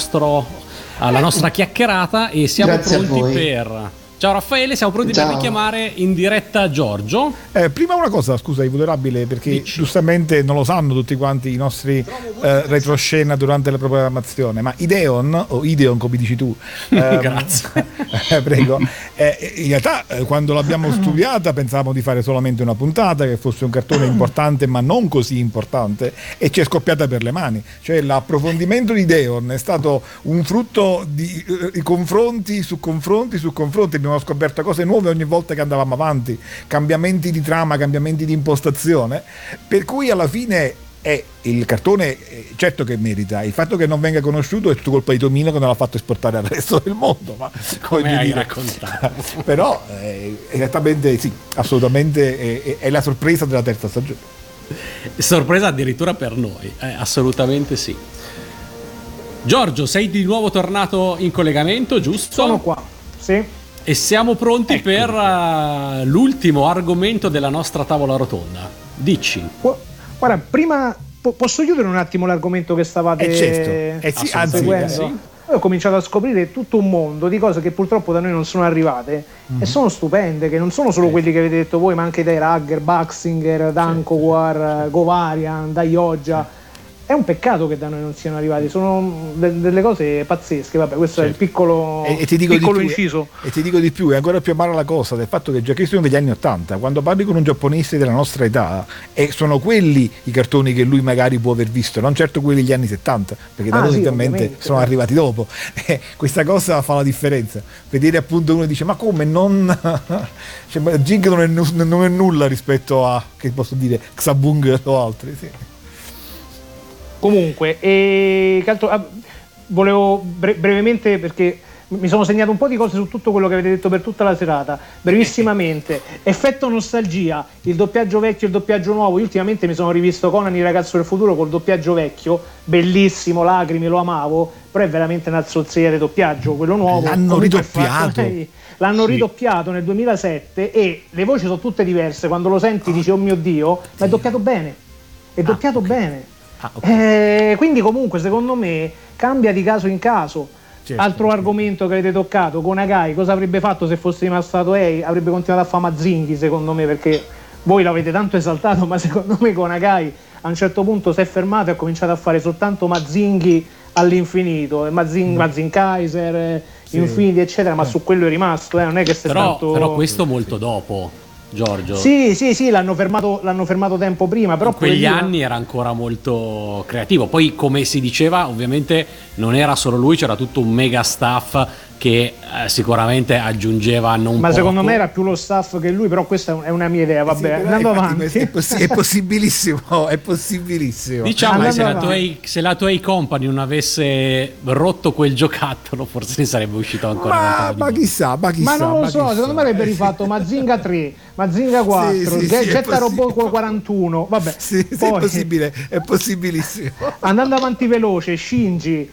alla nostra chiacchierata, e siamo pronti per... Ciao Raffaele, siamo pronti per richiamare in diretta Giorgio. Prima una cosa, scusa, è vulnerabile, perché giustamente non lo sanno tutti quanti i nostri retroscena durante la programmazione, ma Ideon, o Ideon come dici tu, grazie, prego, in realtà quando l'abbiamo studiata pensavamo di fare solamente una puntata, che fosse un cartone importante ma non così importante, e ci è scoppiata per le mani. Cioè l'approfondimento di Ideon è stato un frutto di confronti su confronti su confronti. Abbiamo scoperto cose nuove ogni volta che andavamo avanti, cambiamenti di trama, cambiamenti di impostazione, per cui alla fine è il cartone, certo che merita. Il fatto che non venga conosciuto è tutto colpa di Tomino, che non l'ha fatto esportare al resto del mondo, ma come hai raccontato. Però esattamente sì, assolutamente è la sorpresa della terza stagione, sorpresa addirittura per noi, assolutamente sì. Giorgio, sei di nuovo tornato in collegamento, giusto? Sono qua, sì. E siamo pronti per l'ultimo argomento della nostra tavola rotonda. Dici. Guarda, prima posso chiudere un attimo l'argomento che stavate seguendo? Sì. Ho cominciato a scoprire tutto un mondo di cose che purtroppo da noi non sono arrivate e sono stupende, che non sono solo quelli che avete detto voi, ma anche dai Ragger, Baxinger, Dankowar, Govarian, Daioja. È un peccato che da noi non siano arrivati, sono delle cose pazzesche. Vabbè, questo è il piccolo inciso. E ti dico di più, è ancora più amara la cosa del fatto che già sono degli anni '80, quando parli con un giapponese della nostra età, e sono quelli i cartoni che lui magari può aver visto, non certo quelli degli anni '70, perché da noi ovviamente sono arrivati dopo. Questa cosa fa la differenza. Vedere appunto uno dice: ma come non cioè, Jing non è nulla rispetto a, che posso dire, Xabung o altri, sì. Comunque, volevo brevemente, perché mi sono segnato un po' di cose su tutto quello che avete detto per tutta la serata, brevissimamente. Effetto nostalgia, il doppiaggio vecchio e il doppiaggio nuovo. Io ultimamente mi sono rivisto Conan il ragazzo del futuro col doppiaggio vecchio, bellissimo, lacrime, lo amavo, però è veramente una zozzeria di doppiaggio. Quello nuovo l'hanno ridoppiato. L'hanno ridoppiato nel 2007 e le voci sono tutte diverse. Quando lo senti dici oh mio Dio, ma è doppiato bene, è doppiato bene. Quindi comunque secondo me cambia di caso in caso. Altro argomento che avete toccato, Gonagai cosa avrebbe fatto se fosse rimasto Toei? Avrebbe continuato a fare Mazinchi, secondo me, perché voi l'avete tanto esaltato, ma secondo me Gonagai a un certo punto si è fermato e ha cominciato a fare soltanto Mazinchi all'infinito, Mazin Kaiser, Infinity eccetera, ma su quello è rimasto, non è che si è tanto... Però questo molto dopo, Giorgio. Sì, l'hanno fermato tempo prima, però in quegli anni era ancora molto creativo. Poi, come si diceva, ovviamente non era solo lui, c'era tutto un mega staff che sicuramente aggiungeva non ma poco. Secondo me era più lo staff che lui, però questa è una mia idea, vabbè, andando avanti. È possibilissimo, è possibilissimo. Diciamo se la Toei Company non avesse rotto quel giocattolo, forse ne sarebbe uscito ancora. Ma chissà. Ma non lo so, secondo me avrebbe rifatto Mazinga 3, Mazinga 4, Getta Robot 41, vabbè. Poi, è possibilissimo. Andando avanti veloce, Shinji,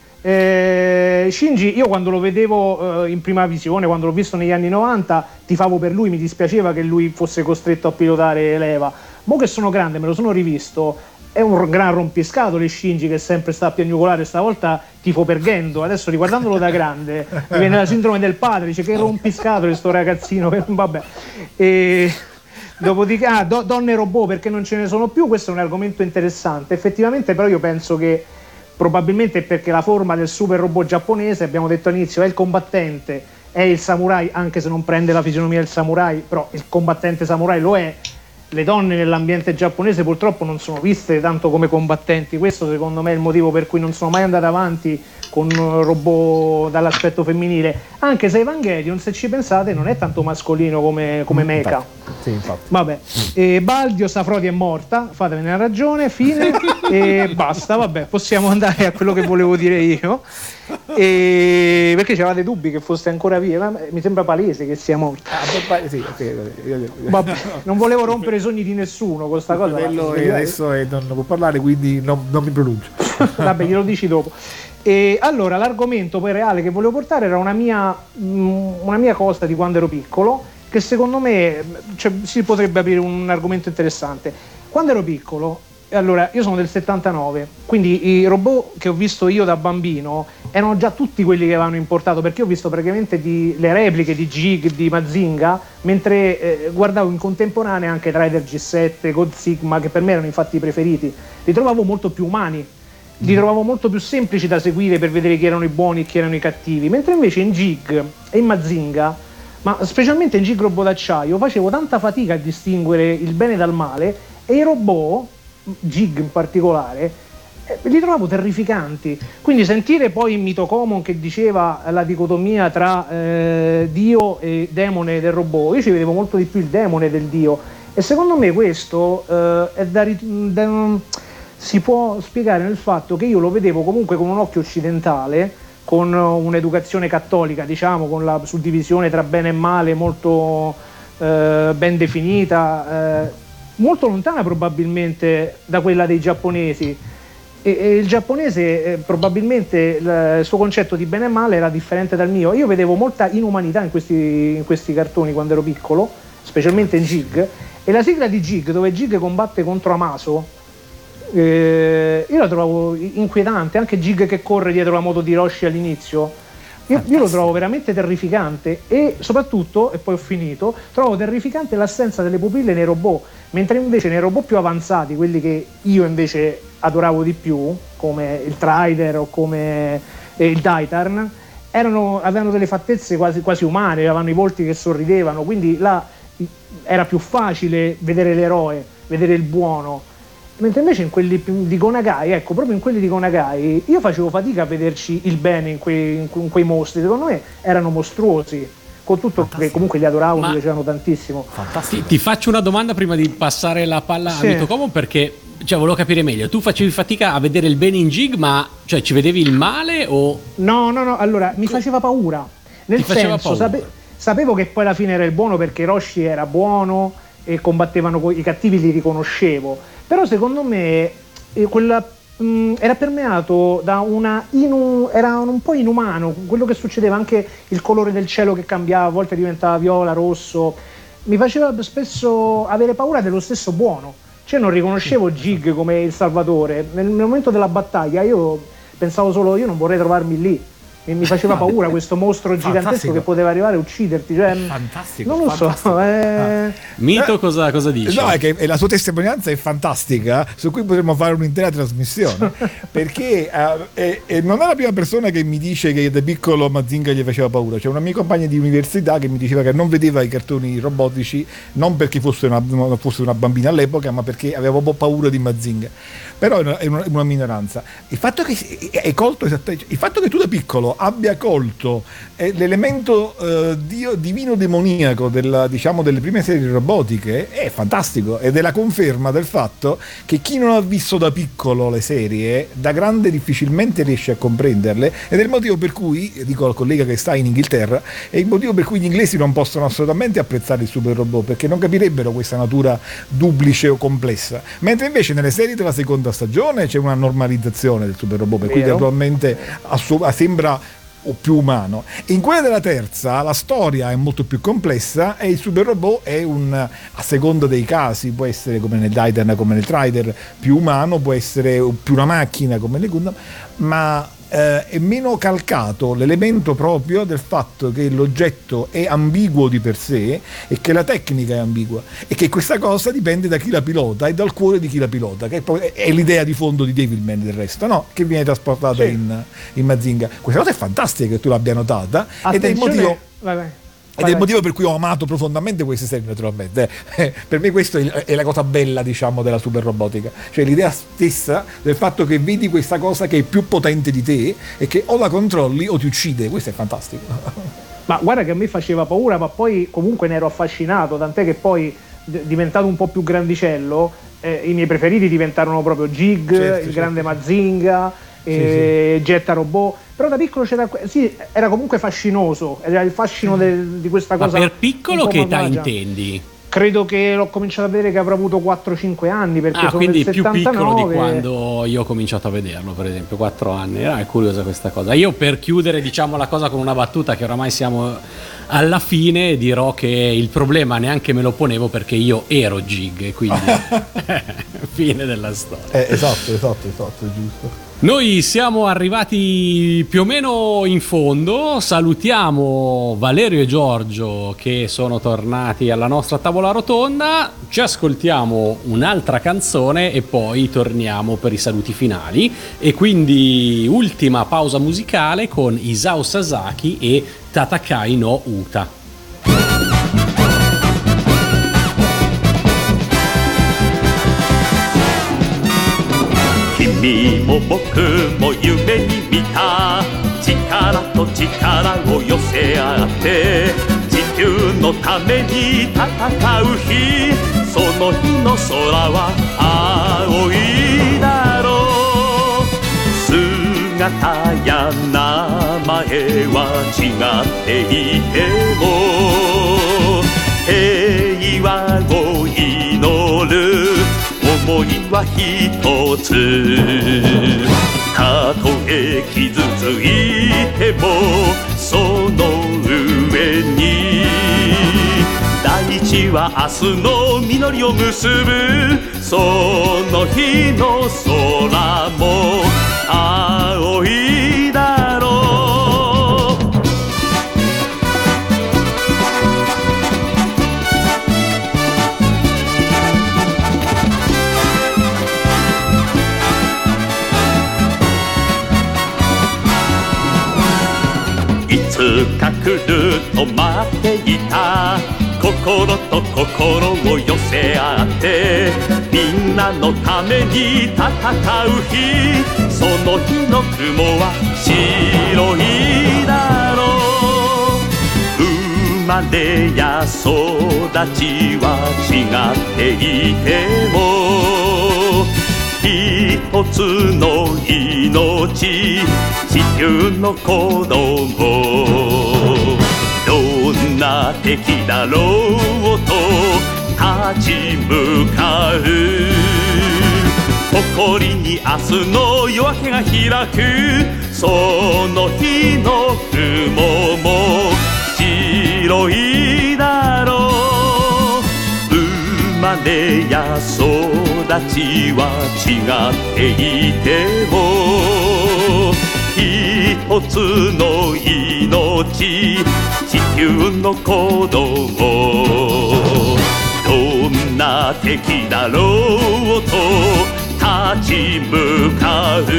io quando lo vedevo in prima visione, quando l'ho visto negli anni 90, tifavo per lui, mi dispiaceva che lui fosse costretto a pilotare l'Eva. Mo che sono grande, me lo sono rivisto, è un gran rompiscatole Shinji che sempre sta a piagnucolare, stavolta tifo per Gendo. Adesso riguardandolo da grande mi viene la sindrome del padre, dice che rompiscatole sto ragazzino, vabbè. Dopodiché donne robot perché non ce ne sono più, questo è un argomento interessante effettivamente, però io penso che probabilmente è perché la forma del super robot giapponese, abbiamo detto all'inizio, è il combattente, è il samurai, anche se non prende la fisionomia del samurai, però il combattente samurai lo è. Le donne nell'ambiente giapponese purtroppo non sono viste tanto come combattenti, questo secondo me è il motivo per cui non sono mai andate avanti con robot dall'aspetto femminile, anche se Evangelion, se ci pensate, non è tanto mascolino come Mecha. Sì, infatti. Vabbè, Baldio Safrodi è morta, fatevene una ragione, fine e basta, vabbè, possiamo andare a quello che volevo dire io. Perché c'avevate dubbi che fosse ancora viva, ma mi sembra palese che sia morta. Vabbè, non volevo rompere i sogni di nessuno con sta cosa. Adesso non può parlare, quindi non mi pronuncio. Vabbè, glielo dici dopo. E allora l'argomento poi reale che volevo portare era una mia cosa di quando ero piccolo, che secondo me si potrebbe aprire un argomento interessante. Quando ero piccolo, allora io sono del 79, quindi i robot che ho visto io da bambino erano già tutti quelli che avevano importato, perché ho visto praticamente le repliche di Jig, di Mazinga, mentre guardavo in contemporanea anche Rider G7, God Sigma, che per me erano infatti i preferiti. Li trovavo molto più umani, li trovavo molto più semplici da seguire per vedere chi erano i buoni e chi erano i cattivi, mentre invece in Jig e in Mazinga, ma specialmente in Jig Robot d'acciaio, facevo tanta fatica a distinguere il bene dal male, e i robot, Jig in particolare, li trovavo terrificanti. Quindi sentire poi in Mito Common che diceva la dicotomia tra Dio e demone del robot, io ci vedevo molto di più il demone del Dio, e secondo me questo si può spiegare nel fatto che io lo vedevo comunque con un occhio occidentale, con un'educazione cattolica, diciamo, con la suddivisione tra bene e male molto ben definita, molto lontana probabilmente da quella dei giapponesi, e il giapponese probabilmente il suo concetto di bene e male era differente dal mio. Io vedevo molta inumanità in questi cartoni quando ero piccolo, specialmente in Jig, e la sigla di Jig, dove Jig combatte contro Amaso, io la trovavo inquietante, anche Jig che corre dietro la moto di Roshi all'inizio, io lo trovo veramente terrificante, e soprattutto, e poi ho finito, trovo terrificante l'assenza delle pupille nei robot, mentre invece nei robot più avanzati, quelli che io invece adoravo di più, come il Trider o come il Titan, avevano delle fattezze quasi umane, avevano i volti che sorridevano, quindi là era più facile vedere l'eroe, vedere il buono. Mentre invece in quelli di Gonagai, proprio in quelli di Gonagai, io facevo fatica a vederci il bene in quei mostri. Secondo me erano mostruosi, con tutto che comunque li adoravo, mi piacevano tantissimo. Ti faccio una domanda prima di passare la palla a Mito Common, perché volevo capire meglio. Tu facevi fatica a vedere il bene in Jig, ma ci vedevi il male o... No, allora mi faceva paura. Nel senso, sapevo che poi alla fine era il buono perché Roshi era buono e combattevano i cattivi, li riconoscevo. Però secondo me era permeato da era un po' inumano quello che succedeva, anche il colore del cielo che cambiava, a volte diventava viola, rosso, mi faceva spesso avere paura dello stesso buono, cioè non riconoscevo Jig come il salvatore. Nel momento della battaglia io pensavo solo, io non vorrei trovarmi lì, e mi faceva paura questo mostro gigantesco che poteva arrivare a ucciderti, cioè, fantastico, non lo so. Mito cosa dice? No, è che la sua testimonianza è fantastica, su cui potremmo fare un'intera trasmissione, perché non è la prima persona che mi dice che da piccolo Mazinga gli faceva paura. C'è una mia compagna di università che mi diceva che non vedeva i cartoni robotici non perché fosse una bambina all'epoca, ma perché aveva un po' paura di Mazinga. Però è una minoranza. Il fatto che hai colto il fatto che tu da piccolo abbia colto l'elemento divino demoniaco delle prime serie robotiche è fantastico, ed è la conferma del fatto che chi non ha visto da piccolo le serie da grande difficilmente riesce a comprenderle, ed è il motivo per cui, dico al collega che sta in Inghilterra, è il motivo per cui gli inglesi non possono assolutamente apprezzare il super robot, perché non capirebbero questa natura duplice o complessa, mentre invece nelle serie della seconda stagione c'è una normalizzazione del super robot, per cui naturalmente sembra o più umano. In quella della terza la storia è molto più complessa e il super robot è a seconda dei casi, può essere come nel Titan, come nel Trider, più umano, può essere più una macchina come nel Gundam, ma è meno calcato l'elemento proprio del fatto che l'oggetto è ambiguo di per sé e che la tecnica è ambigua, e che questa cosa dipende da chi la pilota e dal cuore di chi la pilota, che è l'idea di fondo di Devilman, del resto, no? Che viene trasportata in Mazinga. Questa cosa è fantastica che tu l'abbia notata. Ed è il motivo Ed è il motivo per cui ho amato profondamente queste serie, naturalmente. Per me questa è la cosa bella, diciamo, della super robotica. Cioè l'idea stessa del fatto che vedi questa cosa che è più potente di te e che o la controlli o ti uccide. Questo è fantastico. Ma guarda che a me faceva paura, ma poi comunque ne ero affascinato, tant'è che poi diventato un po' più grandicello, i miei preferiti diventarono proprio Jig, il grande Mazinga, Jetta Robot. Però da piccolo era comunque fascinoso, era il fascino di questa cosa. Ma per piccolo che età intendi? Credo che l'ho cominciato a vedere che avrà avuto 4-5 anni, perché sono quindi del 79. Più piccolo di quando io ho cominciato a vederlo, per esempio, 4 anni. È curiosa questa cosa. Io, per chiudere, diciamo, la cosa con una battuta, che oramai siamo alla fine, dirò che il problema neanche me lo ponevo perché io ero Jig, quindi fine della storia. Esatto, giusto. Noi siamo arrivati più o meno in fondo, salutiamo Valerio e Giorgio che sono tornati alla nostra tavola rotonda, ci ascoltiamo un'altra canzone e poi torniamo per i saluti finali, e quindi ultima pausa musicale con Isao Sasaki e Tatakai no Uta. 君も僕も夢に見た力と力を寄せ合って地球のために戦う日その日の空は青いだろう姿や名前は違っていても平和を祈る思いは一つたとえ傷ついてもその上に大地は明日の実りを結ぶその日の空も青いだろういつか来ると待っていた心と心を寄せ合ってみんなのために戦う日その日の雲は白いだろう生まれや育ちは違っていても一つの命地球の子供な敵だろうと立ち向かう誇りに明日の夜明けが開くその日の雲も白いだろう生まれや育ちは違っていても一つの命地球の子供どんな敵だろうと立ち向かう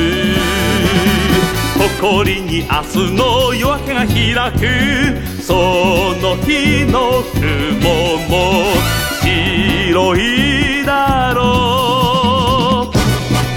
誇りに明日の夜明けが開くその日の雲も白いだろう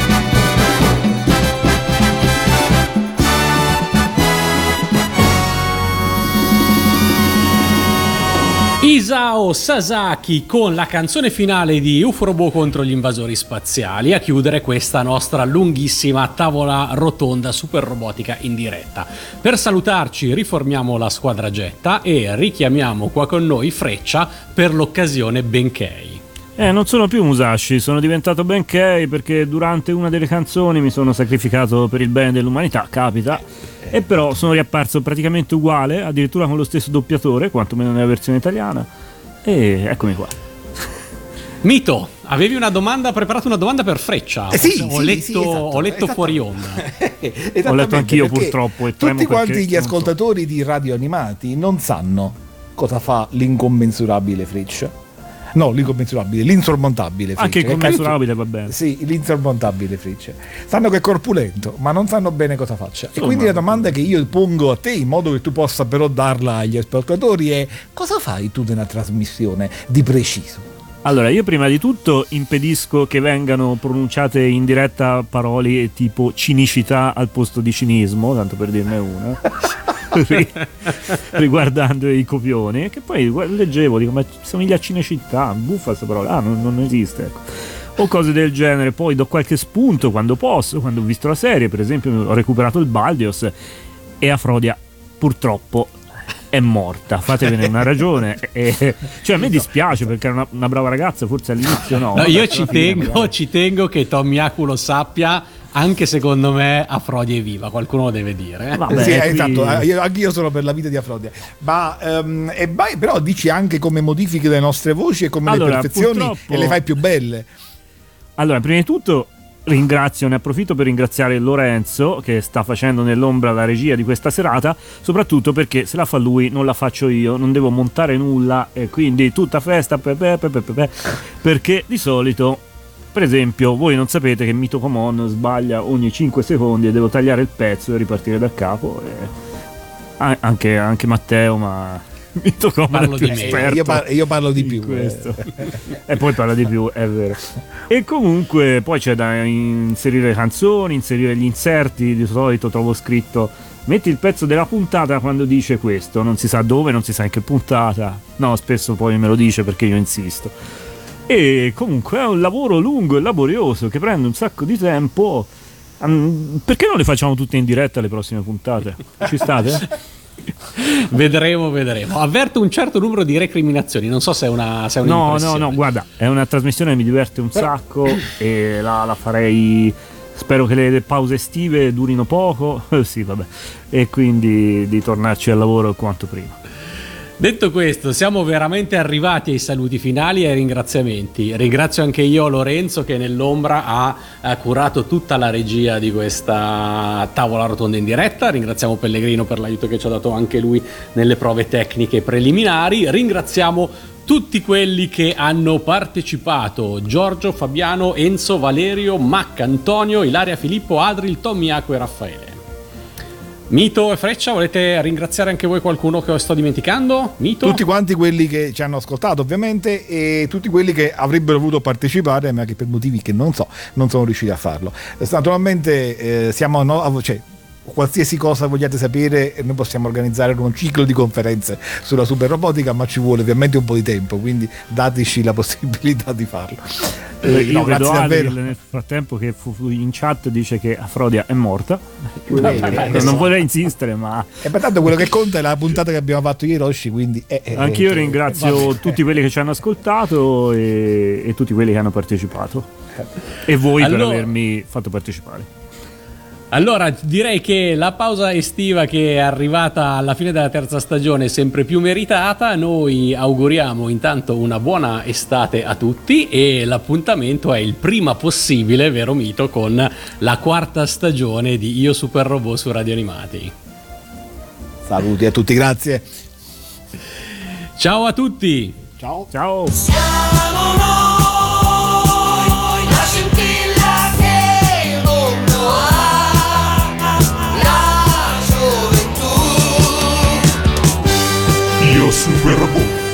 Isao Sasaki con la canzone finale di Uforobo contro gli invasori spaziali a chiudere questa nostra lunghissima tavola rotonda super robotica in diretta. Per salutarci riformiamo la squadragetta e richiamiamo qua con noi Freccia per l'occasione Benkei. Non sono più Musashi, sono diventato Benkei perché durante una delle canzoni mi sono sacrificato per il bene dell'umanità, capita, e però sono riapparso praticamente uguale, addirittura con lo stesso doppiatore, quantomeno nella versione italiana, e eccomi qua. Mito, avevi preparato una domanda per Freccia? Ho letto fuori onda. Ho letto anch'io purtroppo. E tutti quanti gli ascoltatori di Radio Animati non sanno cosa fa l'incommensurabile Freccia. No, l'incommensurabile, l'insormontabile Freccia. Anche incommensurabile va bene. Sì, l'insormontabile Freccia. Sanno che è corpulento, ma non sanno bene cosa faccia. E quindi la domanda che io pongo a te, in modo che tu possa però darla agli ascoltatori, è: cosa fai tu nella trasmissione di preciso? Allora, io prima di tutto impedisco che vengano pronunciate in diretta parole tipo cinicità al posto di cinismo, tanto per dirne una. Riguardando i copioni, che poi leggevo, dico, ma somiglia a Cinecittà, buffa questa parola, non esiste, ecco. O cose del genere. Poi do qualche spunto quando posso, quando ho visto la serie, per esempio ho recuperato il Baldios e Afrodia purtroppo è morta, fatevene una ragione. Cioè a me dispiace perché era una brava ragazza, forse all'inizio no io ci tengo che Tommy Aku lo sappia. Anche secondo me Afrodia è viva, qualcuno lo deve dire. Vabbè, sì, esatto, anch'io sono per la vita di Afrodia. Ma però dici anche come modifichi le nostre voci e come le perfezioni e le fai più belle. Allora, prima di tutto ne approfitto per ringraziare Lorenzo che sta facendo nell'ombra la regia di questa serata, soprattutto perché se la fa lui non la faccio io, non devo montare nulla e quindi tutta festa perché di solito, per esempio, voi non sapete che Mito Comon sbaglia ogni 5 secondi e devo tagliare il pezzo e ripartire da capo. Anche Matteo, ma Mito Comon è più esperto. Io parlo di più. Questo. E poi parla di più, è vero. E comunque poi c'è da inserire canzoni, inserire gli inserti. Di solito trovo scritto: metti il pezzo della puntata quando dice questo. Non si sa dove, non si sa in che puntata. No, spesso poi me lo dice perché io insisto. E comunque è un lavoro lungo e laborioso che prende un sacco di tempo. Perché non le facciamo tutte in diretta le prossime puntate? Ci state? Vedremo. Avverto un certo numero di recriminazioni. Non so se è una No, guarda, è una trasmissione che mi diverte un sacco e la farei. Spero che le pause estive durino poco. Sì, vabbè. E quindi di tornarci al lavoro quanto prima. Detto questo, siamo veramente arrivati ai saluti finali e ai ringraziamenti. Ringrazio anche io Lorenzo che nell'ombra ha curato tutta la regia di questa tavola rotonda in diretta. Ringraziamo Pellegrino per l'aiuto che ci ha dato anche lui nelle prove tecniche preliminari. Ringraziamo tutti quelli che hanno partecipato: Giorgio, Fabiano, Enzo, Valerio, Mac, Antonio, Ilaria, Filippo, Adril, Tommy Aku e Raffaele. Mito e Freccia, volete ringraziare anche voi qualcuno che sto dimenticando? Mito? Tutti quanti quelli che ci hanno ascoltato ovviamente e tutti quelli che avrebbero voluto partecipare ma che per motivi che non so non sono riusciti a farlo. Naturalmente qualsiasi cosa vogliate sapere, noi possiamo organizzare un ciclo di conferenze sulla super robotica, ma ci vuole ovviamente un po' di tempo, quindi dateci la possibilità di farlo. Io vedo Adriel nel frattempo che in chat dice che Afrodia è morta. Non vorrei insistere, ma tanto quello che conta è la puntata che abbiamo fatto io e Hiroshi, quindi anch'io ringrazio tutti quelli che ci hanno ascoltato e tutti quelli che hanno partecipato e voi per avermi fatto partecipare. Allora direi che la pausa estiva che è arrivata alla fine della terza stagione è sempre più meritata. Noi auguriamo intanto una buona estate a tutti e l'appuntamento è il prima possibile, vero Mito, con la quarta stagione di Io Super Robot su Radio Animati. Saluti a tutti, grazie. Ciao a tutti. Ciao. Ciao. Siamo noi, la scintilla che il mondo ha, la gioventù. Io Super Robot.